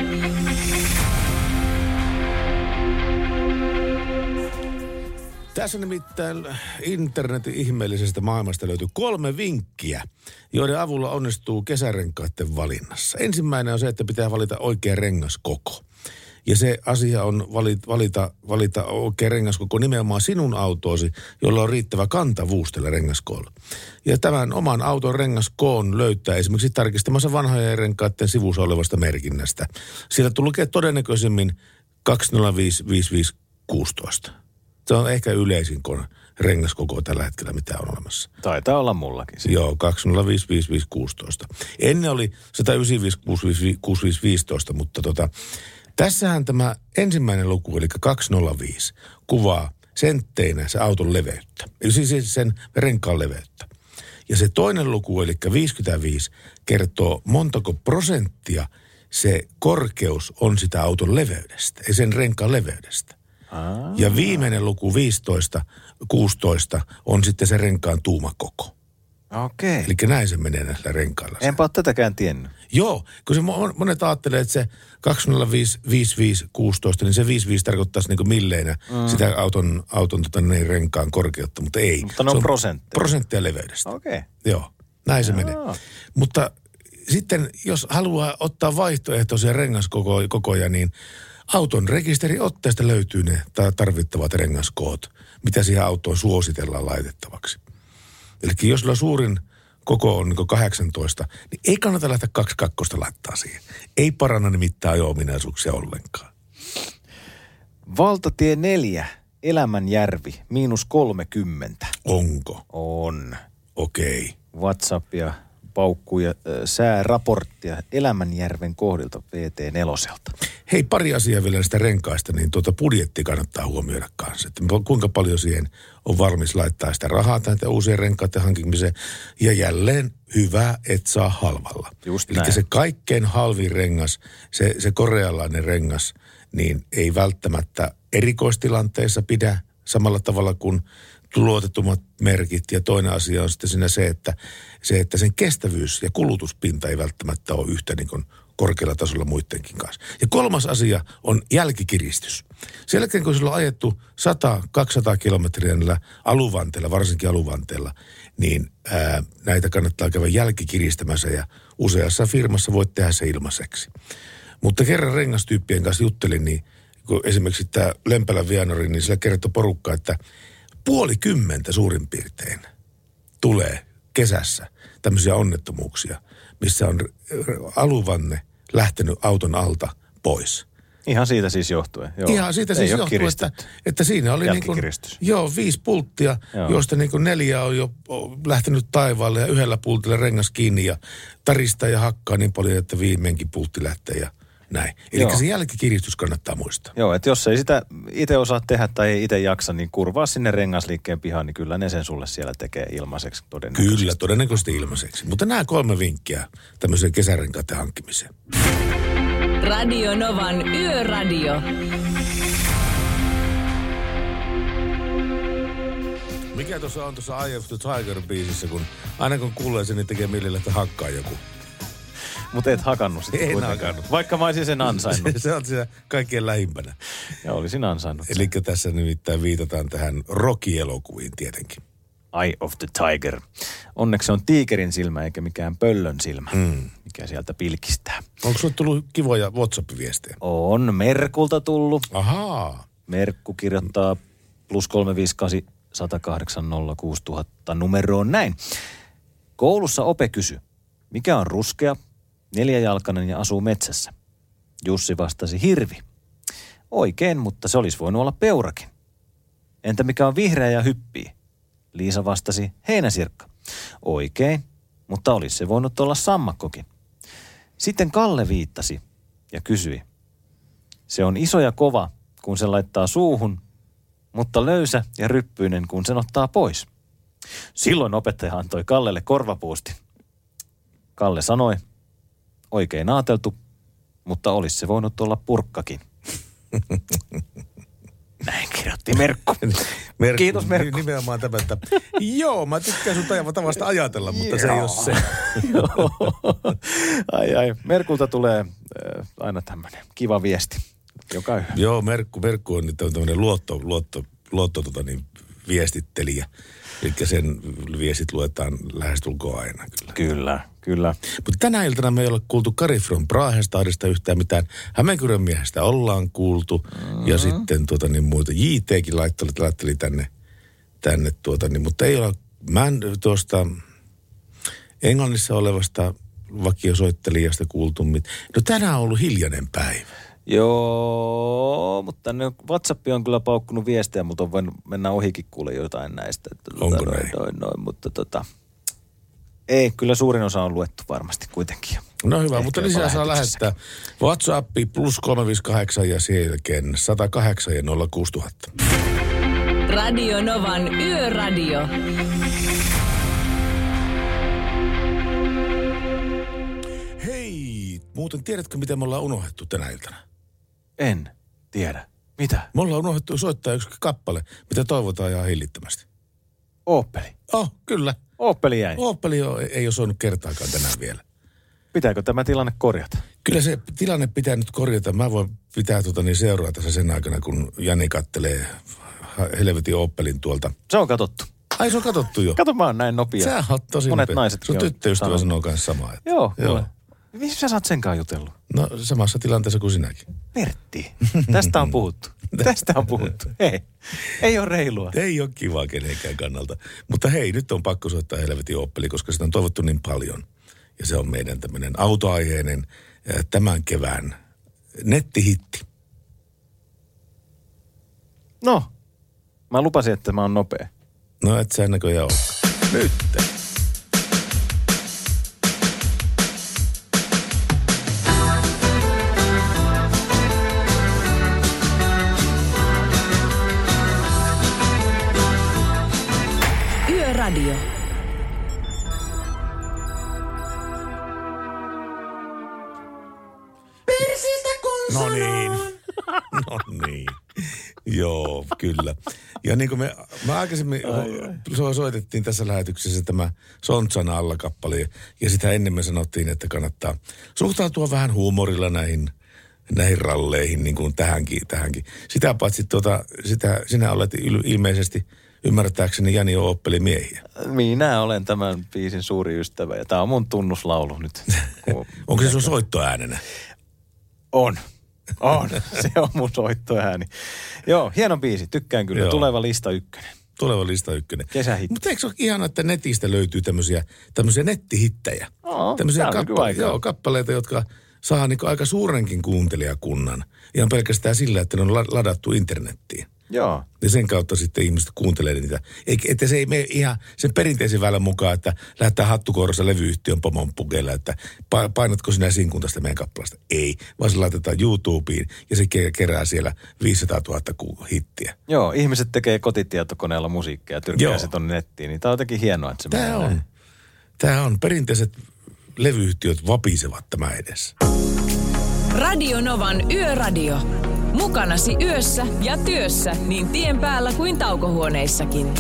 Tässä nimittäin internetin ihmeellisestä maailmasta löytyy kolme vinkkiä, joiden avulla onnistuu kesärenkaiden valinnassa. Ensimmäinen on se, että pitää valita oikea rengaskoko. Ja se asia on valita, valita, valita oikea rengaskoko nimenomaan sinun autoosi, jolla on riittävä kantavuus tällä rengaskoolla. Ja tämän oman auton rengaskoon löytää esimerkiksi tarkistamassa vanhojen renkaiden sivussa olevasta merkinnästä. Siellä lukee todennäköisemmin kaksi nolla viisi viisi viisi kuusi nolla. Se on ehkä yleisin rengaskoko tällä hetkellä, mitä on olemassa. Taitaa olla mullakin. Se. Joo, kaksi nolla viisi viisi viisi kuusi nolla. Ennen oli sata yhdeksänkymmentäviisi kuusi viisi viisi viisi, mutta tota, tässähän tämä ensimmäinen luku, eli kaksisataaviisi, kuvaa sentteinä se auton leveyttä. Eli siis sen renkaan leveyttä. Ja se toinen luku, eli viisikymmentäviisi, kertoo montako prosenttia se korkeus on sitä auton leveydestä, ei sen renkaan leveydestä. Aa. Ja viimeinen luku viisitoista, kuusitoista on sitten se renkaan tuumakoko. Okei. Eli näin se menee näillä renkailla. Enpä ole tätäkään tiennyt. Joo, kun se monet ajattelee, että se kaksi nolla viisi viisi viisi kuusi nolla, niin se viisikymmentäviisi tarkoittaisi niin kuin milleinä mm. sitä auton, auton tota, niin, renkaan korkeutta, mutta ei. Mutta ne on, on prosentteja. Prosenttia leveydestä. Okei. Okay. Joo, näin se Joo. menee. Mutta sitten jos haluaa ottaa vaihtoehtoisia rengaskokoja, niin auton rekisteriotteesta löytyy ne tarvittavat rengaskoot, mitä siihen autoon suositellaan laitettavaksi. Eli jos sulla suurin koko on niin kahdeksantoista, niin ei kannata lähteä kaksi kakkosta laittaa siihen. Ei paranna nimittäin ajo-ominaisuuksia ollenkaan. Valtatie neljä, Elämänjärvi, miinus kolmekymmentä. Onko? On. Okei. Okay. WhatsAppia, paukkuja, sääraporttia Elämänjärven kohdilta V T neloselta. Hei, pari asiaa vielä näistä renkaista, niin tuota budjetti kannattaa huomioida kanssa. Että kuinka paljon siihen on valmis laittaa sitä rahaa näitä uusien renkaiden hankkimiseen. Ja jälleen hyvä, et saa halvalla. Just Eli näin. se kaikkein halvin rengas, se, se korealainen rengas, niin ei välttämättä erikoistilanteessa pidä samalla tavalla kuin luotetummat merkit. Ja toinen asia on sitten siinä se, että, se, että sen kestävyys ja kulutuspinta ei välttämättä ole yhtä niin kuin korkealla tasolla muidenkin kanssa. Ja kolmas asia on jälkikiristys. Sen jälkeen, kun sillä on ajettu sata kaksisataa kilometriä näillä aluvanteilla, varsinkin aluvanteilla, niin ää, näitä kannattaa käydä jälkikiristämässä ja useassa firmassa voit tehdä se ilmaiseksi. Mutta kerran rengastyyppien kanssa juttelin, niin kun esimerkiksi tämä Lempälän Vianori, niin sillä kertoi porukka, että puoli kymmentä suurin piirtein tulee kesässä tämmöisiä onnettomuuksia, missä on aluvanne lähtenyt auton alta pois. Ihan siitä siis johtuen. Joo. Ihan siitä siis johtuen, että, että siinä oli niin kuin, joo, viisi pulttia, joo. joista niin kuin neljä on jo lähtenyt taivaalle ja yhdellä pultilla rengas kiinni ja taristaa ja hakkaa niin paljon, että viimeinkin pultti lähtee ja näin. Eli se jälkikiristys kannattaa muistaa. Joo, että jos ei sitä itse osaa tehdä tai ei itse jaksa, niin kurvaa sinne rengasliikkeen pihaan, niin kyllä ne sen sulle siellä tekee ilmaiseksi todennäköisesti. Kyllä, todennäköisesti ilmaiseksi. Mutta nämä kolme vinkkiä tämmöiseen kesärenkaiden hankkimiseen. Radio Novan Yöradio. Mikä tuossa on tuossa Eye of the Tiger-biisissä, kun aina kun kuulee sen, niin tekee mielellä, että hakkaa joku. Mutta et hakannut sitä. En hakannut. Vaikka mä olisin sen ansainnut. Se on siinä kaikkien lähimpänä. Ja olisin ansainnut. Eli tässä nimittäin viitataan tähän Rocky-elokuviin tietenkin. Eye of the Tiger. Onneksi se on tiikerin silmä eikä mikään pöllön silmä, mm. mikä sieltä pilkistää. Onko sulle tullut kivoja WhatsApp-viestejä? On Merkulta tullut. Ahaa. Merkku kirjoittaa plus kolme viisi kahdeksan yksi nolla kahdeksan nolla kuusi nolla nolla nolla numeroon näin. Koulussa ope kysyi, mikä on ruskea, neljäjalkainen ja asuu metsässä? Jussi vastasi hirvi. Oikein, mutta se olisi voinut olla peurakin. Entä mikä on vihreä ja hyppii? Liisa vastasi heinäsirkka. Oikein, mutta olisi se voinut olla sammakkokin. Sitten Kalle viittasi ja kysyi. Se on iso ja kova, kun se laittaa suuhun, mutta löysä ja ryppyinen, kun sen ottaa pois. Silloin opettaja antoi Kallelle korvapuustin. Kalle sanoi, oikein aateltu, mutta olisi se voinut olla purkkakin. Näin kirjoitti Merkku. Merkku. Kiitos Merkku. Nimenomaan tämä, että joo, mä tykkään sun tavasta ajatella, mutta se ei ole se. ai ai, Merkulta tulee äh, aina tämmöinen kiva viesti joka yhä. Joo, Merkku, Merkku on nyt tämmöinen luotto, luotto, luotto tota niin, viestittelijä. Eli sen viestit luetaan lähestulkoon aina kyllä. Kyllä, kyllä. Mutta tänä iltana me ei ole kuultu Kari from Praahestadista yhtään mitään. Hämeenkyrön miehestä ollaan kuultu. Mm-hmm. Ja sitten tuota niin muita. J T:kin laitteli, laitteli tänne, tänne tuota niin. Mutta ei ole, mä en tuosta Englannissa olevasta vakiosoittelijasta kuultu mitään. No tänään on ollut hiljainen päivä. Joo, mutta tänne WhatsApp on kyllä paukkunut viestejä, mutta on voinut mennä ohikin kuule jotain näistä. Onko noin, näin? Noin, noin, mutta tota, ei, kyllä suurin osa on luettu varmasti kuitenkin. No hyvä, ehkä mutta lisää saa lähettää WhatsAppi plus kolme viisi kahdeksan ja sen jälkeen sata kahdeksan ja nolla kuusi nolla nolla nolla. Radio Novan Yöradio. Hei, muuten tiedätkö mitä me ollaan unohdettu tänä iltana? En tiedä. Mitä? Me ollaan unohdettu soittaa yksi kappale, mitä toivotaan ihan hillittömästi. Oopeli. Oh, kyllä. Oopeli jäi. Oopeli ei ole soinut kertaakaan tänään vielä. Pitääkö tämä tilanne korjata? Kyllä se tilanne pitää nyt korjata. Mä voin pitää tuota niin seuraa tässä sen aikana, kun Jani kattelee helvetin Oopelin tuolta. Se on katsottu. Ai se on katsottu jo. Kato, mä oon näin nopea. Sä oot tosi Monet nopea. naiset. Sun tyttöystävä sanoo kanssa samaa. Että, joo, joo. Missä sä oot senkaan jutellut? No samassa tilanteessa kuin sinäkin. Pertti, tästä on puhuttu. Tästä on puhuttu. Hei, ei ole reilua. Ei ole kivaa kenenkään kannalta. Mutta hei, nyt on pakko soittaa helvetin Oopeli, koska sitä on toivottu niin paljon. Ja se on meidän tämmöinen autoaiheinen tämän kevään nettihitti. No, mä lupasin, että mä oon nopea. No et sä näköjään ole. Nyt. Yöradio. No niin. No niin. Joo, kyllä. Ja niin kuin me, me aikaisemmin so, soitettiin tässä lähetyksessä tämä Sontsan alla-kappale, ja sitä ennen me sanottiin, että kannattaa suhtautua vähän huumorilla näihin, näihin ralleihin, niin kuin tähänkin. tähänkin. Sitä paitsi tuota, sitä, sinä olet il, ilmeisesti, ymmärtääkseni, Jani on Ooppelimiehiä. Minä olen tämän biisin suuri ystävä, ja tämä on mun tunnuslaulu nyt. Onko se sun soittoäänenä? On. On. Se on mun soittoääni. Joo, hieno biisi. Tykkään kyllä. Joo. Tuleva lista ykkönen. Tuleva lista ykkönen. Kesähitti. Mutta eikö se ole ihana, että netistä löytyy tämmöisiä, tämmöisiä nettihittejä? Oo, tämmöisiä kappa- joo, kappaleita, jotka saa niin aika suurenkin kuuntelijakunnan. Ihan pelkästään sillä, että ne on ladattu internettiin. Joo. Ja sen kautta sitten ihmiset kuuntelee niitä. Että se ei mene ihan sen perinteisen väylän mukaan, että lähdetään hattukourassa levyyhtiön pomon pukeilla, että painatko sinä sinkun tästä meidän kappalasta. Ei, vaan se laitetaan YouTubeen ja se kerää siellä viisisataatuhatta hittiä. Joo, ihmiset tekee kotitietokoneella musiikkia ja tyrkkää se tonne nettiin. Niin tämä on jotenkin hienoa, että se Tämä on. Näin. Tämä on. Perinteiset levyyhtiöt vapisevat tämä edessä. Radio Novan Yöradio. Mukanasi yössä ja työssä niin tien päällä kuin taukohuoneissakin.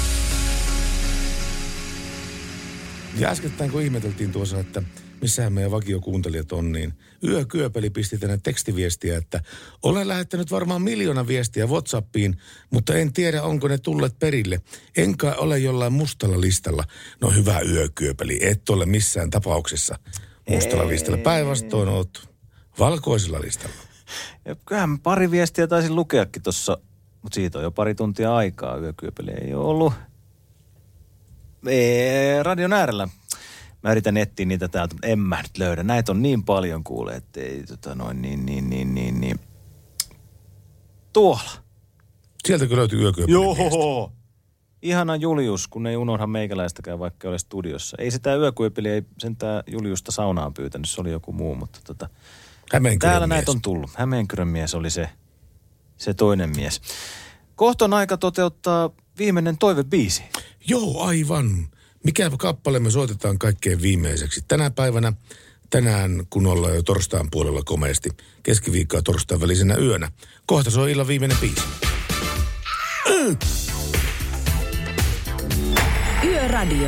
Ja äskettäin kun ihmeteltiin tuossa, että missähän meidän vakiokuuntelijat on, niin Yökyöpeli pisti tänne tekstiviestiä, että olen lähettänyt varmaan miljoona viestiä WhatsAppiin, mutta en tiedä, onko ne tulleet perille. Enkä ole jollain mustalla listalla. No hyvä Yökyöpeli, et ole missään tapauksessa mustalla listalla. Päinvastoin oot valkoisella listalla. Ja kyllähän pari viestiä taisin lukeakin tuossa, mutta siitä on jo pari tuntia aikaa. Yökyöpeli ei ole ollut ee, radion äärellä. Mä yritän etsiä niitä täältä, mutta en mä nyt löydä. Näitä on niin paljon kuule, ettei tota noin niin, niin, niin, niin, niin. Tuolla. Sieltäkö löytyy Yökyöpeli? Joo. Ihana Julius, kun ei unohda meikäläistäkään, vaikka ole studiossa. Ei sitä Yökyöpeli, ei sentään Juliusta saunaan pyytänyt, se oli joku muu, mutta tota... Täällä näitä on tullut. Hämeenkyrön mies oli se, se toinen mies. Kohta on aika toteuttaa viimeinen toivebiisi. Joo, aivan. Mikä kappale me soitetaan kaikkein viimeiseksi? Tänä päivänä, tänään kun ollaan jo torstain puolella komeasti, keskiviikkoa torstain välisenä yönä. Kohta se on illan viimeinen biisi. Mm. Yöradio.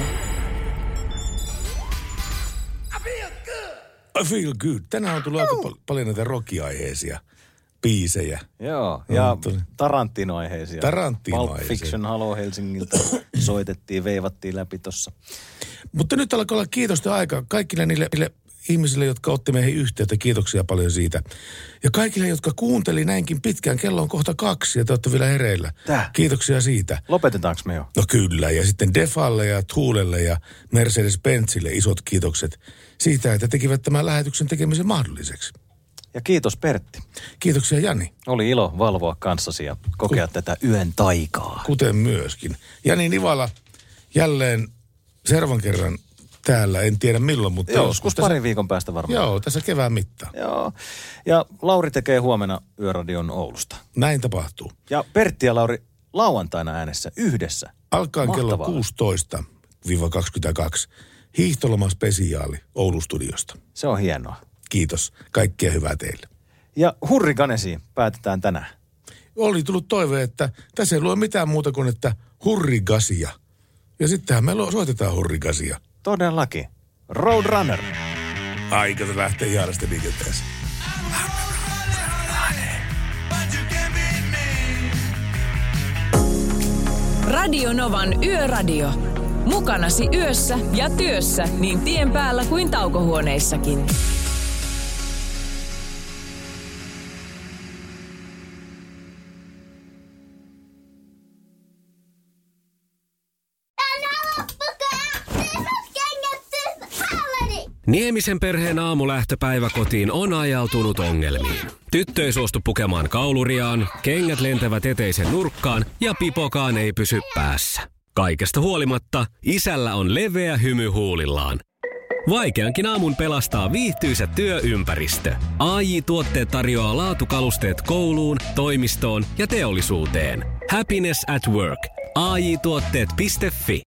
I feel good. Tänään on tullut aika pal- paljon näitä rockiaiheisia biisejä. Joo, ja no, Tarantino-aiheisia. Tarantino-aiheisia. Pulp Fiction, Halo Helsingiltä soitettiin, veivattiin läpi tossa. Mutta nyt alkaa olla kiitosta aika kaikille niille, niille ihmisille, jotka otti meihin yhteyttä. Kiitoksia paljon siitä. Ja kaikille, jotka kuunteli näinkin pitkään. Kello on kohta kaksi ja te olette vielä hereillä. Tää. Kiitoksia siitä. Lopetetaanko me jo? No kyllä. Ja sitten Defalle ja Thuulelle ja Mercedes-Benzille isot kiitokset siitä, että tekivät tämän lähetyksen tekemisen mahdolliseksi. Ja kiitos Pertti. Kiitoksia Jani. Oli ilo valvoa kanssasi ja kokea Ku- tätä yön taikaa. Kuten myöskin. Jani Nivala jälleen seuraavan kerran täällä, en tiedä milloin, mutta... Joo, joskus parin tässä, viikon päästä varmaan. Joo, tässä kevään mittaan. Joo, ja Lauri tekee huomenna Yöradion Oulusta. Näin tapahtuu. Ja Pertti ja Lauri lauantaina äänessä yhdessä. Alkaen kello kuusitoista kaksikymmentäkaksi. Hiihtoloma-spesiaali Oulu-studiosta. Se on hienoa. Kiitos. Kaikkea hyvää teille. Ja hurrikanesiin päätetään tänään. Oli tullut toive, että tässä ei lue mitään muuta kuin, että hurrigasia. Ja sittenhän me soitetaan hurrigasia. Todellakin. Roadrunner. Aika se lähtee Jaarasta liikenteeseen. Radio Novan Yöradio. Mukanasi yössä ja työssä niin tien päällä kuin taukohuoneissakin. Niemisen perheen aamulähtöpäivä kotiin on ajautunut ongelmiin. Tyttö ei suostu pukemaan kauluriaan, kengät lentävät eteisen nurkkaan ja pipokaan ei pysy päässä. Kaikesta huolimatta isällä on leveä hymy huulillaan. Vaikeankin aamun pelastaa viihtyisä työympäristö. A J-tuotteet tarjoaa laatukalusteet kouluun, toimistoon ja teollisuuteen. Happiness at work. A J tuotteet piste fi